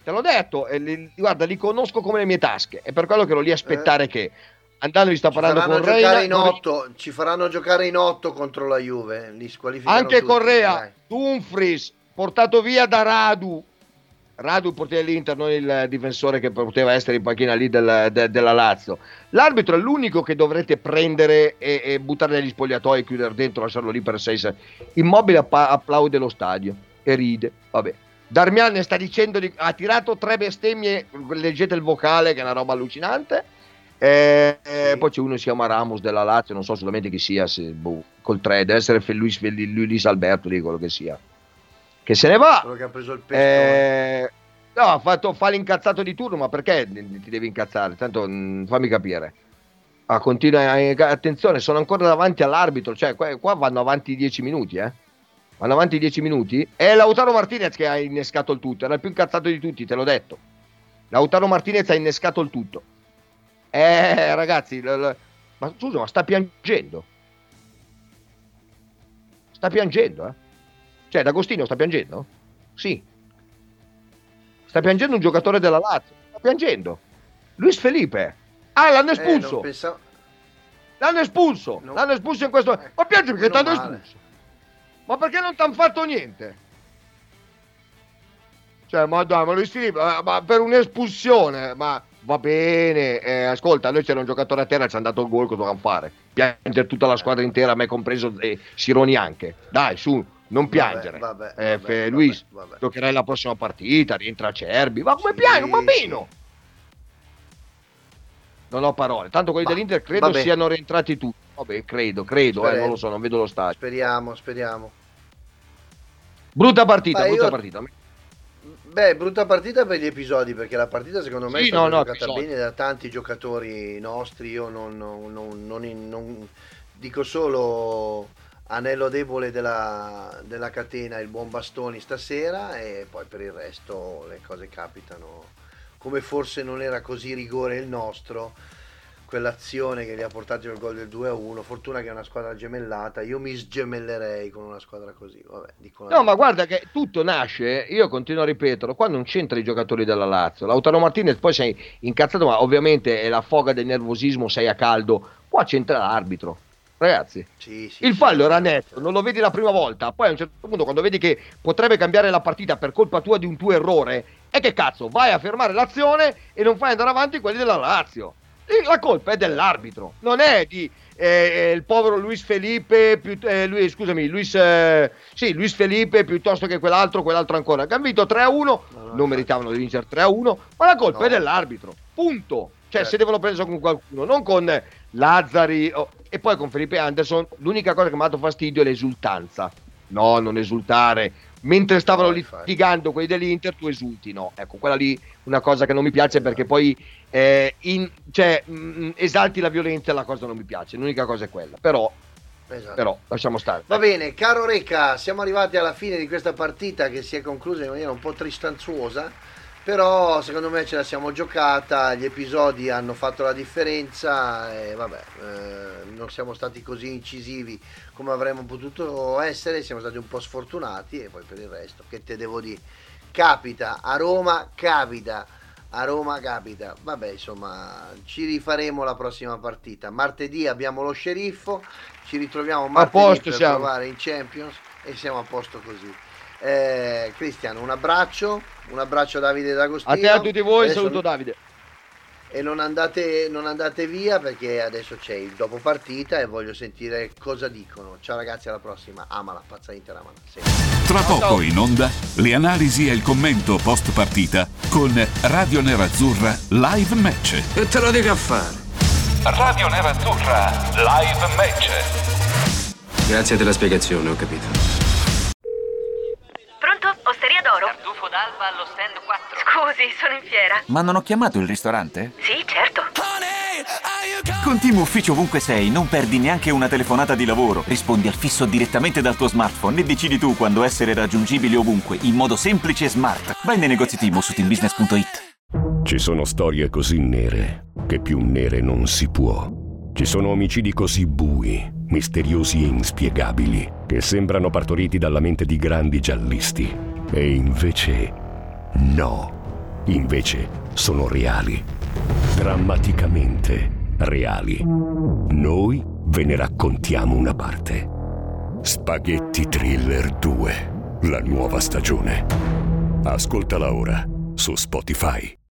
te l'ho detto, guarda, li conosco come le mie tasche, è per quello che ero lì a aspettare che Andanovic sta parlando con Reina. Ci faranno giocare in 8 contro la Juve, li squalificano anche tutti. Correa, Dumfries, portato via da Radu portiere dell'Inter, non il difensore che poteva essere in panchina lì della Lazio. L'arbitro è l'unico che dovrete prendere e buttare negli spogliatoi, chiudere dentro, lasciarlo lì per 6. Immobile applaude lo stadio e ride, vabbè. Darmian ne sta dicendo, ha tirato 3 bestemmie, leggete il vocale che è una roba allucinante. Sì. Poi c'è uno che si chiama Ramos della Lazio, non so assolutamente chi sia, col 3, deve essere Luis Alberto, lì quello che sia, che se ne va, quello che ha preso il pesto. No, fa l'incazzato di turno, ma perché ti devi incazzare? Tanto fammi capire. Continua, attenzione, sono ancora davanti all'arbitro, cioè qua vanno avanti 10 minuti, vanno avanti 10 minuti. È Lautaro Martinez che ha innescato il tutto, era il più incazzato di tutti, te l'ho detto. Lautaro Martinez ha innescato il tutto. Ragazzi, ma scusa, ma sta piangendo? Sta piangendo, Cioè, D'Agostino sta piangendo? Sì. Sta piangendo un giocatore della Lazio. Sta piangendo. Luis Felipe. L'hanno espulso. L'hanno espulso. No. L'hanno espulso in questo. Ma piange perché t'hanno espulso. Ma perché non t'hanno fatto niente? Cioè, ma dai, ma Luis Felipe, ma per un'espulsione, ma va bene. Ascolta, noi c'era un giocatore a terra, ci hanno dato il gol, cosa dobbiamo fare? Piangere tutta la squadra intera, me compreso, Sironi anche. Dai, su. Non piangere, Luis, giocherai la prossima partita, rientra Acerbi, ma come piange un bambino? Non ho parole, tanto quelli dell'Inter credo siano rientrati tutti. Vabbè, credo, non lo so, non vedo lo stadio. Speriamo. Brutta partita. Beh, brutta partita per gli episodi, perché la partita secondo me è stata giocata episodi. bene da tanti giocatori nostri. Io non dico solo anello debole della catena, il buon Bastoni stasera, e poi per il resto le cose capitano, come forse non era così rigore il nostro, quell'azione che li ha portati al gol del 2-1. Fortuna che è una squadra gemellata, io mi sgemellerei con una squadra così. Ma guarda che tutto nasce, io continuo a ripeterlo, qua non c'entra i giocatori della Lazio. Lautaro Martinez poi sei incazzato, ma ovviamente è la foga del nervosismo, sei a caldo, qua c'entra l'arbitro. Ragazzi, il fallo era netto, non lo vedi la prima volta, poi a un certo punto quando vedi che potrebbe cambiare la partita per colpa tua di un tuo errore, e che cazzo, vai a fermare l'azione e non fai andare avanti quelli della Lazio. La colpa è dell'arbitro, non è di il povero Luis Felipe, Luis Felipe piuttosto che quell'altro ancora, che hanno vinto 3-1, non meritavano di vincere 3-1, ma la colpa è dell'arbitro, punto. Cioè, se devono prendere con qualcuno, non con Lazzari e poi con Felipe Anderson. L'unica cosa che mi ha dato fastidio è l'esultanza. No, non esultare. Mentre stavano litigando quelli dell'Inter, tu esulti. No, ecco, quella lì una cosa che non mi piace, perché poi esalti la violenza, la cosa non mi piace. L'unica cosa è quella. Però lasciamo stare. Va bene, caro Reca, siamo arrivati alla fine di questa partita che si è conclusa in maniera un po' tristanzuosa. Però secondo me ce la siamo giocata, gli episodi hanno fatto la differenza e non siamo stati così incisivi come avremmo potuto essere, siamo stati un po' sfortunati, e poi per il resto che te devo dire, capita, a Roma capita. Vabbè, insomma, ci rifaremo la prossima partita. Martedì abbiamo lo sceriffo, ci ritroviamo martedì per provare in Champions e siamo a posto così. Cristiano, un abbraccio a Davide D'Agostino. A te, a tutti voi, saluto Davide. E non andate via, perché adesso c'è il dopo partita e voglio sentire cosa dicono. Ciao ragazzi, alla prossima. Amala, pazza Inter, amala. Tra poco in onda le analisi e il commento post partita con Radio Nerazzurra Live Match. E te lo dico a fare. Radio Nerazzurra Live Match. Grazie della spiegazione, ho capito. Osteria d'oro? Tartufo d'alba allo stand 4. Scusi, sono in fiera. Ma non ho chiamato il ristorante? Sì, certo. Con Team Ufficio ovunque sei, non perdi neanche una telefonata di lavoro. Rispondi al fisso direttamente dal tuo smartphone e decidi tu quando essere raggiungibile ovunque, in modo semplice e smart. Vai nei negozi Team o su teambusiness.it. Ci sono storie così nere che più nere non si può. Ci sono omicidi così bui, misteriosi e inspiegabili, che sembrano partoriti dalla mente di grandi giallisti. E invece no. invece sono reali, drammaticamente reali. Noi ve ne raccontiamo una parte. Spaghetti Thriller 2, la nuova stagione. Ascoltala ora su Spotify.